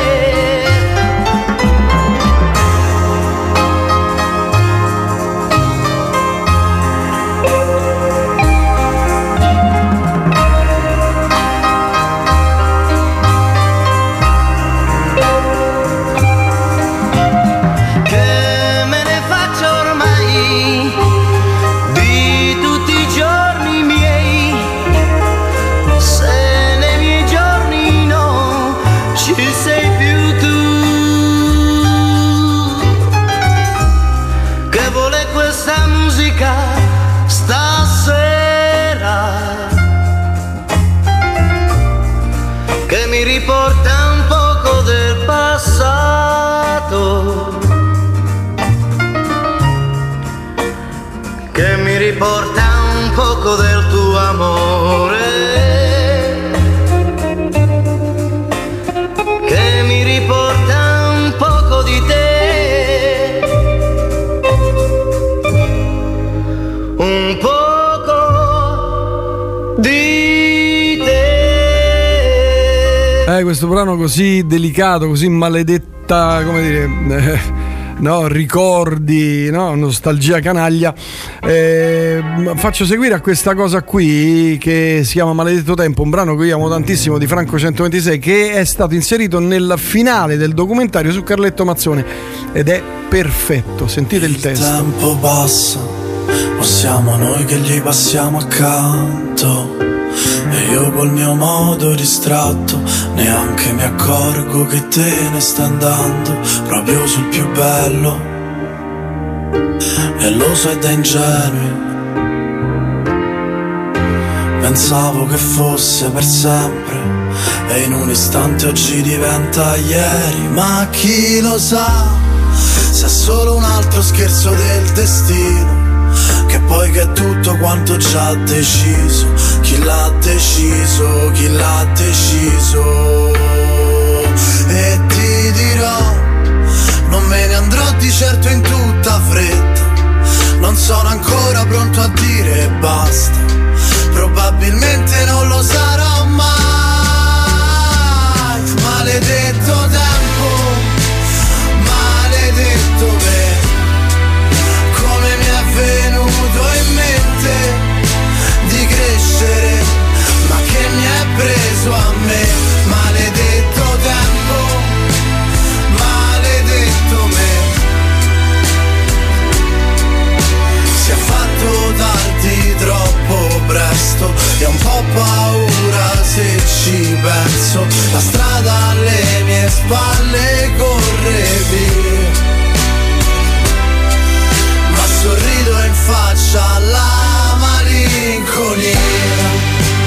Riporta un poco del passato, che mi riporta un poco del tuo amore, che mi riporta un poco di te, un poco di questo brano così delicato, così maledetta, come dire, no, ricordi, no, nostalgia canaglia. Faccio seguire a questa cosa qui che si chiama Maledetto Tempo, un brano che io amo tantissimo di Franco 126, che è stato inserito nel finale del documentario su Carletto Mazzone ed è perfetto. Sentite il testo. Il tempo passa, ma siamo noi che gli passiamo accanto. E io col mio modo distratto neanche mi accorgo che te ne stai andando proprio sul più bello. E lo so, è da ingenui, pensavo che fosse per sempre e in un istante oggi diventa ieri. Ma chi lo sa se è solo un altro scherzo del destino, che poi che è tutto quanto già deciso. Chi l'ha deciso, chi l'ha deciso. E ti dirò, non me ne andrò di certo in tutta fretta, non sono ancora pronto a dire basta, probabilmente non lo sarò mai. Maledetto tempo, maledetto me, come mi è venuto in mente di crescere, ma che mi è preso a me. Maledetto tempo, maledetto me, si è fatto tardi troppo presto e ho un po' paura se ci penso. La strada alle mie spalle corre via, ma sorrido in faccia alla malinconia.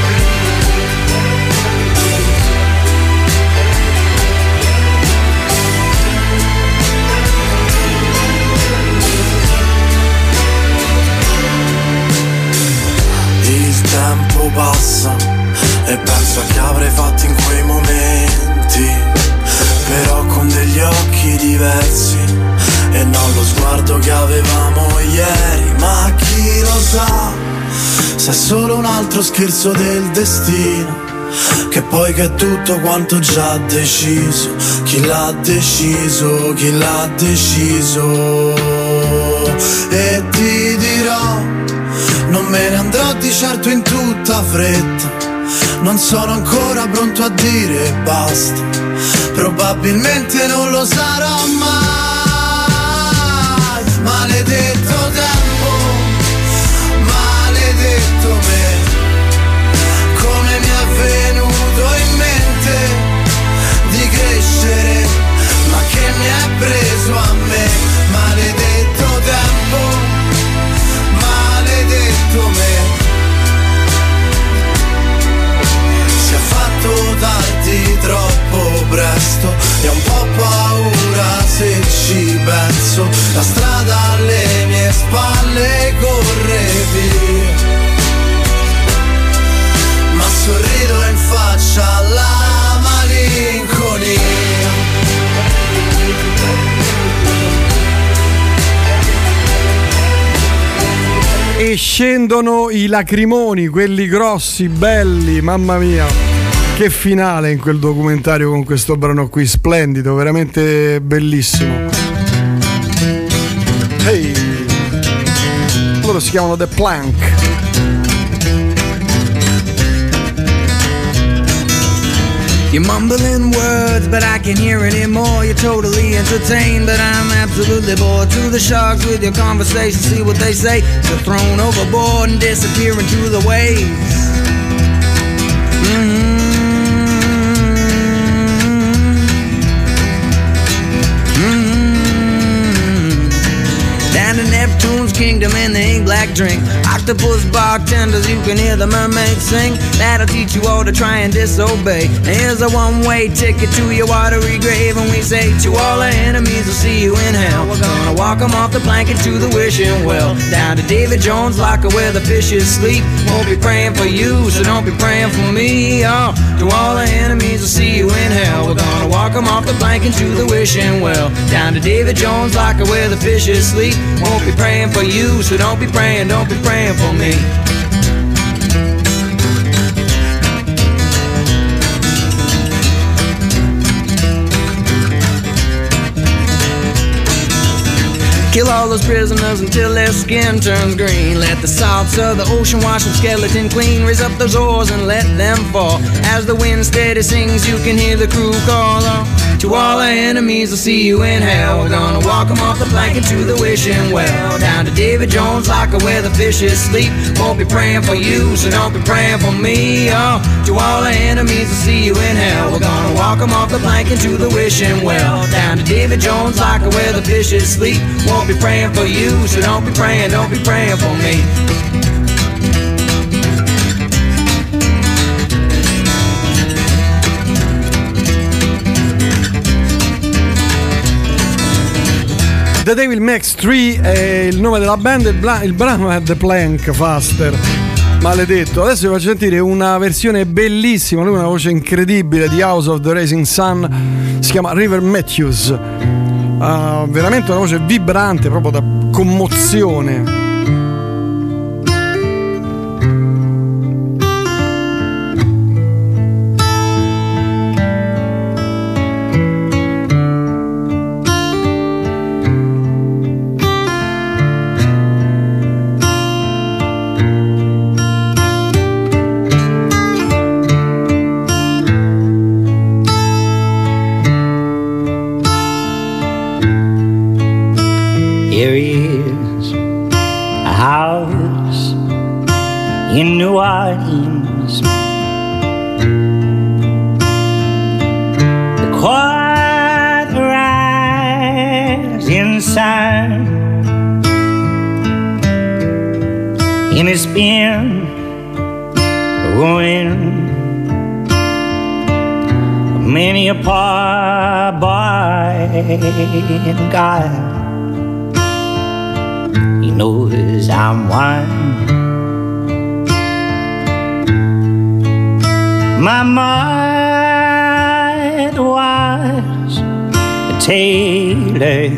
Il tempo passa e penso a che avrei fatto in quei momenti, però con degli occhi diversi e non lo sguardo che avevamo ieri. Ma chi lo sa se è solo un altro scherzo del destino, che poi che è tutto quanto già deciso. Chi l'ha deciso, chi l'ha deciso. E ti dirò, non me ne andrò di certo in tutta fretta, non sono ancora pronto a dire basta, probabilmente non lo sarò mai. Maledetto tempo, maledetto me, come mi è venuto in mente di crescere, ma che mi è preso a me. Maledetto tempo, maledetto me, si è fatto tardi troppo presto e ho un po' paura se ci penso. La strada alle mie spalle scendono i lacrimoni, quelli grossi, belli, mamma mia. Che finale in quel documentario con questo brano qui, splendido, veramente bellissimo. Hey. Loro si chiamano The Plank. You're mumbling words, but I can't hear anymore. You're totally entertained, but I'm absolutely bored. To the sharks with your conversation, see what they say. They're thrown overboard and disappear into the waves. Down to Neptune's kingdom and the ink black drink. Octopus bartenders, you can hear the mermaids sing. That'll teach you all to try and disobey. Here's a one-way ticket to your watery grave. And we say to all our enemies, we'll see you in hell. We're gonna walk them off the plank into the wishing well. Down to David Jones' locker where the fishes sleep. Won't be praying for you, so don't be praying for me. Oh, to all our enemies, we'll see you in hell. We're gonna walk them off the plank into the wishing well. Down to David Jones' locker where the fishes sleep. Won't be praying for you, so don't be praying for me. Kill all those prisoners until their skin turns green. Let the salts of the ocean wash them skeleton clean. Raise up those oars and let them fall. As the wind steady sings, you can hear the crew call on. To all our enemies, I'll see you in hell. We're gonna walk them off the plank into the wishing well. Down to David Jones' locker where the fishes sleep. Won't be praying for you, so don't be praying for me. Oh, to all our enemies, I'll see you in hell. We're gonna walk them off the plank into the wishing well. Down to David Jones' locker where the fishes sleep. Won't be praying for you, so don't be praying for me. The Devil Makes 3 è il nome della band, il brano è The Plank, Faster. Maledetto. Adesso vi faccio sentire una versione bellissima, lui ha una voce incredibile di House of the Rising Sun, si chiama River Matthews. Veramente una voce vibrante, proprio da commozione. Here is a house in New Orleans. The quiet rising sun, and it's been ruined many a poor boy and God. He knows I'm one. My mother was a tailor.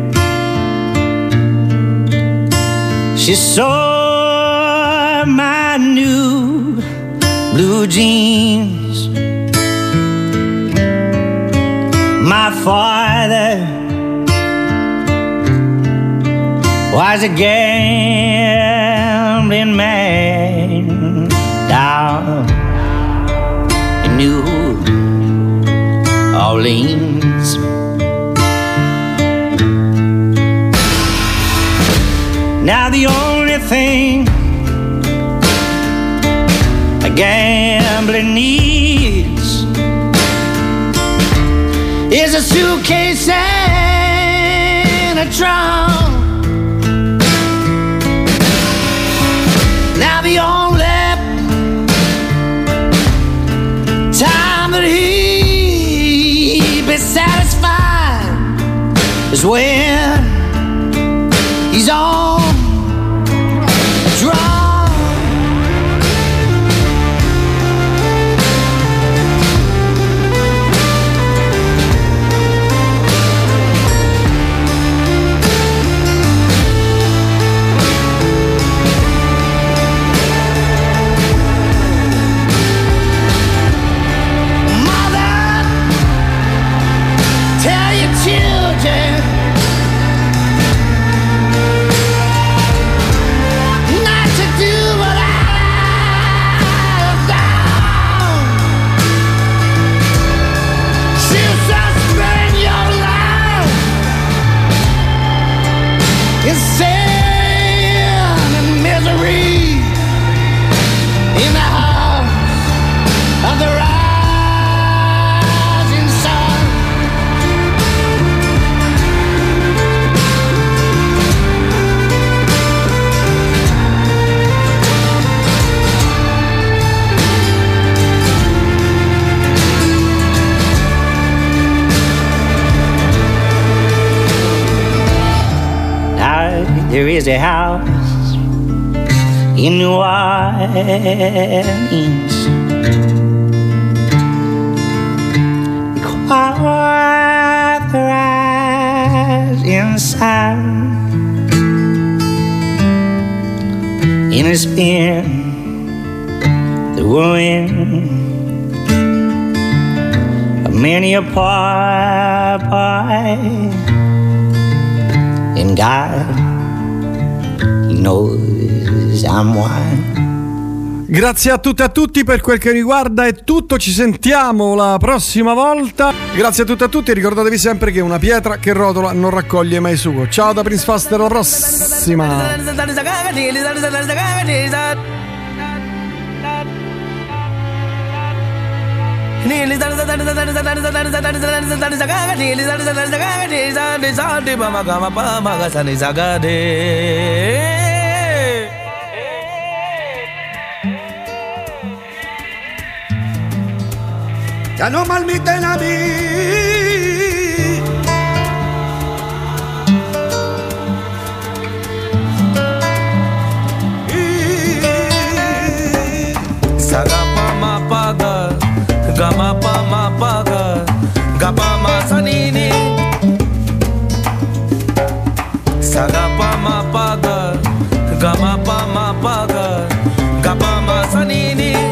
She saw my new blue jeans. My father was a gambling man down in New Orleans. Now the only thing a gambler needs is a suitcase and a trunk. Now the only time that he be satisfied is when he's on a drum. there is a house in New Orleans. Quiet the rise inside. In a spin the ruin of many a poor boy, and God, He knows I'm one. Grazie a tutte e a tutti, per quel che riguarda è tutto, ci sentiamo la prossima volta. Grazie a tutte e a tutti e ricordatevi sempre che una pietra che rotola non raccoglie mai sugo. Ciao da Prince Faster, alla prossima. Ya no malmiten a mí. Sagapa paga, gama pa paga, gapa ma sanini. Sagapa paga, gama pa paga, gapa ma sanini.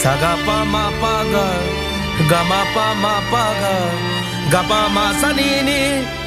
Sagapa ma paga, gama pa ma paga, gapa ma sanini.